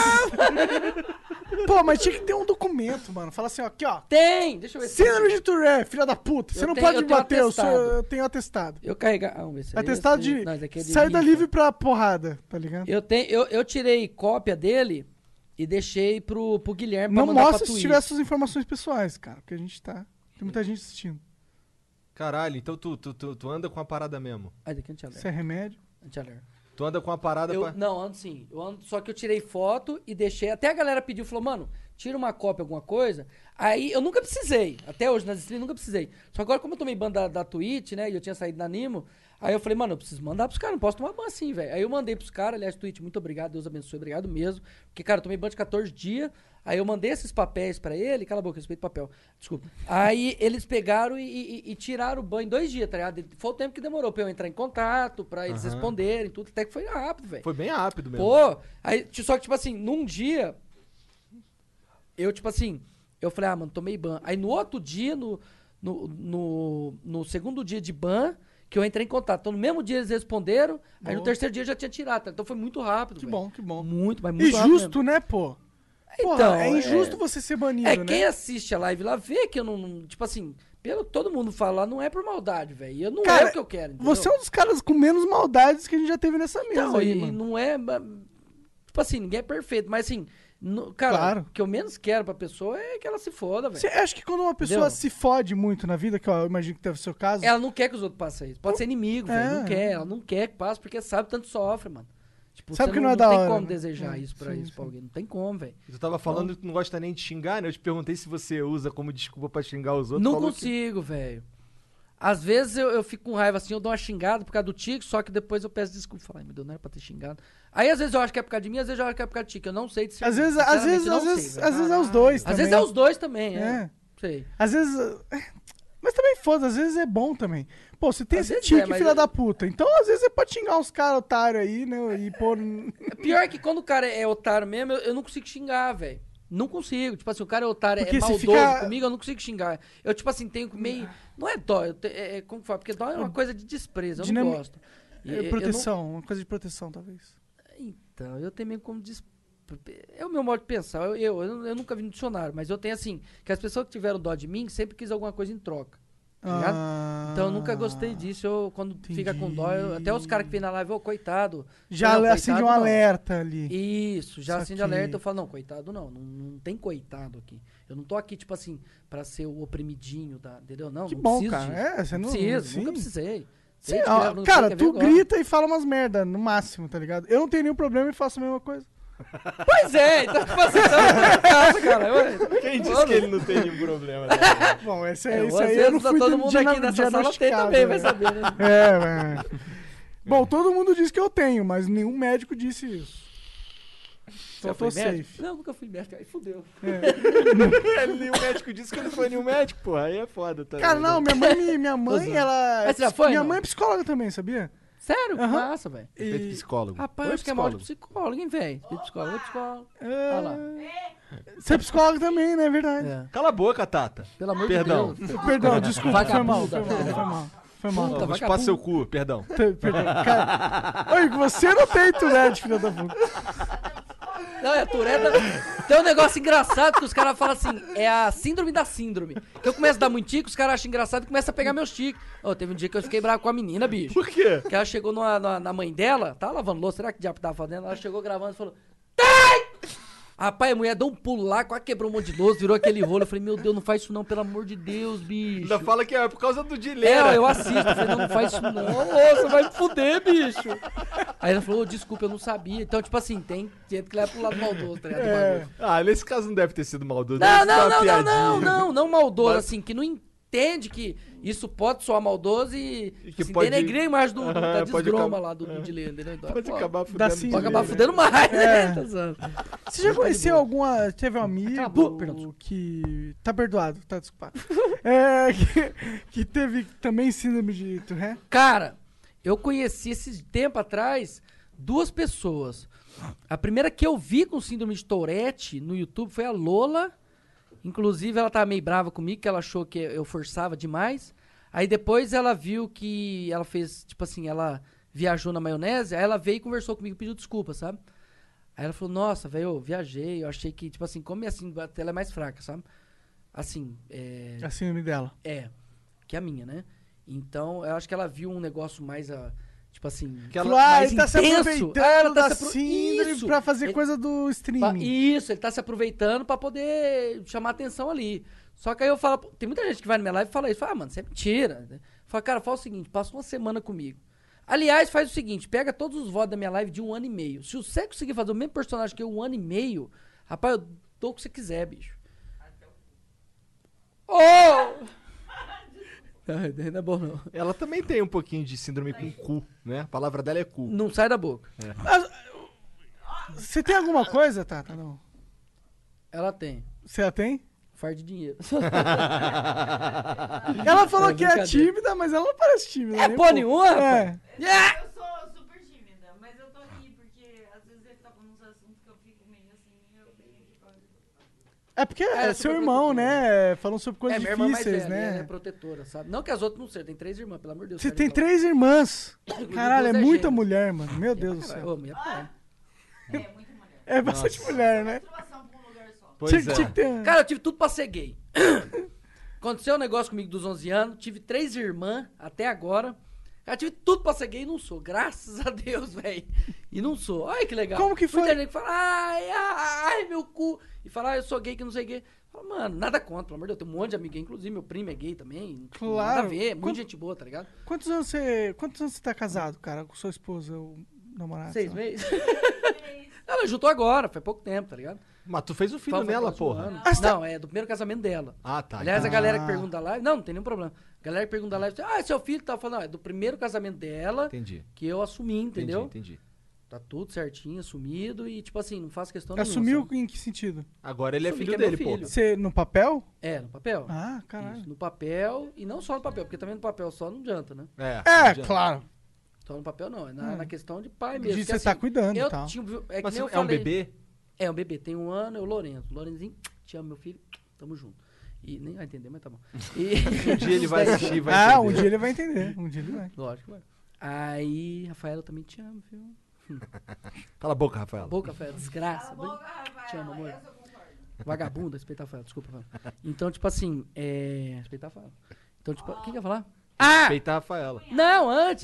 Pô, mas tinha que ter um documento, mano. Fala assim, ó, aqui, ó. Tem, deixa eu ver se Síndrome de Tourette, filha da puta. Você Eu não tenho- pode eu me tenho bater, eu atestado. tenho atestado. eu carregar. Vamos ver se é Atestado esse. de Não, esse aqui é de saída rifa. livre pra porrada, tá ligado? Eu tirei cópia dele e deixei pro Guilherme pra Não mandar mostra pra se Twitch. tiver suas informações pessoais, cara, porque a gente tá... Tem muita gente assistindo. Caralho, então tu anda com a parada mesmo. Ai, daqui a gente Isso é remédio? alerta. Tu anda com a parada pra... Não, ando sim. Só que eu tirei foto e deixei. Até a galera pediu, falou, mano, tira uma cópia, alguma coisa. Aí eu nunca precisei. Até hoje, nas streams, nunca precisei. Só que agora, como eu tomei ban da Twitch, né? E eu tinha saído da Nimo, aí eu falei, mano, eu preciso mandar pros caras, não posso tomar ban assim, velho. Aí eu mandei pros caras, aliás, Twitch, muito obrigado, Deus abençoe, obrigado mesmo. Porque, cara, eu tomei ban de 14 dias. Aí eu mandei esses papéis pra ele, cala a boca, respeito papel, desculpa. Aí eles pegaram e tiraram o ban em 2 dias, tá ligado? Foi o tempo que demorou pra eu entrar em contato, pra eles responderem, tudo, até que foi rápido, velho. Foi bem rápido mesmo. Pô, aí, só que, tipo assim, num dia, eu, tipo assim, eu falei, mano, tomei ban. Aí no outro dia, no segundo dia de ban, que eu entrei em contato. Então no mesmo dia eles responderam, aí no terceiro dia eu já tinha tirado, tá? Então foi muito rápido, Que velho. bom, que bom. Muito, mas E muito rápido justo, né, pô? Porra, Então, é injusto você ser banido, É, né? quem assiste a live lá vê que eu não tipo assim, pelo que todo mundo fala, não é por maldade, velho. Eu não Cara, é o que eu quero, entendeu? Você é um dos caras com menos maldades que a gente já teve nessa mesa Então, aí, e mano. não é... Tipo assim, ninguém é perfeito, mas assim, Cara, Claro. o que eu menos quero pra pessoa é que ela se foda, velho. Você acha que quando uma pessoa Entendeu? se fode muito na vida, que eu imagino que deve ser o seu caso... Ela não quer que os outros passem isso. Pode ser inimigo, velho. Não É. quer. Ela não quer que passe porque sabe tanto sofre, mano. Tipo, Sabe você que não é da tem hora, como né? desejar isso pra alguém. Não tem como, velho. Tu tava falando que não gosta nem de xingar, né? Eu te perguntei se você usa como desculpa pra xingar os outros. Não falou consigo, velho. Às vezes eu fico com raiva assim, eu dou uma xingada por causa do Tico, só que depois eu peço desculpa. Falo, ai meu Deus, não era pra ter xingado. Aí às vezes eu acho que é por causa de mim, às vezes eu acho que é por causa do Tico. Eu não sei de Às vezes é os dois também. Às vezes é os dois também, É. Sei. Às vezes... Mas também foda, às vezes é bom também. Pô, você tem Às esse vezes tique, é, mas filha eu- da puta. Então, às vezes, você pode xingar uns caras otários aí, né? E pôr... Pior que quando o cara é otário mesmo, eu não consigo xingar, velho. Não consigo. Tipo assim, o cara é otário, Porque é se maldoso fica- comigo, eu não consigo xingar. Eu, tipo assim, tenho meio... Não é dó, como que fala? Porque dó é uma coisa de desprezo, eu não Dinam- gosto. E eu proteção, uma coisa de proteção, talvez. Então, eu tenho meio como... É o meu modo de pensar. Eu nunca vi no dicionário, mas eu tenho assim, que as pessoas que tiveram dó de mim sempre quis alguma coisa em troca. Tá ligado? Então eu nunca gostei disso. Quando fica com dó, até os caras que vêm na live, ô, coitado. Já Não, acende um coitado, não. alerta ali. Isso, já acende Saquei. alerta. Eu falo, não, coitado não tem coitado aqui. Eu não tô aqui, tipo assim, pra ser o oprimidinho, entendeu? Não, Que não bom, preciso cara. disso. É, você não... Preciso, sim. nunca precisei. Sim, Desde que ó, eu não cara, sei tu que é vergonha. grita e fala umas merda, no máximo, tá ligado? Eu não tenho nenhum problema e faço a mesma coisa. Pois é, então tipo assim, então, casa, cara. Ué, Quem disse que ele não tem nenhum problema? Né? Bom, isso É, aí às eu não vezes fui todo mundo aqui nessa sala tem diagnosticado, também, vai né? saber, né? É. Bom, todo mundo diz que eu tenho, mas nenhum médico disse isso. Então Já eu tô foi médico? safe. Não, nunca fui médico. Aí fudeu. Nenhum médico disse que ele foi nenhum médico, porra. Aí é foda, tá? Cara, não, minha mãe, ela... Mas você já foi, Minha não? mãe é psicóloga também, sabia? Sério? Aham. Massa, velho. Efeito psicólogo. Rapaz, eu acho que é mal de psicólogo, hein, velho? Psicólogo, psicólogo. Olha lá. Você é psicóloga também, né? É verdade. É. Cala a boca, Tata. Pelo amor Perdão. de Deus. Perdão, desculpa, foi mal, Vagabunda, foi mal. Puta, Vou chupar seu cu, perdão. Perdão. Cara, oi, você não tem Tourette, filha da puta. Não, é a Tourette. Tem um negócio engraçado que os caras falam assim, é a síndrome da síndrome. Que eu começo a dar muito tique, os caras acham engraçado e começam a pegar meus tiques. Ô, teve um dia que eu fiquei bravo com a menina, bicho. Por quê? Que ela chegou na mãe dela, tava lavando louça, será que o diabo tava fazendo? Ela chegou gravando e falou, Tai! Rapaz, a mulher deu um pulo lá, quase quebrou um monte de louça, virou aquele rolo. Eu falei, meu Deus, não faz isso não, pelo amor de Deus, bicho. Ainda fala que é por causa do Dileira. Eu assisto, eu falei, não faz isso não, você vai me fuder, bicho. Aí ela falou, desculpa, eu não sabia. Então, tipo assim, tem gente que leva pro lado maldoso, tá ligado? do bagulho. Ah, nesse caso não deve ter sido maldoso. deve ser uma piadinha. Não maldoso, assim, que não entende que isso pode soar maldoso e que assim, pode- denegrir a imagem da pode desgroma acabar- lá do Dileira, entendeu? Então, Pode pô, acabar Da fudendo. síndrome. pode acabar fudendo mais, né? Tá zoando. Você já conheceu alguma... Teve um amigo Acabou, perdão. que... Tá perdoado, tá desculpado. Que teve também síndrome de Tourette? Cara, eu conheci esse tempo atrás 2 pessoas. A primeira que eu vi com síndrome de Tourette no YouTube foi a Lola. Inclusive, ela tava meio brava comigo, que ela achou que eu forçava demais. Aí depois ela viu que ela fez, tipo assim, ela viajou na maionese, aí ela veio e conversou comigo e pediu desculpa, sabe? Aí ela falou, nossa, velho, eu viajei, eu achei que, tipo assim, como é assim, ela é mais fraca, sabe? Assim, A síndrome dela. que a minha, né? Então, eu acho que ela viu um negócio mais, tipo assim, Ele tá se intenso. aproveitando Ela tá da se apro- síndrome Isso. pra fazer Ele- coisa do streaming. Isso, ele tá se aproveitando pra poder chamar atenção ali. Só que aí eu falo, tem muita gente que vai na minha live e fala isso. Fala, mano, isso é mentira. Fala, cara, fala o seguinte, passa uma semana comigo. Aliás, faz o seguinte, pega todos os votos da minha live de 1 ano e meio. Se você conseguir fazer o mesmo personagem que eu 1 ano e meio, rapaz, eu dou o que você quiser, bicho. Oh! Não é bom, não. Ela também tem um pouquinho de síndrome com cu, né? A palavra dela é cu. Não sai da boca. Você tem alguma coisa, Tata? Não. Ela tem. Você a tem? Fardo de dinheiro. Ela falou É que é brincadeira. tímida, mas ela não parece tímida. É nem porra um pouco. nenhuma, rapaz. É. Eu sou super tímida, mas eu tô aqui porque às vezes ele tá falando uns assuntos que eu fico meio assim, eu venho aqui pra... É porque Ela é é seu super irmão, protetora. né? Falando sobre coisas Minha irmã mais difíceis, velha, ela é né? protetora, sabe? Não que as outras não sejam, tem 3 irmãs, pelo amor de Deus. Você cara, tem então. 3 irmãs. Inclusive, Caralho, é 2 muita gêmeas. mulher, mano. Meu Deus do Caralho, céu. ô, mulher, pá. É, muita mulher. É bastante mulher, né? Masturbação pra um lugar só. Pois Tinha é. que ter... Cara, eu tive tudo pra ser gay. Aconteceu um negócio comigo dos 11 anos, tive 3 irmãs até agora. Já tive tudo pra ser gay e não sou. Graças a Deus, velho. E não sou. Olha que legal. Como que foi? Muita gente que fala, ai, meu cu. E fala, eu sou gay, que não sei gay. Fala, mano, nada contra, pelo amor de Deus. Tem um monte de amigo gay, inclusive meu primo é gay também. Claro. Nada a ver, muita gente boa, tá ligado? Quantos anos você tá casado, cara, com sua esposa ou namorada? 6 meses. Ela juntou agora, faz pouco tempo, tá ligado? Mas tu fez um filho nela, porra. Não, é do primeiro casamento dela. Ah, tá. Aliás, a galera que pergunta da live, não tem nenhum problema. A galera que pergunta da live, é seu filho tá falando, não, é do primeiro casamento dela. Entendi. Que eu assumi, entendeu? Entendi. Tá tudo certinho, assumido e, tipo assim, não faço questão nenhuma. Assumiu sabe? em que sentido? Agora ele é Assumi filho que é meu dele, filho. porra. Você, no papel? É, no papel. Ah, caralho. Isso, no papel, e não só no papel, porque também no papel só não adianta, né? Claro. Só no papel não, é na questão de pai mesmo. De porque, você tá assim, cuidando e eu tal. É, Mas que nem eu é um falei. bebê? É um bebê, tem 1 ano, é o Lorenzo. Lorenzinho, te amo, meu filho, tamo junto. E nem vai entender, mas tá bom. E, Um dia ele vai assistir e vai entender. Um dia ele vai entender. Um dia ele vai. Lógico que vai. Aí, Rafaela, eu também te amo, viu? Cala a boca, Rafaela. Boca, Rafaela, desgraça. Cala a boca, Rafaela. Te amo, amor. Essa eu concordo. Vagabunda, respeitar a Rafaela, desculpa, Rafaela. Então, tipo assim, respeitar a Rafaela. Então, tipo, o que eu ia falar? Respeitar a Rafaela. Não, antes!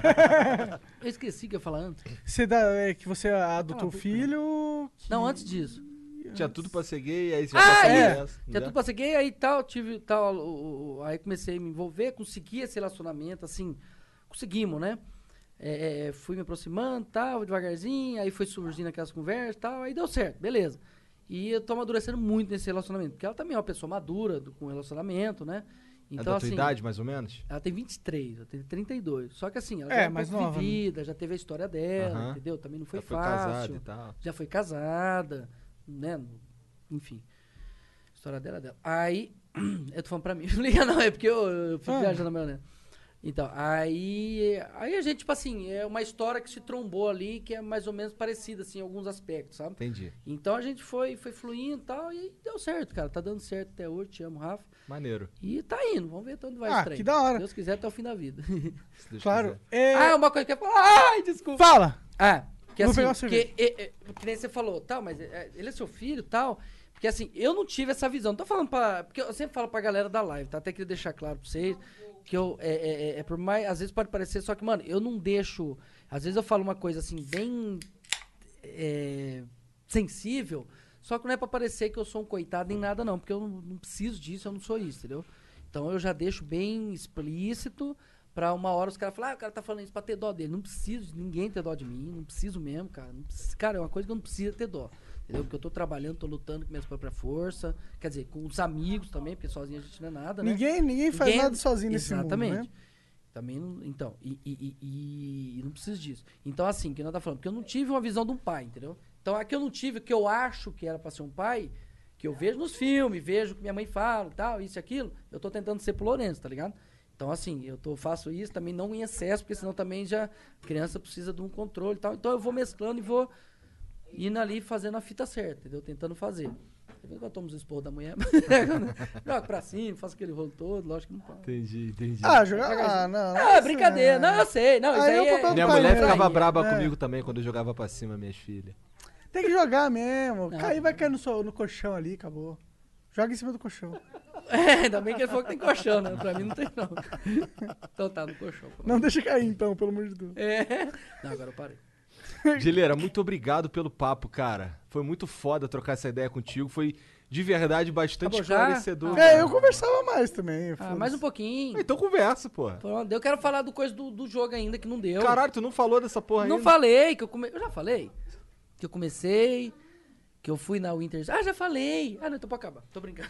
Eu esqueci que eu ia falar antes. Que você adotou o filho... Não, antes disso. Tinha tudo pra ser gay, aí você já passou essa. Tinha tudo pra ser gay, aí tal, tive tal. Aí comecei a me envolver, consegui esse relacionamento, assim, conseguimos, né? Fui me aproximando, tal, devagarzinho, aí foi surgindo aquelas conversas, tal, aí deu certo, beleza. E eu tô amadurecendo muito nesse relacionamento, porque ela também é uma pessoa madura com relacionamento, né? Então, é da tua idade, mais ou menos? Ela tem 23, eu tenho 32. Só que assim, ela já é mais pouco nova, vivida, já teve a história dela, entendeu? Também não foi Já foi fácil. casada e tal. Já foi casada, né? Enfim. A história dela é dela. Aí, eu tô falando pra mim, não liga não, é porque eu fico viajando na maionese. Então, aí a gente, tipo assim, é uma história que se trombou ali, que é mais ou menos parecida, assim, em alguns aspectos, sabe? Entendi. Então a gente foi fluindo e tal, e aí deu certo, cara. Tá dando certo até hoje, te amo, Rafa. Maneiro. E tá indo, vamos ver até onde vai esse trem. Que da hora. Se Deus quiser, até o fim da vida. Se Deus Claro. quiser. Uma coisa que eu ia falar. Ai, desculpa. Fala! Que Vou assim, pegar uma cerveja. que nem você falou, tal, mas ele é seu filho e tal. Porque assim, eu não tive essa visão. Não tô falando pra. Porque eu sempre falo pra galera da live, tá? Até queria deixar claro pra vocês. Que eu. Por mais. Às vezes pode parecer, só que, mano, eu não deixo. Às vezes eu falo uma coisa assim, bem. Sensível. Só que não é pra parecer que eu sou um coitado nem nada, não. Porque eu não preciso disso, eu não sou isso, entendeu? Então eu já deixo bem explícito. Pra uma hora os caras falarem, o cara tá falando isso pra ter dó dele. Não preciso de ninguém ter dó de mim. Não preciso mesmo, cara. Cara, é uma coisa que eu não preciso ter dó. Entendeu? Porque eu tô trabalhando, tô lutando com minha própria força. Quer dizer, com os amigos também, porque sozinho a gente não é nada, né? Ninguém faz nada sozinho nesse mundo, exatamente. né? Também não, então, e não preciso disso. Então, assim, que nós tá falando, porque eu não tive uma visão de um pai, entendeu? Então, a que eu não tive, que eu acho que era pra ser um pai, que eu vejo nos filmes, vejo o que minha mãe fala e tal, isso e aquilo, eu tô tentando ser pro Lourenço, tá ligado? Então, assim, faço isso também não em excesso, porque senão também já a criança precisa de um controle e tal. Então, eu vou mesclando e vou indo ali fazendo a fita certa, entendeu? Tentando fazer. Às vezes eu tomo os esporros da mulher, joga pra cima, faço aquele rolo todo, lógico que não pode. Entendi. Jogar. Não. Ah, brincadeira. Não, eu sei. Não, isso Aí aí é o papel do Minha pai, mulher né? ficava braba comigo também quando eu jogava pra cima, minhas filhas. Tem que jogar mesmo. Cair vai cair no colchão ali, acabou. Joga em cima do colchão. Ainda bem que ele falou que tem colchão, né? Pra mim não tem, não. Então tá no colchão. Não deixa cair, então, pelo amor de Deus. Não, agora eu parei. Gileira, muito obrigado pelo papo, cara. Foi muito foda trocar essa ideia contigo. Foi, de verdade, bastante Acabou já? esclarecedor. Eu conversava mais também. Mais um pouquinho. Então conversa, porra. Eu quero falar do coisa do jogo ainda que não deu. Caralho, tu não falou dessa porra ainda? Não falei, eu já falei. Que eu comecei, que eu fui na Winter. Já falei. Não, então pode acabar. Tô brincando.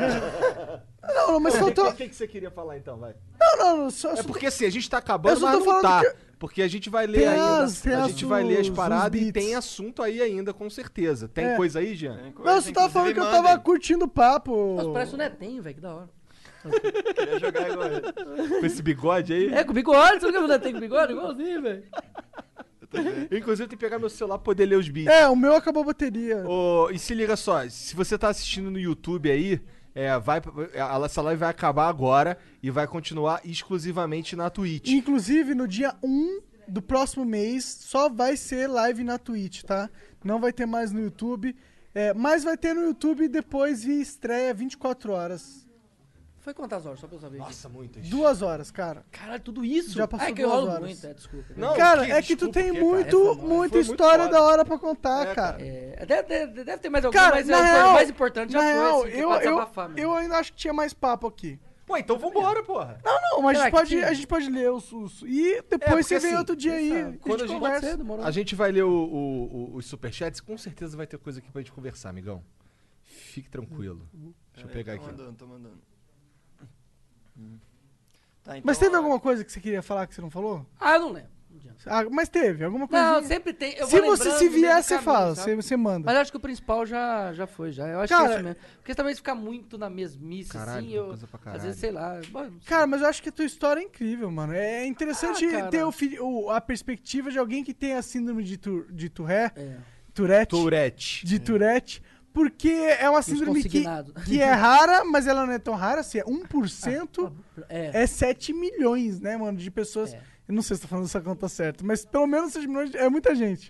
Não, mas faltou... O que você queria falar então, vai? Não, É porque assim, a gente tá acabando, Eu só mas tô não tá. falando Porque a gente vai ler ainda. A gente vai ler as os paradas e beats. tem assunto aí ainda, com certeza. Tem coisa aí, Jean? Não, você tava falando que eu tava curtindo o papo. Nossa, parece um netinho, velho, que da hora. Queria jogar igual ele. Com esse bigode aí? Com bigode, você nunca viu netinho com bigode? Igualzinho, velho. Inclusive, eu tenho que pegar meu celular pra poder ler os beats. O meu acabou a bateria. E se liga só, se você tá assistindo no YouTube aí, essa live vai acabar agora e vai continuar exclusivamente na Twitch. Inclusive, no dia 1 do próximo mês, só vai ser live na Twitch, tá? Não vai ter mais no YouTube. Mas vai ter no YouTube depois via estreia 24 horas. Foi quantas horas? Só pra eu saber. Nossa, muitas. 2 horas, cara. Caralho, tudo isso? Já passou que eu 2 rolo horas. muito, desculpa. Não, Cara, que que tu desculpa, tem o quê, cara? muita Foi história muito da foda. hora pra contar, cara. Deve ter mais alguma, Cara, mas na o real, mais importante já na foi, real, assim, que pode desabafar mesmo. eu ainda acho que tinha mais papo aqui. Pô, então vambora, porra. Não, mas Será que a gente pode ler os... E porque depois você vem assim, outro dia aí. quando a gente a gente- conversa. A gente vai ler os superchats, com certeza vai ter coisa aqui pra gente conversar, amigão. Fique tranquilo. Deixa eu pegar aqui. Tô mandando. Tá, então, Mas teve alguma coisa que você queria falar que você não falou? Ah, eu não lembro. Não adianta. Ah, mas teve, alguma coisa. Não, sempre tem. Eu Se vou você lembrando se no meio vier, do você caminho, fala, sabe? você manda. Mas eu acho que o principal já foi, já. Eu acho Cara, que é isso mesmo. Porque também ficar muito na mesmice, Caralho, assim, coisa pra caralho. às vezes, sei lá. Bom, não sei. Cara, mas eu acho que a tua história é incrível, mano. É interessante cara. ter a perspectiva de alguém que tem a síndrome de Tourette, É. Tourette. de Tourette, porque é uma síndrome consignados. que é rara, mas ela não é tão rara, assim, é 1%, é 7 milhões, né, mano, de pessoas. É. Eu não sei se tô falando essa conta certa, mas pelo menos 7 milhões é muita gente.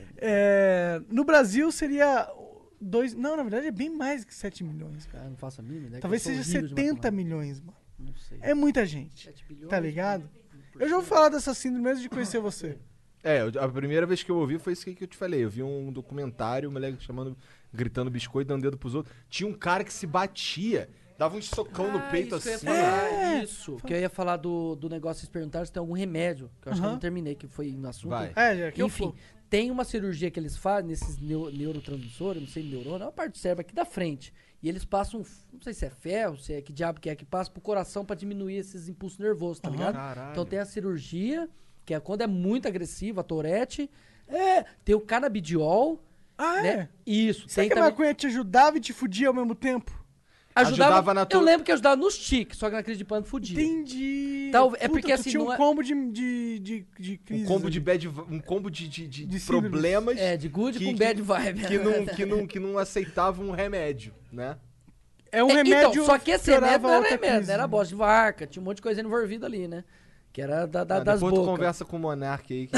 No Brasil seria 2... Não, na verdade é bem mais que 7 milhões, cara. Cara, não faço a mínima ideia. Talvez que eu seja sou horrível de 70 matemática. milhões, mano. Não sei. É muita gente, 7 bilhões, tá ligado? Eu já vou falar dessa síndrome antes de conhecer você. A primeira vez que eu ouvi foi isso que eu te falei. Eu vi um documentário, o moleque gritando biscoito, dando dedo pros outros. Tinha um cara que se batia, dava um socão no peito isso assim. Que eu ia falar, isso. Que eu ia falar do negócio, vocês perguntaram se tem algum remédio. Que eu acho que eu não terminei, que foi no assunto. Vai. Já que eu Enfim, fui. tem uma cirurgia que eles fazem nesses neurotransmissores, não sei, neurônio, é uma parte do cérebro aqui da frente. E eles passam, não sei se é ferro, se é que diabo que é que passa pro coração pra diminuir esses impulsos nervosos, tá ligado? Caralho. Então tem a cirurgia, que é quando é muito agressiva, a Tourette. Tem o canabidiol. Né? Isso. Será tem que a também... maconha te ajudava e te fudia ao mesmo tempo? Ajudava na Eu lembro que ajudava nos tiques, só que na crise de pânico fudia. Entendi. É porque tu assim, tinha não um é- combo de crise. Um combo de síndromes. problemas De good que- com bad vibe. que não aceitavam um remédio, né? É um remédio. Então, só que esse piorava remédio não a era outra remédio, crise. era bosta de vaca, tinha um monte de coisa envolvida ali, né? Que era das Depois tu bocas. conversa com o Monark aí.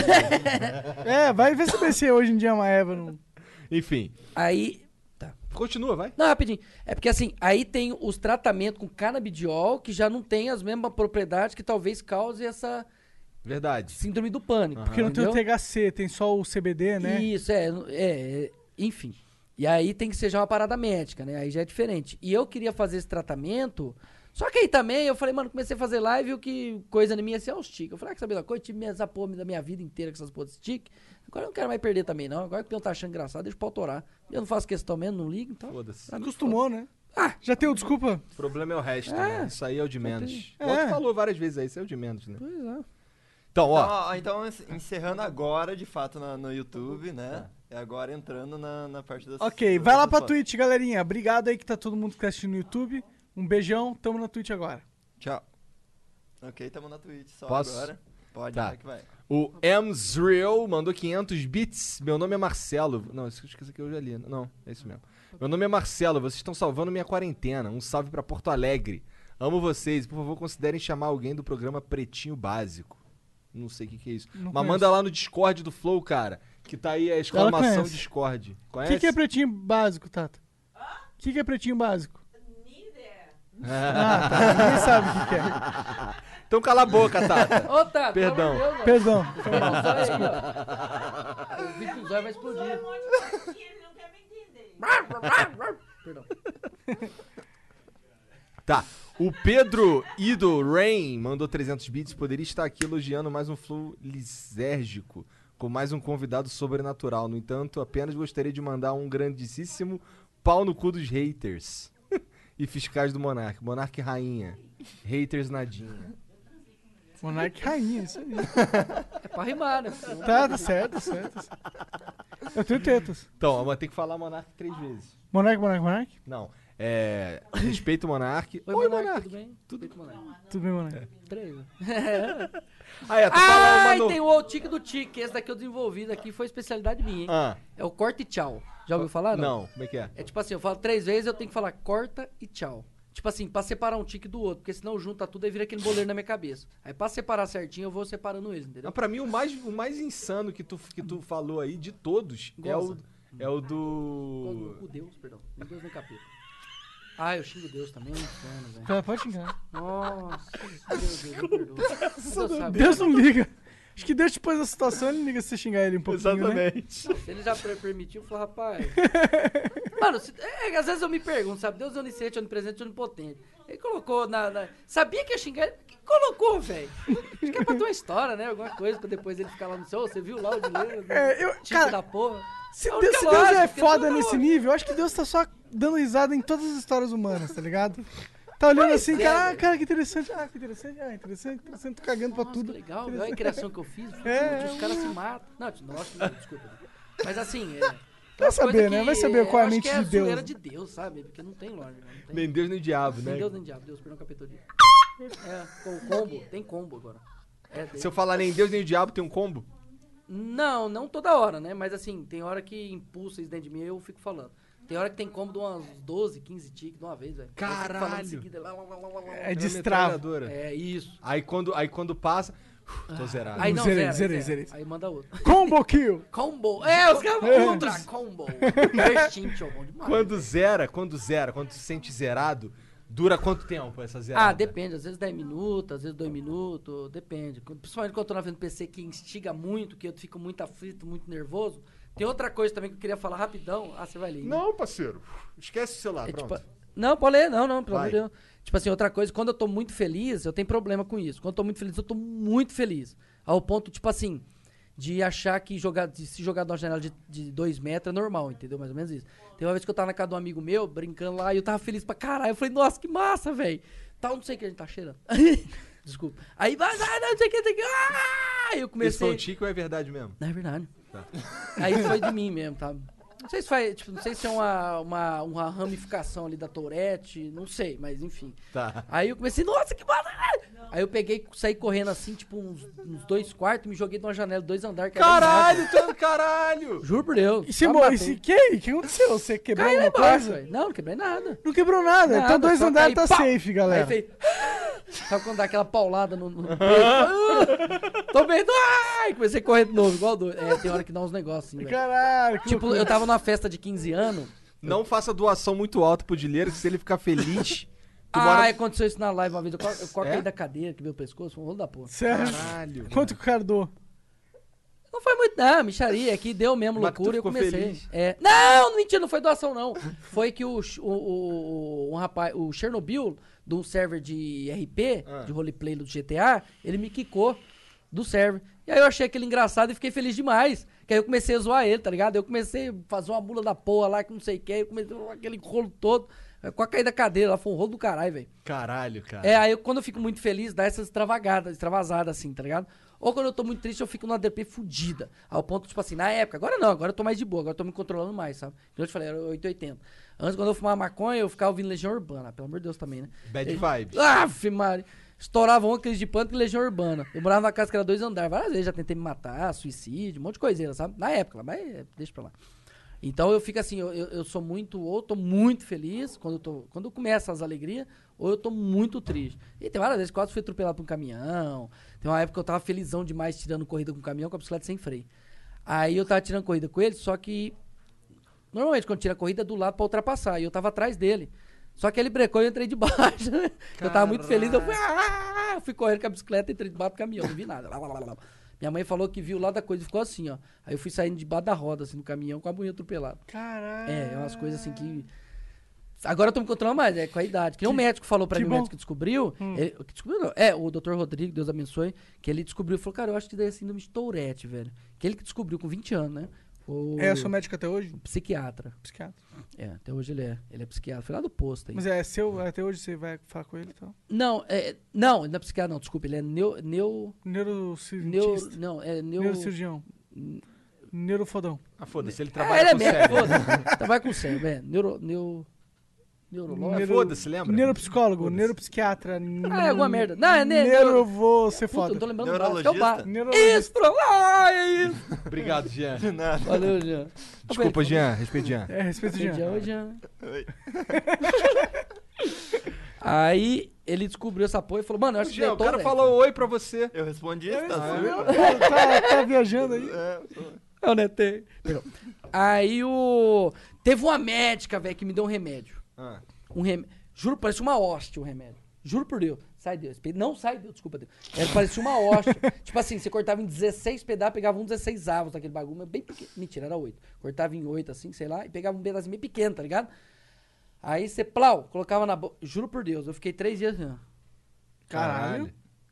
Vai ver se vai ser hoje em dia uma Eva. Não... Enfim, Aí, continua, vai. não, rapidinho. É porque assim, aí tem os tratamentos com canabidiol que já não tem as mesmas propriedades que talvez cause essa Verdade. síndrome do pânico. Porque não tem o entendeu? THC, tem só o CBD, né? Isso, enfim. E aí tem que ser já uma parada médica, né? Aí já é diferente. E eu queria fazer esse tratamento, só que aí também eu falei, mano, comecei a fazer live e o que coisa em mim ia ser os tiques. Eu falei, que sabe da coisa? Eu tive essa porra da minha vida inteira com essas porras de tique. Agora eu não quero mais perder também, não. Agora que o peão tá achando engraçado, deixa eu autorar. Eu não faço questão mesmo, não ligo, então. Foda-se. pra mim, Acostumou, né? Já tem o desculpa. O problema é o resto, né? Isso aí é o de menos. É. Igual tu falou várias vezes aí, isso é o de menos, né? Pois é. Então, ó. Então, encerrando agora, de fato, no YouTube, né? É agora entrando na parte das... Ok, das vai lá pra fotos. Twitch, galerinha. Obrigado aí que tá todo mundo que tá assistindo no YouTube. Um beijão, tamo na Twitch agora. Tchau. Ok, tamo na Twitch só Posso? agora. Pode, Tá. vai que vai. O Mzreal mandou 500 bits. Meu nome é Marcelo. Não, isso aqui eu já li. Não, é isso mesmo. Meu nome é Marcelo. Vocês estão salvando minha quarentena. Um salve pra Porto Alegre. Amo vocês. Por favor, considerem chamar alguém do programa Pretinho Básico. Não sei o que é isso. Não Mas conheço. manda lá no Discord do Flow, cara. Que tá aí a exclamação conhece. Discord. O Conhece? que é pretinho básico, Tata? O que é pretinho básico? Neither. Ah, tá. Ninguém sabe o que é. Então cala a boca, Tata. Ô, tá, Perdão. Perdão. O vídeo do zóio vai explodir. Um monte de coisa que ele não quer me entender. Perdão. Tá. O Pedro Ido Rain mandou 300 bits. Poderia estar aqui elogiando mais um flow lisérgico, com mais um convidado sobrenatural. No entanto, apenas gostaria de mandar um grandíssimo pau no cu dos haters e fiscais do Monark. Monark rainha. Haters nadinha. Monark rainha, isso aí. É pra rimar, né? Tá certo, certo. Eu tenho tetas. Então, mas tem que falar Monark 3 vezes. Monark. Não. Respeito o Monark. Oi, Monark, tudo bem? Tudo. Tudo bem, Monark. 3. Tu fala E uma tem o tique do tique. Esse daqui eu desenvolvi daqui, foi especialidade minha, hein? Ah, É o corta e tchau. Já ouviu falar? não. Como é que é? É tipo assim, eu falo 3 vezes, eu tenho que falar corta e tchau. Tipo assim, pra separar um tique do outro, porque senão junta tudo e vira aquele boleiro na minha cabeça. Aí pra separar certinho, eu vou separando eles, entendeu? Não, pra mim, o mais insano que tu falou aí, de todos, Goza. é o do... O Deus, perdão. Meu Deus no capeta. Ah, eu xingo Deus também, é um inferno, velho. Pode xingar. Nossa, Deus me perdoa. Deus não liga. Acho que Deus te pôs na situação, ele liga se você xingar ele um pouquinho, Exatamente. né? Se ele já permitiu, eu falo, rapaz... Mano, às vezes eu me pergunto, sabe? Deus é onisciente, onipresente, onipotente. Ele colocou Sabia que ia xingar ele? Por que colocou, velho? Acho que é pra ter uma história, né? Alguma coisa, pra depois ele ficar lá no céu. Você viu lá o dinheiro? Cara, da porra. Se Deus é foda nesse nível, eu acho que Deus tá só dando risada em todas as histórias humanas, tá ligado? Tá olhando assim, cara, que interessante. Interessante, tô cagando pra tudo. Legal, olha a criação que eu fiz. Os caras se matam. Não, desculpa. Mas assim, vai saber, né? Vai saber qual é a mente de Deus. É a de Deus, sabe? Porque não tem lógica. Nem Deus nem diabo, né? Nem Deus nem diabo. Deus, perdão, capítulo de... com combo. Tem combo agora. Se eu falar nem Deus nem o diabo, tem um combo? Não toda hora, né? Mas assim, tem hora que impulsa isso dentro de mim e eu fico falando. Tem hora que tem combo de umas 12, 15 tiques de uma vez, velho. Caralho! Seguida, É destrava. É isso. Aí quando passa, tô zerado. Aí não, zerei. Aí manda outro. Combo kill! Combo. Os caras vão ultra combo. Extinction, bom demais. Quando tu se sente zerado, dura quanto tempo essa zerada? Depende. Às vezes 10 minutos, às vezes 2 minutos, depende. Principalmente quando eu tô na frente do PC que instiga muito, que eu fico muito aflito, muito nervoso. Tem outra coisa também que eu queria falar rapidão. Você vai ler. Não, parceiro. Esquece o celular, pronto. Não, pode ler. Não, pelo amor de Deus. Tipo assim, outra coisa, quando eu tô muito feliz, eu tenho problema com isso. Quando eu tô muito feliz, eu tô muito feliz. Ao ponto, tipo assim, de achar que se jogar de uma janela de 2 metros é normal, entendeu? Mais ou menos isso. Tem uma vez que eu tava na casa de um amigo meu, brincando lá, e eu tava feliz pra caralho. Eu falei, nossa, que massa, velho. Tal, não sei o que a gente tá cheirando. Desculpa. Aí, não sei o que, Aí eu comecei... Esse foi um tique ou é verdade mesmo? Não, é verdade. Tá. Aí foi de mim mesmo, tá? Não sei se faz, não sei se é uma ramificação ali da Tourette, não sei, mas enfim. Tá. Aí eu comecei, nossa, que massa! Aí eu saí correndo assim, tipo, uns 2 quartos, me joguei de uma janela de 2 andares. Caralho! Juro por Deus. E você morreu? O que aconteceu? Você quebrou alguma coisa? Não quebrei nada. Não quebrou nada. Então 2 andares tá safe, galera. Aí fez... Sabe quando dá aquela paulada no peito? Tô vendo! Comecei a correr de novo, igual doido. Tem hora que dá uns negócios assim, velho. Caralho, que tipo, loucura. eu tava numa festa de 15 anos. Não faça doação muito alta pro Dileiro, que se ele ficar feliz... aconteceu isso na live uma vez. Eu cortei da cadeira, que meu pescoço, foi um rolo da porra. Sério? Caralho. Quanto que o cara doou? Não foi muito, não, micharia, é que deu mesmo Mas loucura e eu comecei. Feliz. Não, mentira, não foi doação, não. Foi que um rapaz, o Chernobyl, de um server de RP, de roleplay do GTA, ele me quicou do server. E aí eu achei aquele engraçado e fiquei feliz demais. Que aí eu comecei a zoar ele, tá ligado? Eu comecei a fazer uma mula da porra lá, que não sei o que, eu comecei aquele rolo todo. Com a caída da cadeira, lá foi um rolo do caralho, velho. Caralho, cara. Aí quando eu fico muito feliz, dá essas extravasadas assim, tá ligado? Ou quando eu tô muito triste, eu fico numa DP fudida. Ao ponto, tipo assim, na época, agora não, agora eu tô mais de boa, agora eu tô me controlando mais, sabe? Como eu te falei, era 880. Antes, quando eu fumava maconha, eu ficava ouvindo Legião Urbana, pelo amor de Deus também, né? Bad vibes. Aff, Mari. Estourava uma crise de pânico e Legião Urbana. Eu morava numa casa que era 2 andares. Várias vezes já tentei me matar, suicídio, um monte de coiseira, sabe? Na época, mas deixa pra lá. Então eu fico assim, eu sou muito, ou tô muito feliz quando começa as alegrias, ou eu tô muito triste. E tem várias vezes que quase fui atropelado por um caminhão. Tem uma época que eu tava felizão demais tirando corrida com o caminhão com a bicicleta sem freio. Aí eu tava tirando corrida com ele, só que normalmente quando tira corrida é do lado pra ultrapassar, e eu tava atrás dele. Só que ele brecou e eu entrei de baixo. Eu tava muito feliz, eu fui correndo com a bicicleta e entrei debaixo do caminhão, não vi nada. Minha mãe falou que viu lá da coisa e ficou assim, ó. Aí eu fui saindo debaixo da roda, assim, no caminhão, com a bunha atropelada. Caralho. É umas coisas assim que... Agora eu tô me controlando mais, com a idade. Que nem o médico falou pra mim, o médico que descobriu... Que descobriu não, o Dr. Rodrigo, Deus abençoe, que ele descobriu, falou, cara, eu acho que daí é síndrome de Tourette, velho. Que ele que descobriu com 20 anos, né? Eu sou médico até hoje? Psiquiatra. Até hoje ele é psiquiatra. Foi lá do posto aí. Mas até hoje você vai falar com ele e tal? Não, ele não é psiquiatra, não, desculpa. Ele é neurocientista. Neurocirurgião. Neurofodão. Foda-se, ele trabalha com cérebro. Trabalha com cérebro, neurológico. Foda-se, lembra? Neuropsicólogo, neuropsiquiatra. É alguma merda. Não, vou ser foda. Não tô lembrando Neurologista? Isso, é isso. Obrigado, Jean. De nada. Valeu, Jean. Desculpa, Jean. Respeito, Jean. Respeito, Jean. Jean. Oi. Aí ele descobriu essa porra e falou, mano, eu acho que Jean, o cara falou oi pra você. Eu respondi, tá Tá viajando aí? Eu netei. Aí teve uma médica, velho, que me deu um remédio. um remédio. Juro, parecia uma hóstia o remédio. Juro por Deus. Sai, Deus. Não, sai, Deus. Desculpa, Deus. Parecia uma hóstia. Tipo assim, você cortava em 16 pedaços, pegava um 16 avos daquele bagulho, mas bem pequeno. Mentira, era 8. Cortava em 8, assim, sei lá, e pegava um pedacinho bem pequeno, tá ligado? Aí você, colocava na boca. Juro por Deus, eu fiquei 3 dias assim, ó. Caralho.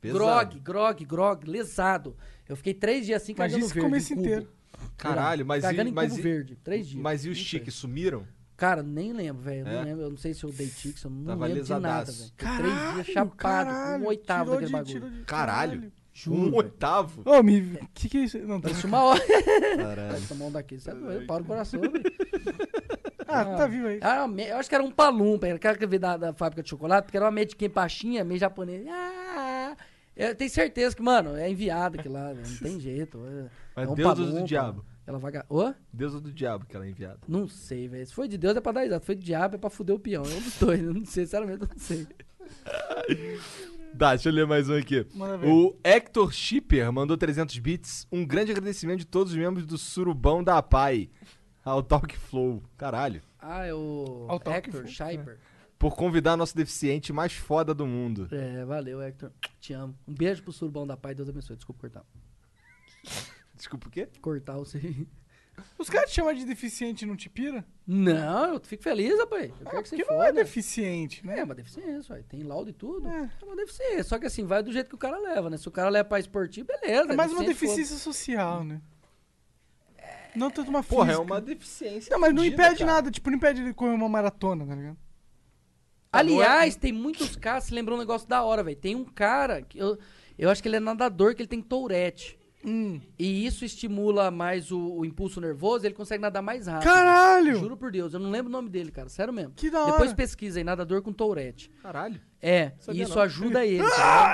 Grog, lesado. Eu fiquei 3 dias assim, cagando verde. Imagina esse começo inteiro. Caralho, mas cagando em cubo verde. 3 dias. Mas e os tiques sumiram? Cara, nem lembro, velho. Não lembro. Eu não sei se eu dei tics, eu não Tava lembro de nada, lesadaço. velho. 3 dias chapado, com 1/8 daquele bagulho. Caralho. Juro, 1/8? Ô, que é isso? Não, tá Parece uma hora. Caralho. Parece uma mão daquele. Sabe? Para o coração, velho. Tá vivo aí. Eu acho que era um palumpa. Aquela que veio da fábrica de chocolate, porque era uma mediquinha baixinha, meio japonês. Eu tenho certeza que, mano, é enviado aquilo lá, velho. Não tem jeito. Mas é um Deus palumpa, do diabo. Ela Ô? Deus do diabo que ela é enviada. Não sei, velho. Se foi de Deus é pra dar risada. Se foi de diabo é pra fuder o peão. Eu não tô, eu não sei, sinceramente, eu não sei. Deixa eu ler mais um aqui. O Hector Schipper mandou 300 bits. Um grande agradecimento de todos os membros do Surubão da APAI. Ao Talk Flow. Caralho. É o Hector Schipper. Por convidar nosso deficiente mais foda do mundo. Valeu, Hector. Te amo. Um beijo pro Surubão da APAI. Deus abençoe. Desculpa cortar. Desculpa o quê? Cortar o sei. Os caras te chamam de deficiente e não te pira? Não, eu fico feliz, rapaz. Eu quero que você foda. Não é deficiente, né? É uma deficiência, ué. Tem laudo e tudo. É uma deficiência. Só que assim, vai do jeito que o cara leva, né? Se o cara leva pra esportivo, beleza. É mais uma deficiência social, né? Não tanto uma física. Porra, é uma deficiência. Não, mas não impede nada. Tipo, não impede ele correr uma maratona, tá ligado? Aliás, tem muitos casos, você lembrou um negócio da hora, velho. Tem um cara, que eu acho que ele é nadador, que ele tem Tourette. E isso estimula mais o impulso nervoso, ele consegue nadar mais rápido. Caralho! Juro por Deus, eu não lembro o nome dele, cara. Sério mesmo. Que da hora. Depois pesquisa aí, nadador com Tourette. Caralho. E isso ajuda ele.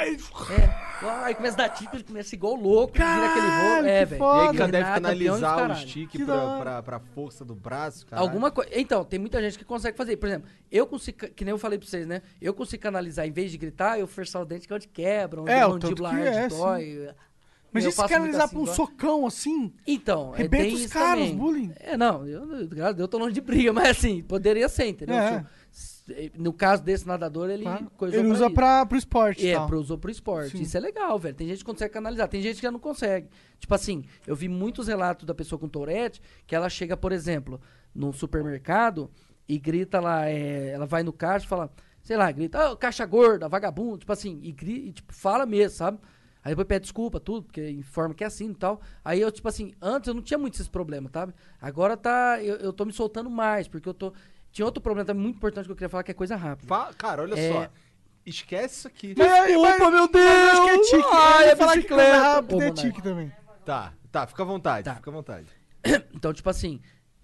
Aí começa a dar tique, ele começa igual louco, vira aquele voo. E Velho. aí que deve canalizar o stick pra força do braço, cara. Alguma coisa. Então, tem muita gente que consegue fazer. Por exemplo, eu consigo, que nem eu falei pra vocês, né? Eu consigo canalizar, em vez de gritar, eu forçar o dente que é onde quebra, onde o mandibular dói. Mas e se canalizar pra um socão assim? Então, rebenta os caras, bullying. Não, eu tô longe de briga, mas assim, poderia ser, entendeu? No caso desse nadador, ele ele usa pro esporte. Usou pro esporte. Sim. Isso é legal, velho. Tem gente que consegue canalizar, tem gente que já não consegue. Tipo assim, eu vi muitos relatos da pessoa com Tourette, que ela chega, por exemplo, num supermercado e grita lá, ela vai no caixa e fala, sei lá, grita, caixa gorda, vagabundo, tipo assim, e tipo, fala mesmo, sabe? Aí depois pede desculpa, tudo, porque informa que é assim e tal. Aí eu, tipo assim, antes eu não tinha muito esses problemas, sabe? Agora eu tô me soltando mais, porque eu tô... Tinha outro problema também muito importante que eu queria falar, que é coisa rápida. Cara, olha só. Esquece isso aqui. Desculpa, meu Deus! Eu acho que é tique. É falar que coisa rápida é tique também. Tá, fica à vontade, fica à vontade. Então, tipo assim...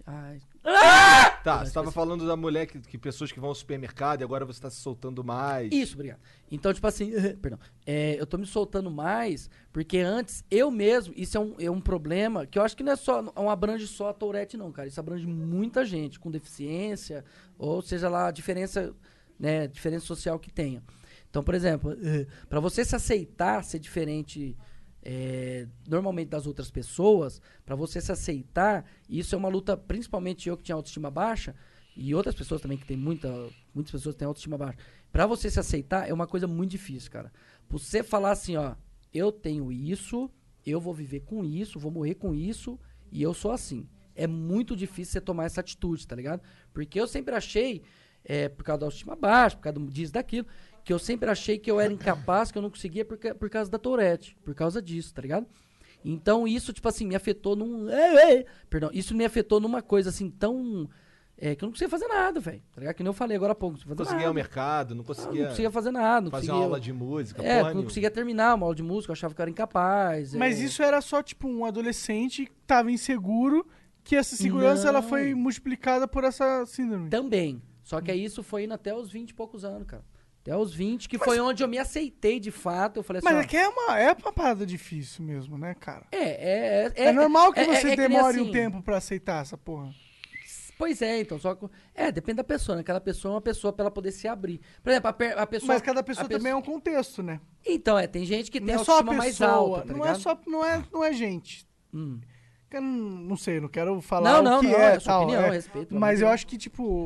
Você tava falando da mulher que pessoas que vão ao supermercado e agora você tá se soltando mais. Isso, obrigado. Então, tipo assim, perdão. Eu tô me soltando mais porque antes, eu mesmo, isso é um problema que eu acho que não abrange só a Tourette, não, cara. Isso abrange muita gente com deficiência, ou seja lá, a diferença social que tenha. Então, por exemplo, pra você se aceitar ser diferente... normalmente das outras pessoas, pra você se aceitar, isso é uma luta, principalmente eu que tinha autoestima baixa, e outras pessoas também que tem muitas pessoas que têm autoestima baixa. Pra você se aceitar é uma coisa muito difícil, cara. Você falar assim, ó, eu tenho isso, eu vou viver com isso, vou morrer com isso, e eu sou assim. É muito difícil você tomar essa atitude, tá ligado? Porque eu sempre achei, por causa da autoestima baixa, por causa disso, daquilo, que eu sempre achei que eu era incapaz, que eu não conseguia por causa da Tourette, por causa disso, tá ligado? Então isso, tipo assim, me afetou isso me afetou numa coisa assim tão... que eu não conseguia fazer nada, velho, tá ligado? Que nem eu falei agora há pouco, não conseguia ir ao mercado, não conseguia fazer nada. Não fazer conseguia, uma aula de música, não conseguia terminar uma aula de música, eu achava que eu era incapaz. Mas isso era só, tipo, um adolescente que tava inseguro, que essa segurança ela foi multiplicada por essa síndrome. Também, só que isso foi indo até os 20 e poucos anos, cara. Até os 20, que foi onde eu me aceitei de fato. Eu falei assim, mas é que é uma parada difícil mesmo, né, cara? É normal que você demore um tempo pra aceitar essa porra. Pois é, então, só que... depende da pessoa, né? Cada pessoa é uma pessoa pra ela poder se abrir. Por exemplo, a pessoa... Mas cada pessoa também é um contexto, né? Então, tem gente que tem a autoestima mais alta, tá ligado? Não é gente. Eu não sei, não quero falar o que é tal. Opinião, respeito. Mas eu acho que, tipo...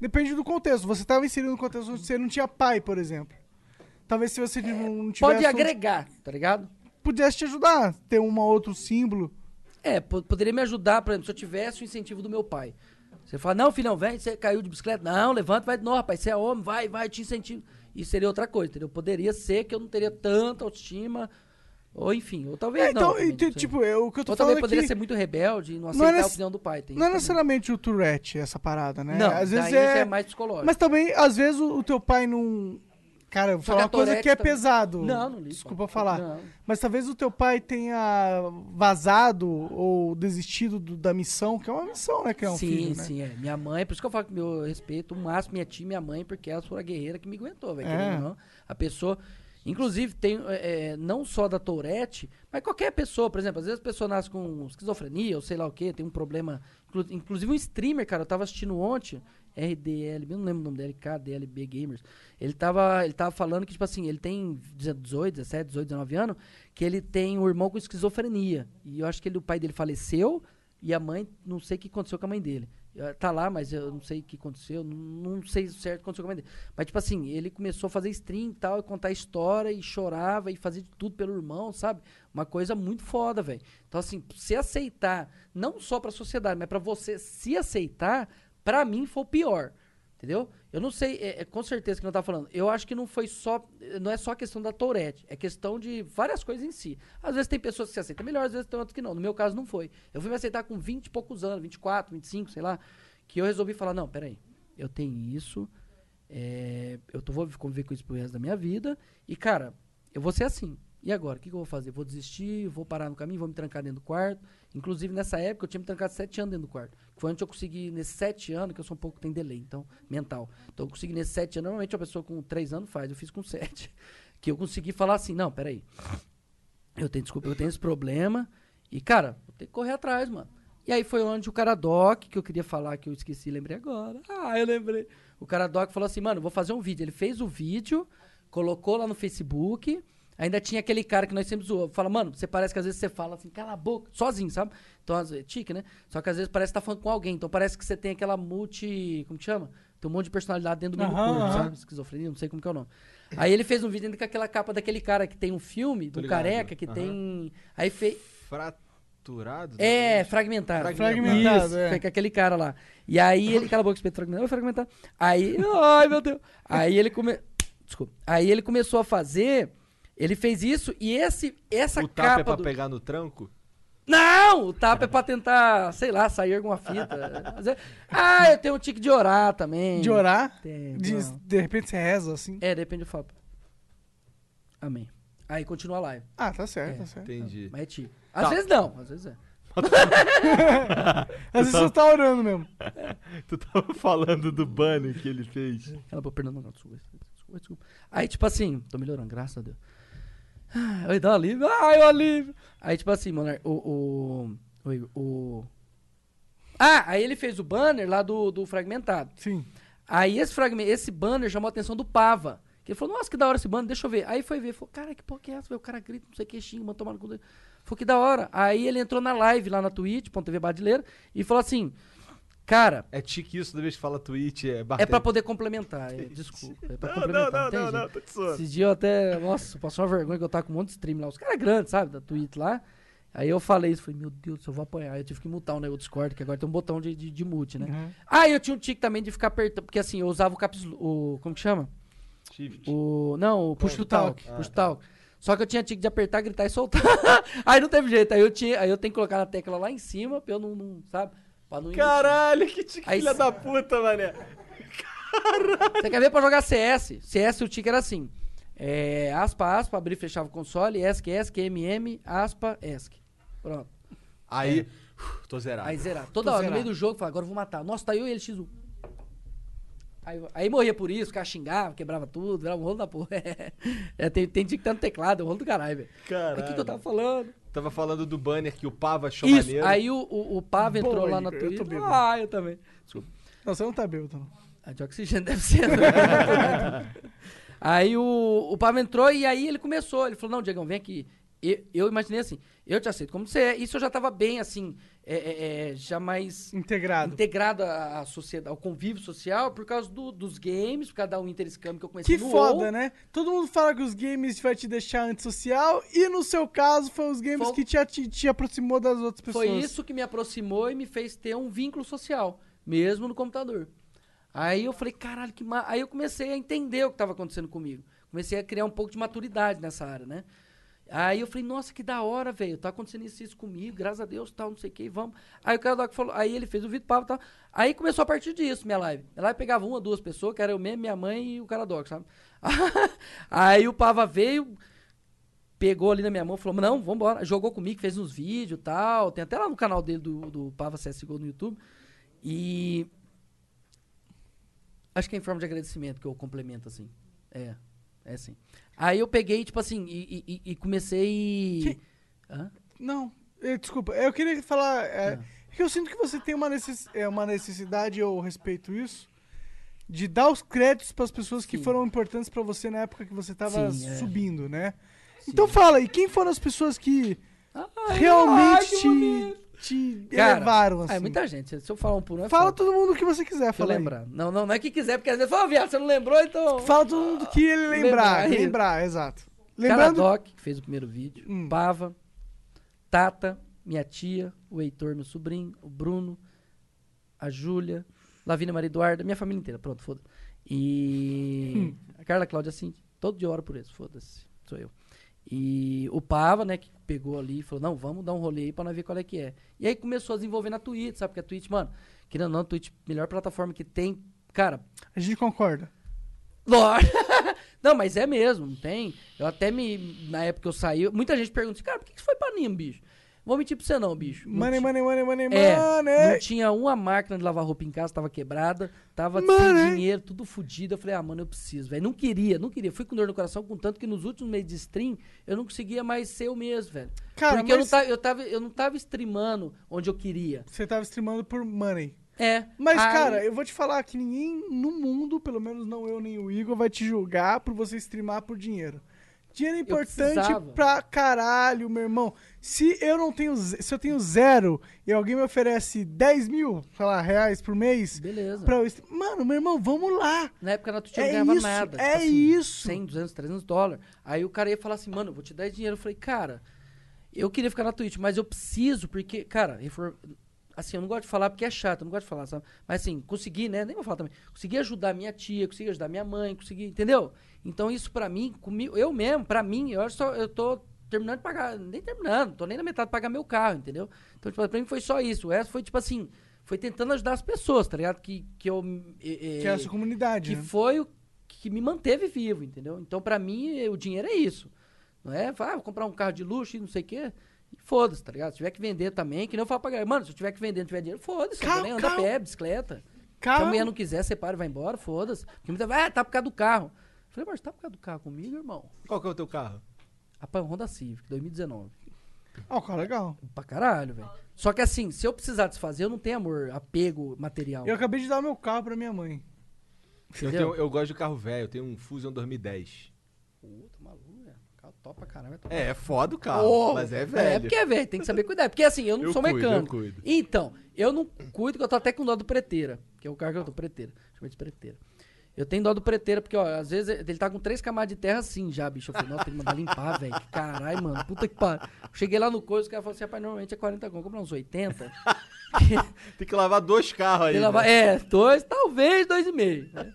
Depende do contexto. Você estava inserido no contexto onde você não tinha pai, por exemplo. Talvez se você não tivesse... Pode agregar, tá ligado? Pudesse te ajudar, ter outro símbolo. Poderia me ajudar, por exemplo, se eu tivesse o incentivo do meu pai. Você fala, não, filhão, vem, você caiu de bicicleta. Não, levanta, vai. Não, rapaz, você é homem, vai, te incentivo. Isso seria outra coisa, entendeu? Poderia ser que eu não teria tanta autoestima, ou enfim, ou talvez não. Também, não tipo, o que eu tô ou falando talvez poderia ser muito rebelde e não aceitar a opinião do pai. Não é necessariamente o Tourette, essa parada, né? Não, às vezes é mais psicológico. Mas também, às vezes, o teu pai não... Cara, eu vou falar uma coisa que é pesado. Não ligo. Desculpa falar. Não. Mas talvez o teu pai tenha vazado ou desistido da missão, que é uma missão, né? Criar um filho, né? Sim, é. Minha mãe, por isso que eu falo que eu respeito o máximo minha tia e minha mãe, porque elas foram a guerreira que me aguentou, velho. Não. A pessoa... Inclusive, tem não só da Tourette, mas qualquer pessoa, por exemplo, às vezes a pessoa nasce com esquizofrenia ou sei lá o que, tem um problema. Inclusive um streamer, cara, eu tava assistindo ontem, RDL, eu não lembro o nome dele, KDLB Gamers. Ele tava falando que, tipo assim, ele tem 18, 17, 18, 19 anos, que ele tem um irmão com esquizofrenia. E eu acho que o pai dele faleceu e a mãe, não sei o que aconteceu com a mãe dele. Tá lá, mas eu não sei o que aconteceu, não sei certo o que aconteceu com a mãe dele. Mas, tipo assim, ele começou a fazer stream e tal, e contar história, e chorava, e fazia de tudo pelo irmão, sabe? Uma coisa muito foda, velho. Então, assim, se aceitar, não só pra sociedade, mas pra você se aceitar, pra mim foi o pior, entendeu? Eu não sei, com certeza que não tá falando. Eu acho que não é só questão da Tourette, é questão de várias coisas em si. Às vezes tem pessoas que se aceitam melhor, às vezes tem outras que não. No meu caso não foi. Eu fui me aceitar com 20 e poucos anos, 24, 25, sei lá, que eu resolvi falar, não, peraí, eu tenho isso, vou conviver com isso pro resto da minha vida, e cara, eu vou ser assim. E agora, o que eu vou fazer? Vou desistir, vou parar no caminho, vou me trancar dentro do quarto. Inclusive, nessa época, eu tinha me trancado 7 anos dentro do quarto. Foi onde eu consegui, nesses 7 anos, que eu sou um pouco, tem delay, então, mental. Então, eu consegui nesses 7 anos, normalmente uma pessoa com 3 anos faz, eu fiz com 7. Que eu consegui falar assim, não, peraí, eu tenho esse problema, e cara, vou ter que correr atrás, mano. E aí foi onde o Caradoc, que eu queria falar, que eu esqueci, lembrei agora. Eu lembrei. O Caradoc falou assim, mano, eu vou fazer um vídeo. Ele fez o vídeo, colocou lá no Facebook... Ainda tinha aquele cara que nós sempre zoamos. Fala, mano, você parece que às vezes você fala assim, cala a boca, sozinho, sabe? Então, às vezes, tique, né? Só que às vezes parece que tá falando com alguém. Então parece que você tem aquela como que chama? Tem um monte de personalidade dentro do mesmo corpo, sabe? Esquizofrenia, não sei como que é o nome. Aí ele fez um vídeo ainda com aquela capa daquele cara que tem um filme, do careca, que tem... Aí fez... Fraturado? Fragmentado. Fragmentado, isso, foi com aquele cara lá. E aí ele... Cala a boca, espeto fragmentado. Aí... Ai, meu Deus. Aí ele Desculpa. Aí ele começou a fazer... Ele fez isso e essa capa... O tapa é pra pegar no tranco? Não! O tapa é pra tentar, sei lá, sair alguma fita. Eu tenho um tique de orar também. De orar? Tem. De repente você reza, assim? De repente eu falo... Amém. Aí continua a live. Tá certo, tá certo. Entendi. Mas é tique. Às vezes não, às vezes é. Às vezes você tá orando mesmo. Tu tava falando do banner que ele fez. Ela pô, perdão, não, desculpa. Aí, tipo assim, tô melhorando, graças a Deus. Aí dá um alívio. O alívio. Aí, tipo assim, mano, aí ele fez o banner lá do Fragmentado. Sim. Aí esse banner chamou a atenção do Pava. Que ele falou, nossa, que da hora esse banner, deixa eu ver. Aí foi ver, falou, cara, que porra que é essa? O cara grita, não sei o que, xinga, mano, tomar no cu dele. Falou, que da hora. Aí ele entrou na live lá na Twitch.tv Badileira e falou assim, cara... É tique isso, toda vez que fala Twitch, É pra poder complementar, desculpa. É pra complementar, não, tô te zoando. Esses dias eu até... Nossa, passou uma vergonha que eu tava com um monte de stream lá. Os caras grandes, sabe? Da Twitch lá. Aí eu falei isso, falei, meu Deus, eu vou apanhar. Aí eu tive que mutar o Discord, que agora tem um botão de mute, né? Uhum. Aí eu tinha um tique também de ficar apertando, porque assim, eu usava como que chama? Shift. O push to talk. Push to talk. Só que eu tinha tique de apertar, gritar e soltar. Aí não teve jeito. Aí eu tenho que colocar na tecla lá em cima, pra eu não sabe? Pra não ir. Caralho, que tique aí, filha da puta, mané. Caralho. Você quer ver pra jogar CS? CS o tique era assim. Aspa, abrir e fechava o console, ESC, MM, aspa, ESC. Pronto. Aí, tô zerado. Aí zerar. Toda hora, no meio do jogo, fala, agora eu vou matar. Nossa, tá eu e ele X1. Aí morria por isso, o cara xingava, quebrava tudo, virava um rolo da porra. Tem que estar no teclado, é um rolo do caralho, velho. Caralho. O que eu tava falando? Tava falando do banner que o Pava achou isso, maneiro. aí o Pava entrou lá na Twitch. Eu também. Desculpa. Não, você não tá bêbado, não. De oxigênio deve ser. Aí o Pava entrou e aí ele começou. Ele falou, não, Diegão, vem aqui. eu imaginei assim, eu te aceito como você é. Isso eu já tava bem, assim, já mais... Integrado à sociedade, ao convívio social, por causa dos games, por causa da Winter Scam que eu conheci Que no foda, WoW. né? Todo mundo fala que os games vai te deixar antissocial, e no seu caso, foi os games que te aproximou das outras pessoas. Foi isso que me aproximou e me fez ter um vínculo social, mesmo no computador. Aí eu falei, caralho, Aí eu comecei a entender o que estava acontecendo comigo. Comecei a criar um pouco de maturidade nessa área, né? Aí eu falei, nossa, que da hora, velho. Tá acontecendo isso comigo, graças a Deus, tal, não sei o que, vamos. Aí o Caradoc falou, aí ele fez o vídeo papo e tal. Aí começou a partir disso, minha live. Minha live pegava 1 ou 2 pessoas, que era eu mesmo, minha mãe e o Caradoc, sabe? Aí o Pava veio, pegou ali na minha mão, falou, não, vambora. Jogou comigo, fez uns vídeos e tal. Tem até lá no canal dele, do Pava CSGO no YouTube. E... acho que é em forma de agradecimento que eu complemento, assim. É sim. Aí eu peguei, tipo assim, e comecei... Hã? Não, desculpa. Eu queria falar... que eu sinto que você tem uma necessidade, eu respeito isso, de dar os créditos para as pessoas que foram importantes para você na época que você tava subindo, né? Sim. Então fala aí, quem foram as pessoas que realmente te elevaram, assim? Muita gente. Se eu falar um por um, fala todo mundo que você quiser falar. lembrar. Não é que quiser, porque às vezes fala, viado, você não lembrou, então... Fala todo mundo que ele lembrar, exato. Lembrando... Caradoc, que fez o primeiro vídeo, Pava, Tata, minha tia, o Heitor, meu sobrinho, o Bruno, a Júlia, Lavínia Maria Eduarda, minha família inteira, pronto, foda-se. E a Carla Cláudia Cinti, todo dia eu oro por isso, foda-se, sou eu. E o Pava, né, que pegou ali e falou, não, vamos dar um rolê aí pra nós ver qual é que é. E aí começou a desenvolver na Twitch, sabe? Porque a Twitch, mano, querendo ou não, a Twitch, melhor plataforma que tem, cara... A gente concorda. Lógico. Não, mas é mesmo, não tem. Eu até na época que eu saí, muita gente pergunta assim, cara, por que você foi pra Nîmes, bicho? Vou mentir pra você não, bicho. Money. Não tinha uma máquina de lavar roupa em casa, tava quebrada, tava sem dinheiro, tudo fodido. Eu falei, mano, eu preciso, velho. Não queria. Fui com dor no coração, contanto que nos últimos meses de stream, eu não conseguia mais ser eu mesmo, velho. Cara, porque eu não tava streamando onde eu queria. Você tava streamando por money. Mas, cara, eu vou te falar que ninguém no mundo, pelo menos não eu nem o Igor, vai te julgar por você streamar por dinheiro. Dinheiro é importante pra caralho, meu irmão. Se eu tenho 0 e alguém me oferece 10 mil, sei lá, reais por mês... Beleza. Mano, meu irmão, vamos lá. Na época na Twitch eu não ganhava nada. Tipo assim, 100, 200, 300 dólares. Aí o cara ia falar assim, mano, eu vou te dar esse dinheiro. Eu falei, cara, eu queria ficar na Twitch, mas eu preciso, porque, cara... Assim, eu não gosto de falar porque é chato, eu não gosto de falar, sabe? Mas assim, consegui, né? Nem vou falar também. Consegui ajudar minha tia, consegui ajudar minha mãe, entendeu? Então isso pra mim, comigo, eu mesmo, pra mim, eu tô terminando de pagar, nem terminando, tô nem na metade de pagar meu carro, entendeu? Então, tipo, pra mim foi só isso. O resto foi, tipo assim, foi tentando ajudar as pessoas, tá ligado? Que é a sua comunidade, que foi o que me manteve vivo, entendeu? Então, pra mim, o dinheiro é isso. Não é, vou comprar um carro de luxo e não sei o quê. Foda-se, tá ligado? Se tiver que vender também, que nem eu falo pra galera, mano, se eu tiver que vender, não tiver dinheiro, foda-se, nem anda a pé, bicicleta. Se a mulher não quiser, separa e vai embora, foda-se. Porque muita vai, tá por causa do carro. Eu falei, mas tá por causa do carro comigo, irmão? Qual que é o teu carro? Rapaz, Honda Civic, 2019. O carro é legal. Pra caralho, velho. Só que assim, se eu precisar desfazer, eu não tenho apego material. Eu acabei de dar meu carro pra minha mãe. Eu gosto de carro velho, eu tenho um Fusion 2010. Puta, maluco, velho. Carro top pra caramba. É foda o carro, mas é velho. É porque é velho, tem que saber cuidar. Porque assim, eu não sou mecânico. Eu cuido. Então, eu não cuido, que eu tô até com dó do Preteira. Que é o carro que eu tô, Preteira. Chama de Preteira. Eu tenho dó do Preteira, porque, ó, às vezes ele tá com 3 camadas de terra assim já, bicho. Eu falei, nossa, tem que mandar limpar, velho. Que caralho, mano. Puta que pariu. Cheguei lá no coisa, o cara falou assim, rapaz, normalmente é 40 conto. Comprar uns 80. Tem que lavar 2 carros aí. Né? 2, talvez 2,5. Né?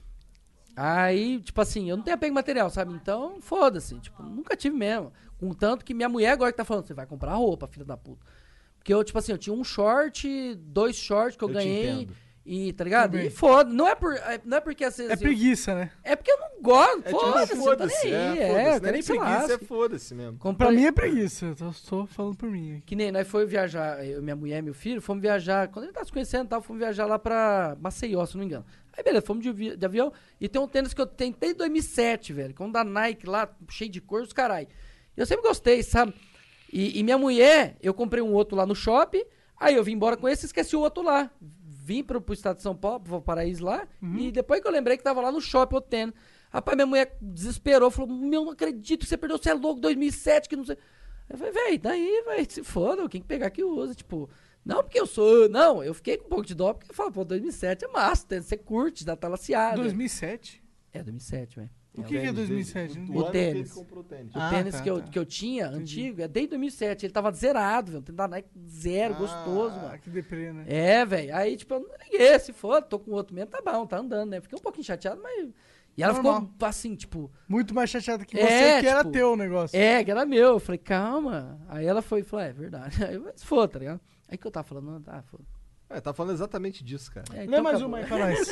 Aí, tipo assim, eu não tenho apego material, sabe? Então, foda-se. Tipo, nunca tive mesmo. Contanto que minha mulher agora que tá falando, você vai comprar roupa, filha da puta. Porque eu, tipo assim, eu tinha um short, 2 shorts que eu ganhei. E, tá ligado? E foda. Não é porque às vezes. É preguiça, né? É porque eu não gosto. Foda-se, foda-se. Não é nem preguiça, é foda-se mesmo. Pra mim é preguiça. Eu tô falando por mim aqui. Que nem nós fomos viajar, minha mulher e meu filho, fomos viajar. Quando ele tava se conhecendo e tal, fomos viajar lá pra Maceió, se não me engano. Aí, beleza, fomos de avião. E tem um tênis que eu tenho desde 2007, velho. Com um da Nike lá, cheio de cor, os carai. Eu sempre gostei, sabe? E minha mulher, eu comprei um outro lá no shopping. Aí eu vim embora com esse e esqueci o outro lá. Vim pro estado de São Paulo, pro Paraíso lá. E depois que eu lembrei que tava lá no shopping o tênis. Rapaz, minha mulher desesperou, falou, meu, não acredito que você perdeu, você é louco, 2007, que não sei... Eu falei, velho, daí, velho, se foda, quem pegar que usa, tipo... Não porque eu sou... Não, eu fiquei com um pouco de dó, porque eu falo, pô, 2007 é massa, você curte, dá talaciada. 2007? É, 2007, velho. O que é 2007? O tênis. O tênis. O tênis que eu tinha, antigo, é desde 2007. Ele tava zerado, velho. Tem da Nike zero, gostoso, mano. Que deprê, né? É, velho. Aí, tipo, eu não liguei, se for, tô com outro mesmo, tá bom, tá andando, né? Fiquei um pouquinho chateado, mas... E ela ficou assim, tipo... Muito mais chateada que você, que era tipo, teu o negócio. É, que era meu. Eu falei, calma. Aí ela foi e falou, é verdade. Aí eu, se for, tá ligado? Aí que eu tava falando, não, tá, foda. Tá falando exatamente disso, cara. Lê mais uma aí pra nós.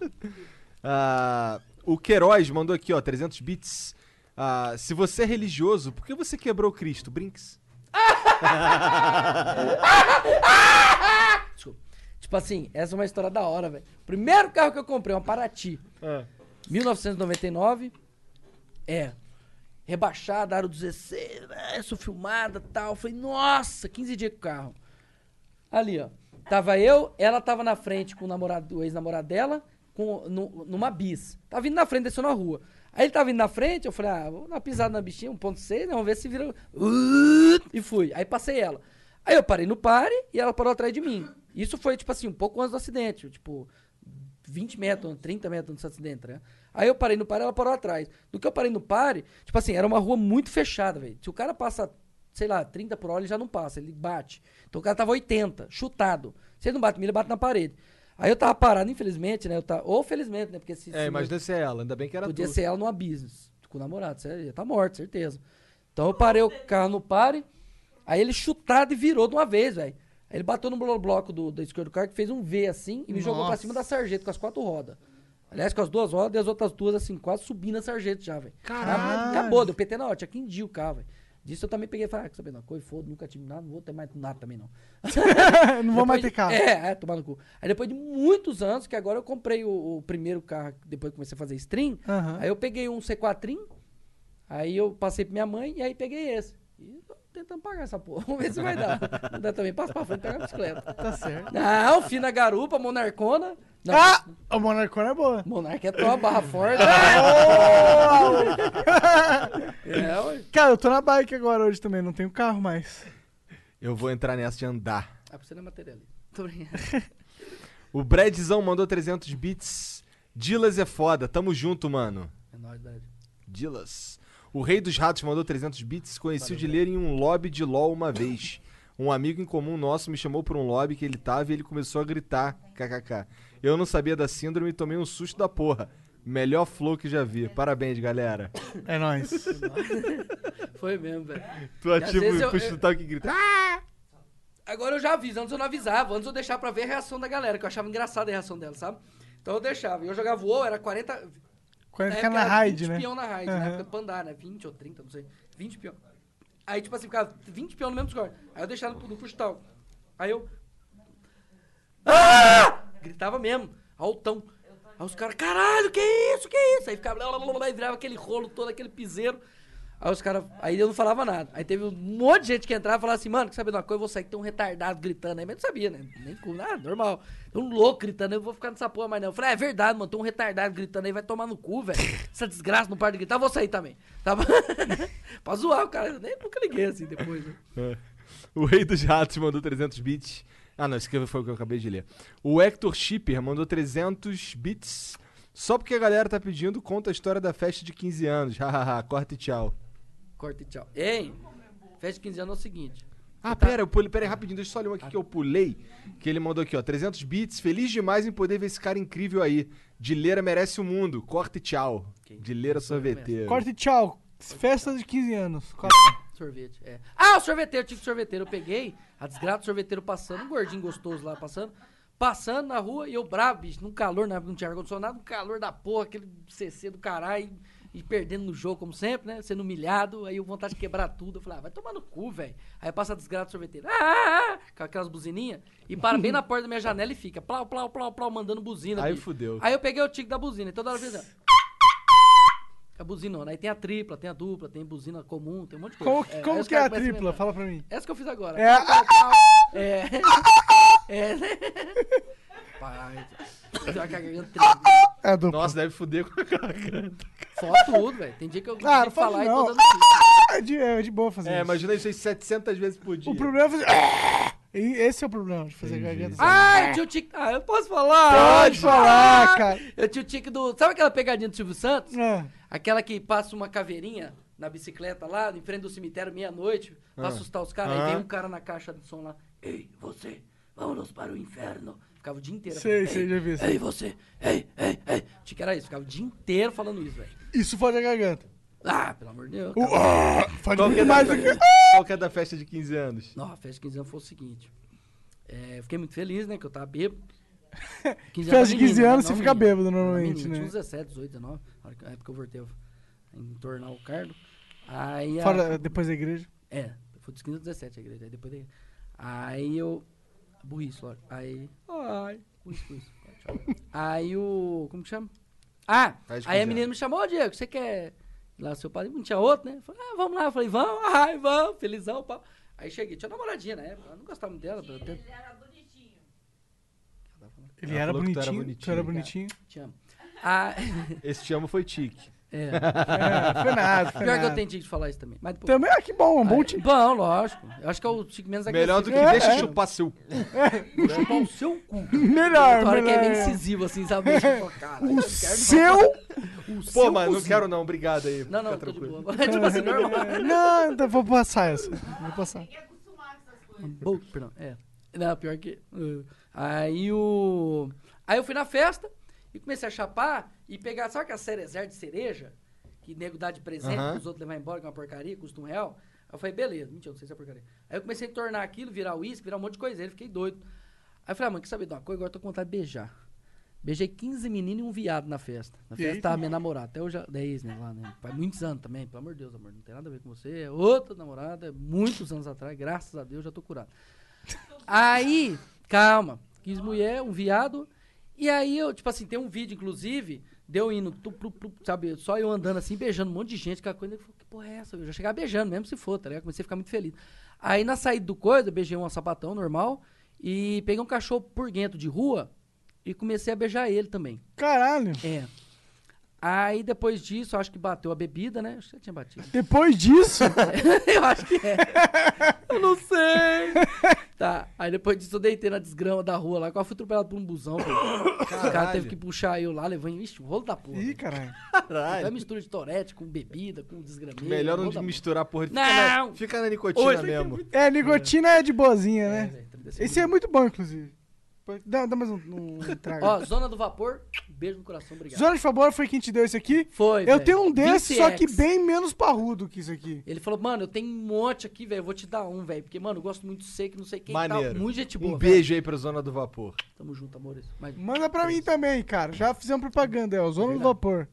O Queiroz mandou aqui, ó, 300 bits. Se você é religioso, por que você quebrou Cristo? Brinks. Desculpa. Tipo assim, essa é uma história da hora, velho. Primeiro carro que eu comprei, uma Paraty. 1999. Rebaixada, aro 16, sou filmada e tal. Falei, nossa, 15 dias com o carro. Ali, ó. Tava eu, ela tava na frente com o ex-namorado dela, numa bis. Tava vindo na frente, desceu na rua. Aí ele tava vindo na frente, eu falei, vou dar uma pisada na bichinha, 1.6, né? Vamos ver se vira... E fui. Aí passei ela. Aí eu parei no pare e ela parou atrás de mim. Isso foi, tipo assim, um pouco antes do acidente. Tipo, 20 metros, 30 metros antes do acidente, né? Aí eu parei no pare e ela parou atrás. Do que eu parei no pare, tipo assim, era uma rua muito fechada, velho. Se o cara passa, sei lá, 30 por hora, ele já não passa, ele bate. Então o cara tava 80, chutado. Se ele não bate em mim, ele bate na parede. Aí eu tava parado, infelizmente, né? Ou felizmente, né? Porque se Imagina ser ela, ainda bem que era podia tu. ser ela numa business, com o namorado, você ia tá morto, certeza. Então eu parei o carro no pare, aí ele chutado e virou de uma vez, velho. Aí ele bateu no bloco da esquerda do carro, que fez um V assim, e me jogou pra cima da sarjeta com as 4 rodas. Aliás, com as 2 rodas e as outras 2, assim, quase subindo a sarjeta já, velho. Caralho! Acabou, deu PT na hora, tinha que indir o carro, velho. Disso eu também peguei e falei, que sabendo, coisa foda, nunca tive nada, não vou ter mais nada também, não. Não vou mais ter carro. Tomar no cu. Aí depois de muitos anos, que agora eu comprei o primeiro carro, depois que comecei a fazer stream, aí eu peguei um C4, aí eu passei pra minha mãe, e aí peguei esse. E tô tentando pagar essa porra, vamos ver se vai dar. Não der também, passa pra frente e pega a bicicleta. Tá certo. Não, fina garupa, monarcona. Não, a Monarcona é boa. Monarca é tua barra forte. Cara, eu tô na bike agora hoje também, não tenho carro mais. Eu vou entrar nessa de andar. Pra você não é materialista. Tô brincando. O Bradzão mandou 300 bits. Dilas é foda, tamo junto, mano. É nóis, Brad. Dilas. O Rei dos Ratos mandou 300 bits. Conheci o Dileira em um lobby de LOL uma vez. Um amigo em comum nosso me chamou pra um lobby que ele tava e ele começou a gritar. KKK. Eu não sabia da síndrome e tomei um susto da porra. Melhor flow que já vi. Parabéns, galera. É nóis. Foi mesmo, velho. Tu ativa pro chutar que grita. Agora eu já aviso, antes eu não avisava. Antes eu deixava pra ver a reação da galera, que eu achava engraçada a reação dela, sabe? Então eu deixava. E eu jogava WoW, era 40... 40 na raid, 20 né? 20 peão na raid, na época do Pandar, né? 20 ou 30, não sei. 20 peão. Aí, tipo assim, ficava 20 peão no mesmo score. Aí eu deixava no push tal. Aí eu... Gritava mesmo, altão. Aí os caras, caralho, que isso, que isso? Aí ficava, e virava aquele rolo todo, aquele piseiro. Aí os caras, aí eu não falava nada. Aí teve um monte de gente que entrava e falava assim, mano, quer saber de uma coisa? Eu vou sair que tem um retardado gritando aí. Mas não sabia, né? Nem com nada, normal. Tem um louco gritando, eu vou ficar nessa porra mais não. Eu falei, é verdade, mano, tem um retardado gritando aí, vai tomar no cu, velho. Essa desgraça não para de gritar, eu vou sair também. Tava... pra zoar o cara, eu nem nunca liguei assim depois, né? O Rei dos Ratos mandou 300 bits. Não, isso aqui foi o que eu acabei de ler. O Hector Shipper mandou 300 bits. Só porque a galera tá pedindo, conta a história da festa de 15 anos. Hahaha, corta e tchau. Corta e tchau. Ei, festa de 15 anos é o seguinte. Pera aí rapidinho, deixa eu só ler um aqui que eu pulei. Que ele mandou aqui, ó, 300 bits. Feliz demais em poder ver esse cara incrível aí. Dileira merece o mundo. Corta e tchau. Dileira sorveteiro. Corta e tchau. Festa de 15 anos. Sorvete, o sorveteiro, tive sorveteiro. Eu peguei a desgraça do sorveteiro passando, um gordinho gostoso lá passando na rua e eu bravo, bicho, num calor, não tinha ar-condicionado, um calor da porra, aquele CC do caralho, e perdendo no jogo, como sempre, né? Sendo humilhado, aí eu vontade de quebrar tudo. Eu falei, vai tomar no cu, velho. Aí passa a desgraça do sorveteiro, com aquelas buzininhas, e para bem na porta da minha janela e fica, plau, plau, plau, plau, mandando buzina. Aí bicho. fudeu. Aí eu peguei o tique da buzina, e toda hora fez a buzinona. Aí tem a tripla, tem a dupla, tem buzina comum, tem um monte de coisa. Como que é a tripla? Fala pra mim. Essa que eu fiz agora. Pai, a garganta É a dupla. Nossa, deve fuder com a garganta. Foto tudo, velho. Tem dia que eu não tenho que falar e tô dando É de boa fazer isso. Imagina isso aí 700 vezes por dia. O problema é fazer... Esse é o problema de fazer garganta. Eu tinha o tique... eu posso falar? Pode falar, cara. Eu tinha o tique do... Sabe aquela pegadinha do Silvio Santos? É. Aquela que passa uma caveirinha na bicicleta lá, em frente do cemitério, meia-noite, pra assustar os caras. Aí vem um cara na caixa de som lá. Ei, você, vamos para o inferno. Ficava o dia inteiro. Sei, já vi isso. Ei, você, ei. O tique era isso, ficava o dia inteiro falando isso, velho. Isso fode a garganta. Ah, pelo amor de Deus. Fode Qual que é mais da do que... Qual que é da festa de 15 anos? Não, a festa de 15 anos foi o seguinte. Eu fiquei muito feliz, né, que eu tava bêbado. Festa de 15 anos, né, você não fica menino. bêbado normalmente, Tinha né? uns 17, 18, 19, na época que eu voltei a entornar o cardo. Aí Depois da igreja? Foi dos 15 aos 17 a igreja, aí depois da igreja. Aí eu... Burrice, lógico. Aí... Burrice. Aí o... Como que chama? Aí a menina me chamou, Diego, você quer... Lá seu padre, não tinha outro, né? Eu falei, vamos lá. Eu falei, vamos, felizão, pau. Aí cheguei, tinha uma namoradinha na época, eu não gostava muito dela. Ele era bonitinho. Ele era bonitinho, tu era bonitinho. Te amo. Esse te amo foi tique. Foi nada. Pior que eu tenho tique de falar isso também. Mas depois... Também, que bom, um bom time. Bom, lógico. Eu acho que é o tique menos agressivo. Melhor do que deixa chupar seu cu. Vou chupar o seu cu. Melhor, Hora que é melhor. meio incisivo, assim, sabe? Tipo, cara, O seu... Pô, mano, não quero não, obrigado aí. Não, Fica tô de tranquilo. boa. Tipo assim, normal. Não, então vou passar essa. Vou passar. Tem que acostumar com essas coisas. Perdão, Não, pior que... Aí eu fui na festa e comecei a chapar e pegar... Sabe aquela cerezer de cereja? Que nego dá de presente pros outros levar embora, que é uma porcaria, custa R$1. Aí eu falei, beleza. Mentira, não sei se é porcaria. Aí eu comecei a tornar aquilo, virar uísque, virar um monte de coisa. Aí eu fiquei doido. Aí eu falei, mano, quer saber de uma coisa? Agora eu tô com vontade de beijar. Beijei 15 meninos e um viado na festa. Na festa tava minha namorada. Até hoje, 10, né, lá, né? Faz muitos anos também, pelo amor de Deus, amor. Não tem nada a ver com você. É outra namorada, muitos anos atrás. Graças a Deus, já tô curado. Aí, calma. 15 mulher, um viado. E aí eu, tipo assim, tem um vídeo, inclusive, deu indo, sabe, só eu andando assim, beijando um monte de gente, aquela coisa, que porra é essa? Eu já chegava beijando, mesmo se for, tá ligado? Comecei a ficar muito feliz. Aí na saída do coisa, eu beijei um sapatão normal e peguei um cachorro purguento de rua e comecei a beijar ele também. Caralho. Aí depois disso, eu acho que bateu a bebida, né? Acho que já tinha batido. Depois disso? Eu acho que é. Eu não sei. Tá, aí depois disso eu deitei na desgrama da rua lá, que eu fui atropelado por um busão. O cara teve que puxar eu lá, levou em o rolo da porra. Ih, caralho. Foi mistura de torete com bebida, com desgrameiro. Melhor não misturar porra. Não! Fica na nicotina mesmo. Nicotina é de boazinha, né? Velho, Esse é muito bom, inclusive. Dá mais um trago. Ó, Zona do Vapor, beijo no coração, obrigado. Zona de Favor foi quem te deu esse aqui? Foi, Eu velho. tenho um desse, só que 20X. bem menos parrudo que isso aqui. Ele falou, mano, eu tenho um monte aqui, velho, eu vou te dar um, velho, porque, mano, eu gosto muito de você, que não sei quem Maneiro. tá, muito gente boa, Um beijo aí pra Zona do Vapor. Tamo junto, amores. Mas... Manda pra mim também, cara. Já fizemos propaganda, Zona do Vapor.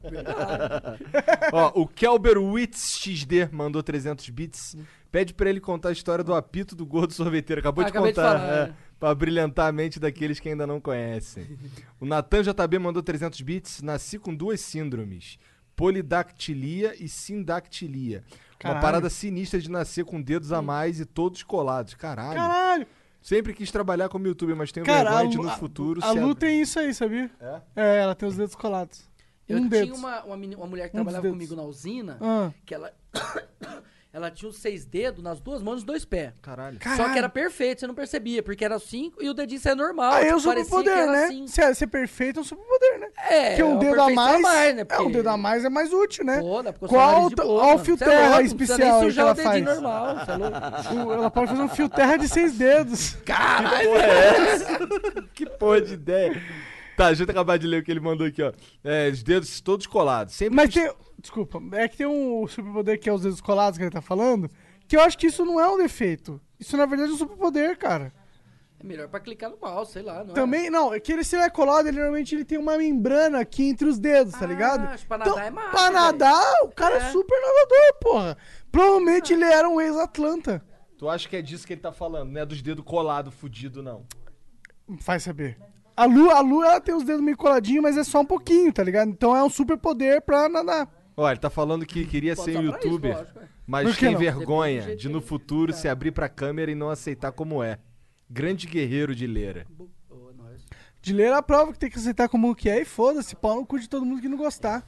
Ó, o Kelber Witz XD mandou 300 bits. Pede pra ele contar a história do apito do gordo sorveteiro. Acabei de Acabei de contar. falar, Pra brilhantar a mente daqueles que ainda não conhecem. O Natan JB mandou 300 bits. Nasci com 2 síndromes. Polidactilia e sindactilia. Caralho. Uma parada sinistra de nascer com dedos a mais e todos colados. Caralho. Sempre quis trabalhar como youtuber, mas tenho vergonha de no futuro A Lu tem isso aí, sabia? Ela tem os dedos colados. Eu dedo. tinha uma mulher que Um dos trabalhava dedos. comigo na usina, Ah. que ela tinha os 6 dedos nas 2 mãos e 2 pés. Caralho. Só que era perfeito, você não percebia, porque era 5 e o dedinho é normal. Aí é um tipo, parecia que superpoder, era né? assim. Se é perfeito, é um superpoder, né? Porque É um uma dedo a perfeição mais, né? um dedo a mais é mais útil, né? Pô, dá pra coçar o Qual nariz de boa, o mano. fio Cê é terra louco, especial não que precisa ela nem sujar o dedinho faz? normal, cê é louco. Ela pode fazer um fio terra de 6 dedos. Caralho! Que porra de ideia. Tá, deixa eu acabar de ler o que ele mandou aqui, ó. Os dedos todos colados. Sempre Mas quis- tem... Desculpa, é que tem um superpoder que é os dedos colados que ele tá falando, que eu acho que isso não é um defeito. Isso, na verdade, é um superpoder, cara. É melhor pra clicar no mouse, sei lá, não Também, não, é que ele, se ele é colado, ele normalmente ele tem uma membrana aqui entre os dedos, tá ligado? acho que pra nadar é massa, Pra velho. nadar, o cara é super nadador, porra. Provavelmente ele era um ex-Atlanta. Tu acha que é disso que ele tá falando, não é dos dedos colados, fudido, não. Faz saber. A Lu, ela tem os dedos meio coladinhos, mas é só um pouquinho, tá ligado? Então é um superpoder pra nadar. Ó, ele tá falando que queria Pode ser um usar pra isso, youtuber, lógico, é. mas Por que tem não? vergonha Depende do jeito de que no ele- futuro se abrir pra câmera e não aceitar como é. Grande guerreiro de Leira. Ô, nós. De ler a prova que tem que aceitar como que é e foda-se, pau no cu de todo mundo que não gostar.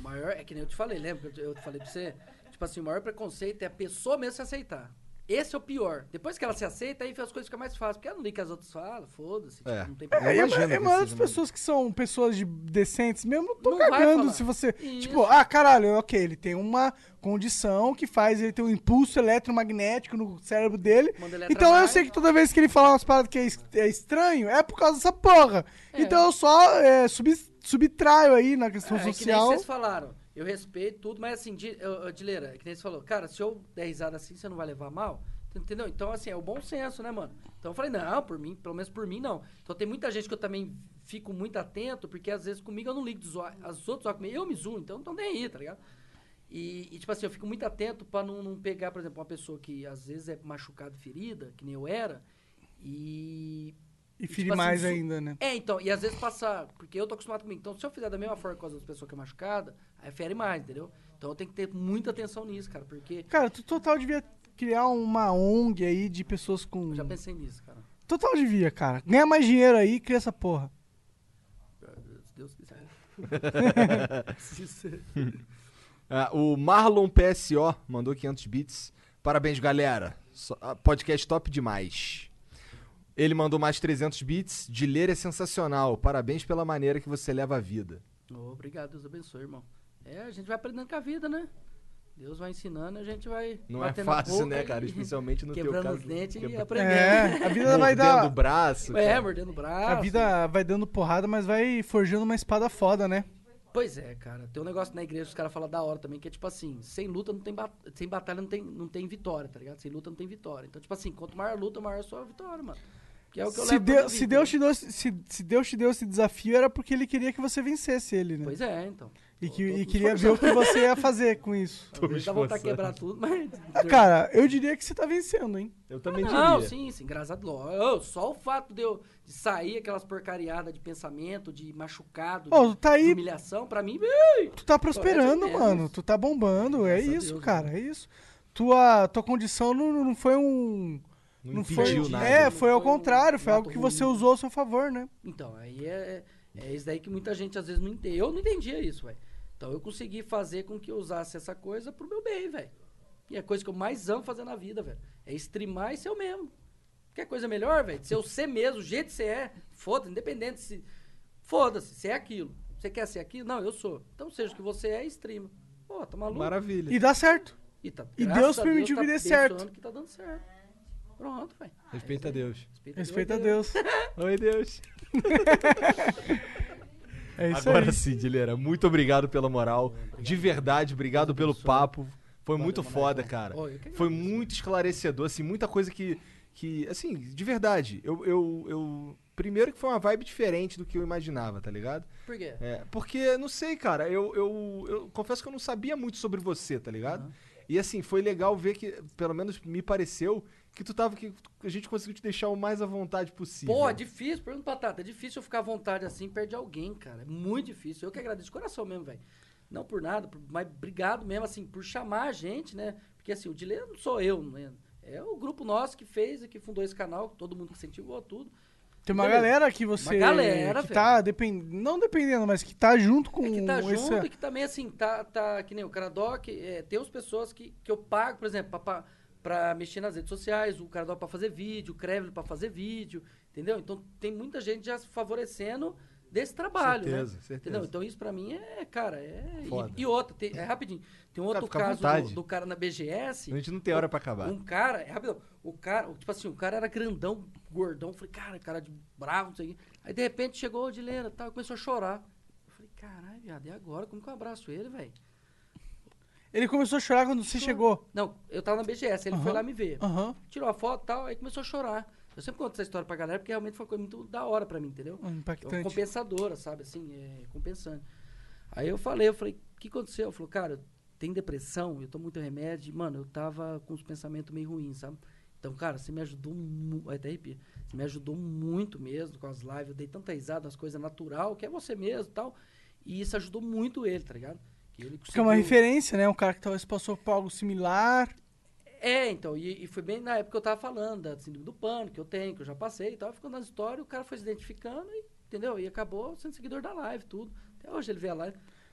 maior, é que nem eu te falei, lembra que eu te falei pra você? Tipo assim, o maior preconceito é a pessoa mesmo se aceitar. Esse é o pior. Depois que ela se aceita, aí as coisas ficam mais fáceis. Porque ela não liga que as outras falam, foda-se. Tipo, não tem problema. A maioria das pessoas que são pessoas decentes mesmo, não tô cagando se você... Isso. Tipo, caralho, ok, ele tem uma condição que faz ele ter um impulso eletromagnético no cérebro dele. Então eu sei que toda vez que ele fala umas paradas que é estranho, é por causa dessa porra. Então eu só subtraio aí na questão social. É que nem vocês falaram. Eu respeito tudo, mas assim, Dileira, é que nem você falou, cara, se eu der risada assim, você não vai levar mal? Entendeu? Então, assim, é o bom senso, né, mano? Então eu falei, não, por mim, pelo menos por mim, não. Então tem muita gente que eu também fico muito atento, porque às vezes comigo eu não ligo de zoar, as outras zoam comigo, eu me zoo, então não tô nem aí, tá ligado? E tipo assim, eu fico muito atento pra não pegar, por exemplo, uma pessoa que às vezes é machucada, ferida, que nem eu era, e ferir tipo mais assim, ainda, né? Então, e às vezes passar, porque eu tô acostumado comigo. Então, se eu fizer da mesma forma com as outras pessoas que é machucada, aí fere mais, entendeu? Então eu tenho que ter muita atenção nisso, cara, porque... Cara, tu total devia criar uma ONG aí de pessoas com... Eu já pensei nisso, cara. Total devia, cara. Ganha mais dinheiro aí e cria essa porra. Se Deus quiser. O Marlon PSO mandou 500 bits. Parabéns, galera. Podcast top demais. Ele mandou mais 300 bits. De ler é sensacional. Parabéns pela maneira que você leva a vida. Obrigado, Deus abençoe, irmão. A gente vai aprendendo com a vida, né? Deus vai ensinando, a gente vai... Não é fácil, né, cara? Especialmente no teu caso. Quebrando os dentes e aprendendo. A vida vai dar... Mordendo o braço. Mordendo o braço. A vida vai dando porrada, mas vai forjando uma espada foda, né? Pois é, cara. Tem um negócio na igreja que os caras falam da hora também, que é tipo assim, sem luta não tem sem batalha não tem vitória, tá ligado? Sem luta não tem vitória. Então, tipo assim, quanto maior a luta, maior a sua vitória, mano. Que é o que eu levo se Deus te deu esse desafio, era porque ele queria que você vencesse ele, né? Pois é, então. E queria ver o que você ia fazer com isso. Dá vontade de quebrar tudo, mas... Cara, eu diria que você tá vencendo, hein? Eu também diria. Não, sim, graças a Deus. Só o fato de sair aquelas porcariadas de pensamento, de machucado, de humilhação, pra mim... Tu tá prosperando, mano. Tu tá bombando. É isso, Deus, cara, é isso. Tua condição não foi um... Não impediu nada. Foi ao contrário. Foi algo que você usou ao seu favor, né? Então, aí é isso daí que muita gente às vezes não entende. Eu não entendia isso, velho. Então eu consegui fazer com que eu usasse essa coisa pro meu bem, velho. E é a coisa que eu mais amo fazer na vida, velho. É streamar e ser eu mesmo. Quer coisa melhor, velho? Ser eu ser mesmo, o jeito que você é. Foda-se, independente se... Foda-se, você é aquilo. Você quer ser aquilo? Não, eu sou. Então seja o que você é, streama. Pô, tá maluco? Maravilha. E dá certo. E Deus permitiu que dê certo. Que tá dando certo. Pronto, velho. Respeita a Deus. Respeita a Deus. Oi, Deus. É isso Agora aí. sim, Dileira, muito obrigado pela moral. De verdade, obrigado pelo papo. Foi muito foda, cara. Foi muito esclarecedor, assim, muita coisa que assim, de verdade, eu primeiro que foi uma vibe diferente do que eu imaginava, tá ligado? Por quê? Porque, não sei, cara, eu confesso que eu não sabia muito sobre você, tá ligado? Uhum. E assim, foi legal ver que, pelo menos me pareceu, que a gente conseguiu te deixar o mais à vontade possível. Pô, é difícil, pergunta pra Tata, é difícil eu ficar à vontade assim perto de alguém, cara. É muito difícil. Eu que agradeço de coração mesmo, velho. Não por nada, mas obrigado mesmo, assim, por chamar a gente, né? Porque assim, o Dileira não sou eu, né? É o grupo nosso que fez e que fundou esse canal, todo mundo que incentivou tudo. Tem uma galera que você... Uma galera, que tá não dependendo, mas que tá junto com... que tá junto e que também, assim, tá que nem o Caradoc, tem as pessoas que eu pago, por exemplo, pra mexer nas redes sociais, o Caradoc pra fazer vídeo, o Krevler pra fazer vídeo, entendeu? Então tem muita gente já se favorecendo desse trabalho, certeza. Entendeu? Então isso pra mim cara, foda. E outra, rapidinho, tem um outro caso do cara na BGS. A gente não tem hora pra acabar. Um cara, rapidão, o cara, tipo assim, o cara era grandão, gordão, falei, cara de bravo, não sei o quê. Aí de repente chegou o Dileira, começou a chorar. Eu falei, caralho, viado, e agora? Como que eu abraço ele, velho? Ele começou a chorar quando você chegou? Não, eu tava na BGS, ele foi lá me ver. Tirou a foto e tal, aí começou a chorar. Eu sempre conto essa história pra galera, porque realmente foi uma coisa muito da hora pra mim, entendeu? Impactante. Compensadora, sabe, assim, compensando. Aí eu falei, o que aconteceu? Eu falei, cara, tem depressão, eu tomo muito remédio, mano, eu tava com os pensamentos meio ruins, sabe? Então, cara, você me ajudou muito, até arrepia, você me ajudou muito mesmo com as lives, eu dei tanta risada, as coisas natural, que é você mesmo e tal, e isso ajudou muito ele, tá ligado? Que ele conseguiu... Que é uma referência, né? Um cara que talvez passou por algo similar... Então, e foi bem na época que eu tava falando da síndrome do pânico, que eu tenho, que eu já passei e tal, ficando nas histórias, o cara foi se identificando e, entendeu? E acabou sendo seguidor da live, tudo. Até hoje ele vê a live.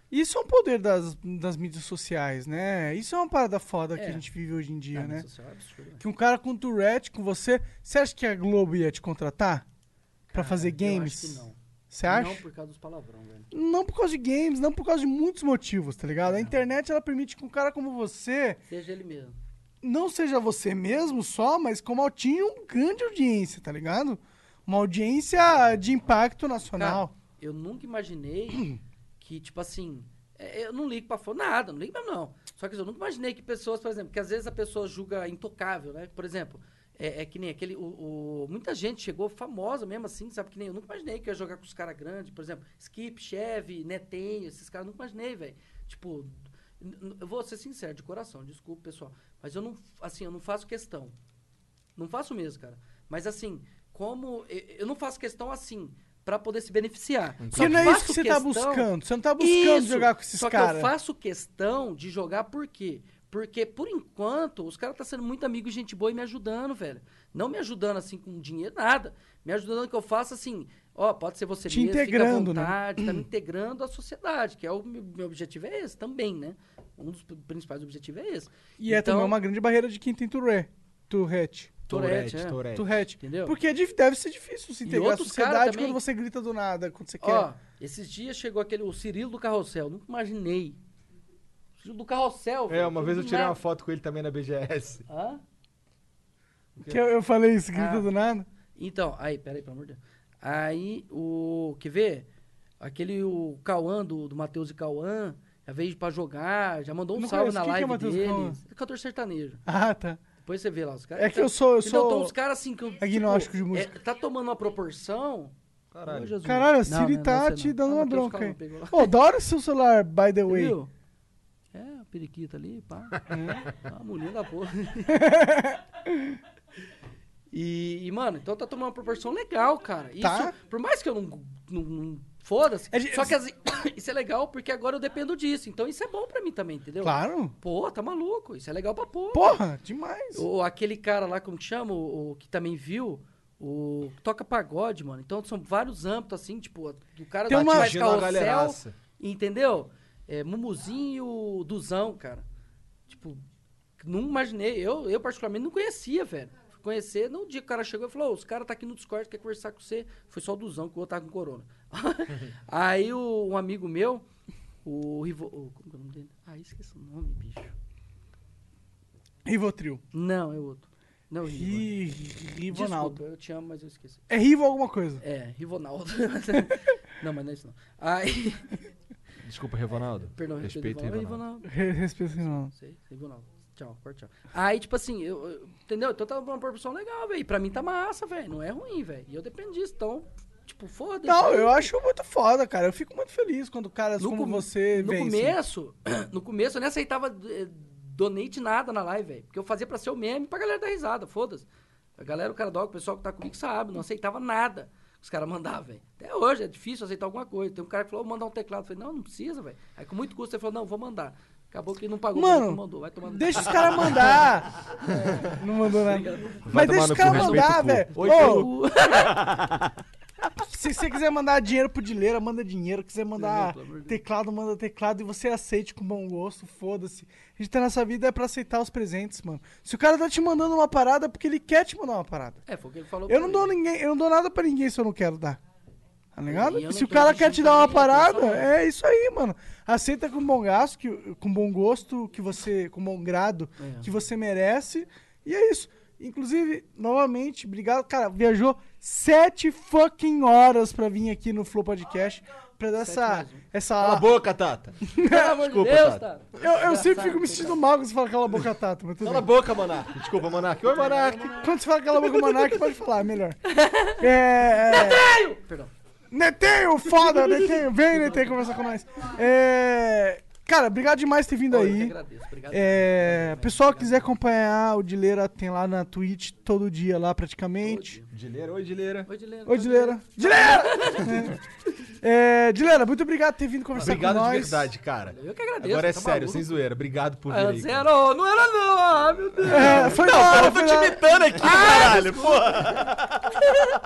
Isso é um poder das mídias sociais, né? Isso é uma parada foda que a gente vive hoje em dia, né? Social é absurdo, Que um cara com Tourette, com você acha que a Globo ia te contratar? Pra fazer games? Eu acho que não. Você acha? Não por causa dos palavrão, velho. Não por causa de games, não por causa de muitos motivos, tá ligado? A internet, ela permite que um cara como você... Seja ele mesmo. Não seja você mesmo só, mas como tinha uma grande audiência, tá ligado? Uma audiência de impacto nacional. Cara, eu nunca imaginei que, tipo assim... Eu não ligo pra fora, nada, não ligo mesmo não. Só que eu nunca imaginei que pessoas, por exemplo, que às vezes a pessoa julga intocável, né? Por exemplo, que nem aquele... muita gente chegou famosa mesmo assim, sabe? Que nem eu nunca imaginei que eu ia jogar com os caras grandes. Por exemplo, Skip, Chevy, Netenho, esses caras eu nunca imaginei, velho. Tipo, eu vou ser sincero, de coração, desculpa, pessoal. Mas eu não faço questão. Não faço mesmo, cara. Mas assim, eu não faço questão assim... Pra poder se beneficiar. Porque não é isso que você tá buscando. Você não tá buscando jogar com esses caras. Só que eu faço questão de jogar por quê? Porque, por enquanto, os caras estão sendo muito amigos, gente boa e me ajudando, velho. Não me ajudando, assim, com dinheiro, nada. Me ajudando que eu faço, assim, pode ser você te mesmo, integrando, fica à vontade, né? Tá me integrando à sociedade, que é meu objetivo é esse também, né? Um dos principais objetivos é esse. E então, também uma grande barreira de quem tem Tourette. Tourette. Entendeu? Porque deve ser difícil se integrar à sociedade também, quando você grita do nada, quando você quer. Esses dias chegou o Cirilo do Carrossel, nunca imaginei. O Cirilo do Carrossel, velho. Uma vez eu tirei uma foto com ele também na BGS. Hã? Que eu falei isso, grita do nada? Então, peraí, pelo amor de Deus. Aí, quer ver? O Cauã, do Matheus e Cauã, já veio pra jogar, já mandou um salve na live deles. É cantor sertanejo. Ah, tá. Depois você vê lá os caras. É que eu sou então, os caras assim que eu. Agnóstico de música. Tá tomando uma proporção. Caralho, a Siri tá te dando uma bronca aí. Da hora o seu celular, by the way. Viu? A periquita ali, pá. A mulher da porra. E, mano, então tá tomando uma proporção legal, cara. Isso, tá. Por mais que eu não foda-se. Só que assim, isso é legal porque agora eu dependo disso. Então isso é bom pra mim também, entendeu? Claro. Pô, tá maluco. Isso é legal pra porra. Porra, demais. Aquele cara lá, como que chama? O que também viu. O que toca pagode, mano. Então são vários âmbitos, assim, tipo, do cara que faz Carrossel, entendeu? Mumuzinho e o Duzão, cara. Tipo, não imaginei. Eu particularmente não conhecia, velho. Fui conhecer, no dia que o cara chegou e falou, os caras tá aqui no Discord, quer conversar com você. Foi só o Duzão, que o outro tava com corona. Aí um amigo meu, como que é o nome dele? Esqueci o nome, bicho. Rivotril. Não, é outro. Não, Rivonaldo. Desculpa, eu te amo, mas eu esqueci. É Rivo alguma coisa. Rivonaldo. Não, mas não é isso não. Aí... Desculpa, Rivonaldo. Perdão, respeito, Rivonaldo. Respeito, Rivonaldo. Sei, Rivonaldo. Tchau, tchau. Aí, tipo assim, entendeu? Então tá uma proporção legal, velho. Pra mim tá massa, velho. Não é ruim, velho. E eu dependo disso, então... Tipo, foda-se. Não, eu acho muito foda, cara. Eu fico muito feliz quando caras como você vence. No começo eu nem aceitava donate nada na live, velho. Porque eu fazia pra ser o meme pra galera dar risada, foda-se. A galera, o cara dog, o pessoal que tá comigo sabe, não aceitava nada que os caras mandavam, velho. Até hoje é difícil aceitar alguma coisa. Tem um cara que falou, vou mandar um teclado. Eu falei, não precisa, velho. Aí com muito custo ele falou, não, vou mandar. Acabou que não pagou, mano, não mandou. Vai tomar no... Deixa os caras mandar. Não mandou nada. Mas deixa os caras mandar, velho. Se você quiser mandar dinheiro pro Dileira, manda dinheiro. Se quiser mandar teclado, manda teclado. E você aceite com bom gosto, foda-se. A gente tá nessa vida é pra aceitar os presentes, mano. Se o cara tá te mandando uma parada, é porque ele quer te mandar uma parada. Foi o que ele falou. Eu não dou nada pra ninguém se eu não quero dar. Tá ligado? E se o cara quer te dar uma parada, é isso aí, mano. Aceita com bom gasto, com bom gosto, com bom grado, que você merece. E é isso. Inclusive, novamente, obrigado. Cara, viajou 7 fucking horas pra vir aqui no Flow Podcast. Pra dar essa... Cala a boca, Tata. Desculpa, Tata. Eu sempre fico me sentindo mal quando você fala cala a boca, Tata. Mas cala a boca, Monark. Desculpa, Monark. Oi, Monark. Quando você fala cala a boca, Monark, pode falar, melhor. Netenho! Perdão. Netenho, foda, Netenho. Vem, Netenho, conversar com nós. Cara, obrigado demais por ter vindo aí. Eu que agradeço. Obrigado. Pessoal que quiser acompanhar o Dileira, tem lá na Twitch todo dia lá praticamente. Dileira, oi, Dileira. Oi, Dileira. Dileira, muito obrigado por ter vindo conversar com nós. Obrigado de verdade, cara. Eu que agradeço. Agora é sério, sem zoeira. Obrigado por vir aí. Zero, não era não, meu Deus. Foi da hora, eu tô te imitando aqui, caralho, porra.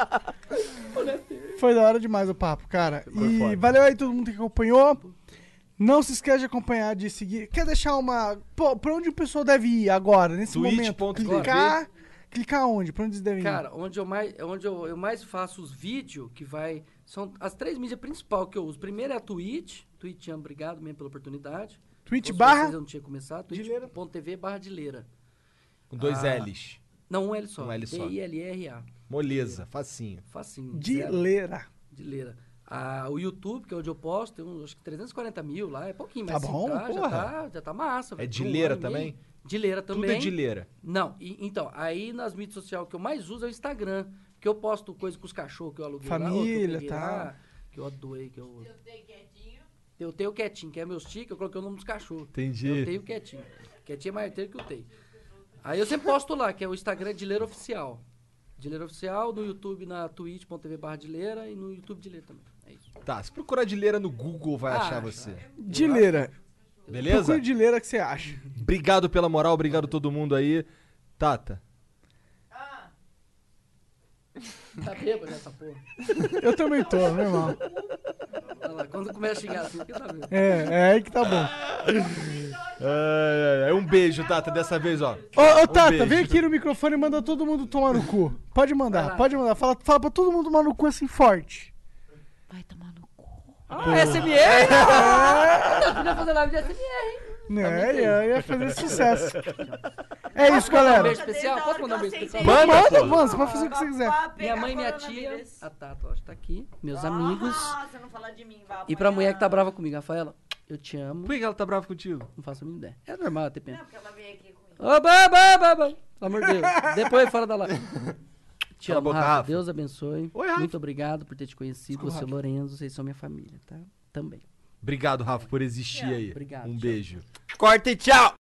Foi da hora demais o papo, cara. E valeu aí todo mundo que acompanhou. Não se esquece de acompanhar, de seguir. Quer deixar uma... Pô, pra onde o pessoal deve ir agora, nesse momento? Clicar onde? Pra onde eles devem ir? Cara, onde eu mais faço os vídeos, que vai... São as 3 mídias principais que eu uso. Primeiro é a Twitch. Twitch, obrigado mesmo pela oportunidade. Twitch barra... Eu não tinha começado. Twitch.tv/Dileira. Com 2 L's. Não, um L só. Um L só. D-I-L-R-A. Moleza, facinho. Dileira. O YouTube, que é onde eu posto, tem uns, acho que 340 mil lá, é pouquinho, mas tá bom, já tá massa. É Dileira também? Dileira também. Tudo é Dileira. Não, então, aí nas mídias sociais que eu mais uso é o Instagram, porque eu posto coisa com os cachorros que eu aluguei família, lá, que eu doei, que eu... Eu tenho quietinho, que é meu stick, eu coloquei o nome dos cachorros. Entendi. Eu tenho quietinho. Quietinho é mais inteiro que eu tenho. Aí eu sempre posto lá, que é o Instagram Dileira Oficial. Dileira Oficial, no YouTube, na twitch.tv/Dileira e no YouTube Dileira também. É isso. Tá, se procurar Dileira no Google, vai achar você. Dileira. Beleza? Procure Dileira que você acha. Obrigado pela moral, obrigado a todo mundo aí. Tata. Tá bêbado essa porra. Eu também tô, normal. Olha lá, quando começa a xingar assim, porque tá bêbado. É aí que tá bom. Um beijo, Tata, dessa vez, ó. Ô, Tata, vem aqui no microfone e manda todo mundo tomar no cu. Pode mandar. Fala pra todo mundo tomar no cu assim forte. Vai tomar no cu. SMR? Eu podia fazer live de SMR. Ia fazer sucesso. É isso, galera. Um beijo especial? Posso mandar um beijo especial? Manda, você pode fazer o que você quiser. Minha mãe e minha tia, a Tata, ó, tá aqui. Meus amigos. Nossa, não fala de mim, vai E pra mulher que tá brava comigo, Rafaela, eu te amo. Por que ela tá brava contigo? Não faço a mínima ideia. É normal ter pena. Não, porque ela veio aqui comigo. Pelo amor de Deus. Depois fora da live. Te amo, boca, Rafa. Rafa. Deus abençoe. Oi, Rafa. Muito obrigado por ter te conhecido. Você, Lorenzo, vocês são minha família, tá? Também. Obrigado, Rafa, por existir aí. Obrigado. Um tchau. beijo. Corta e tchau!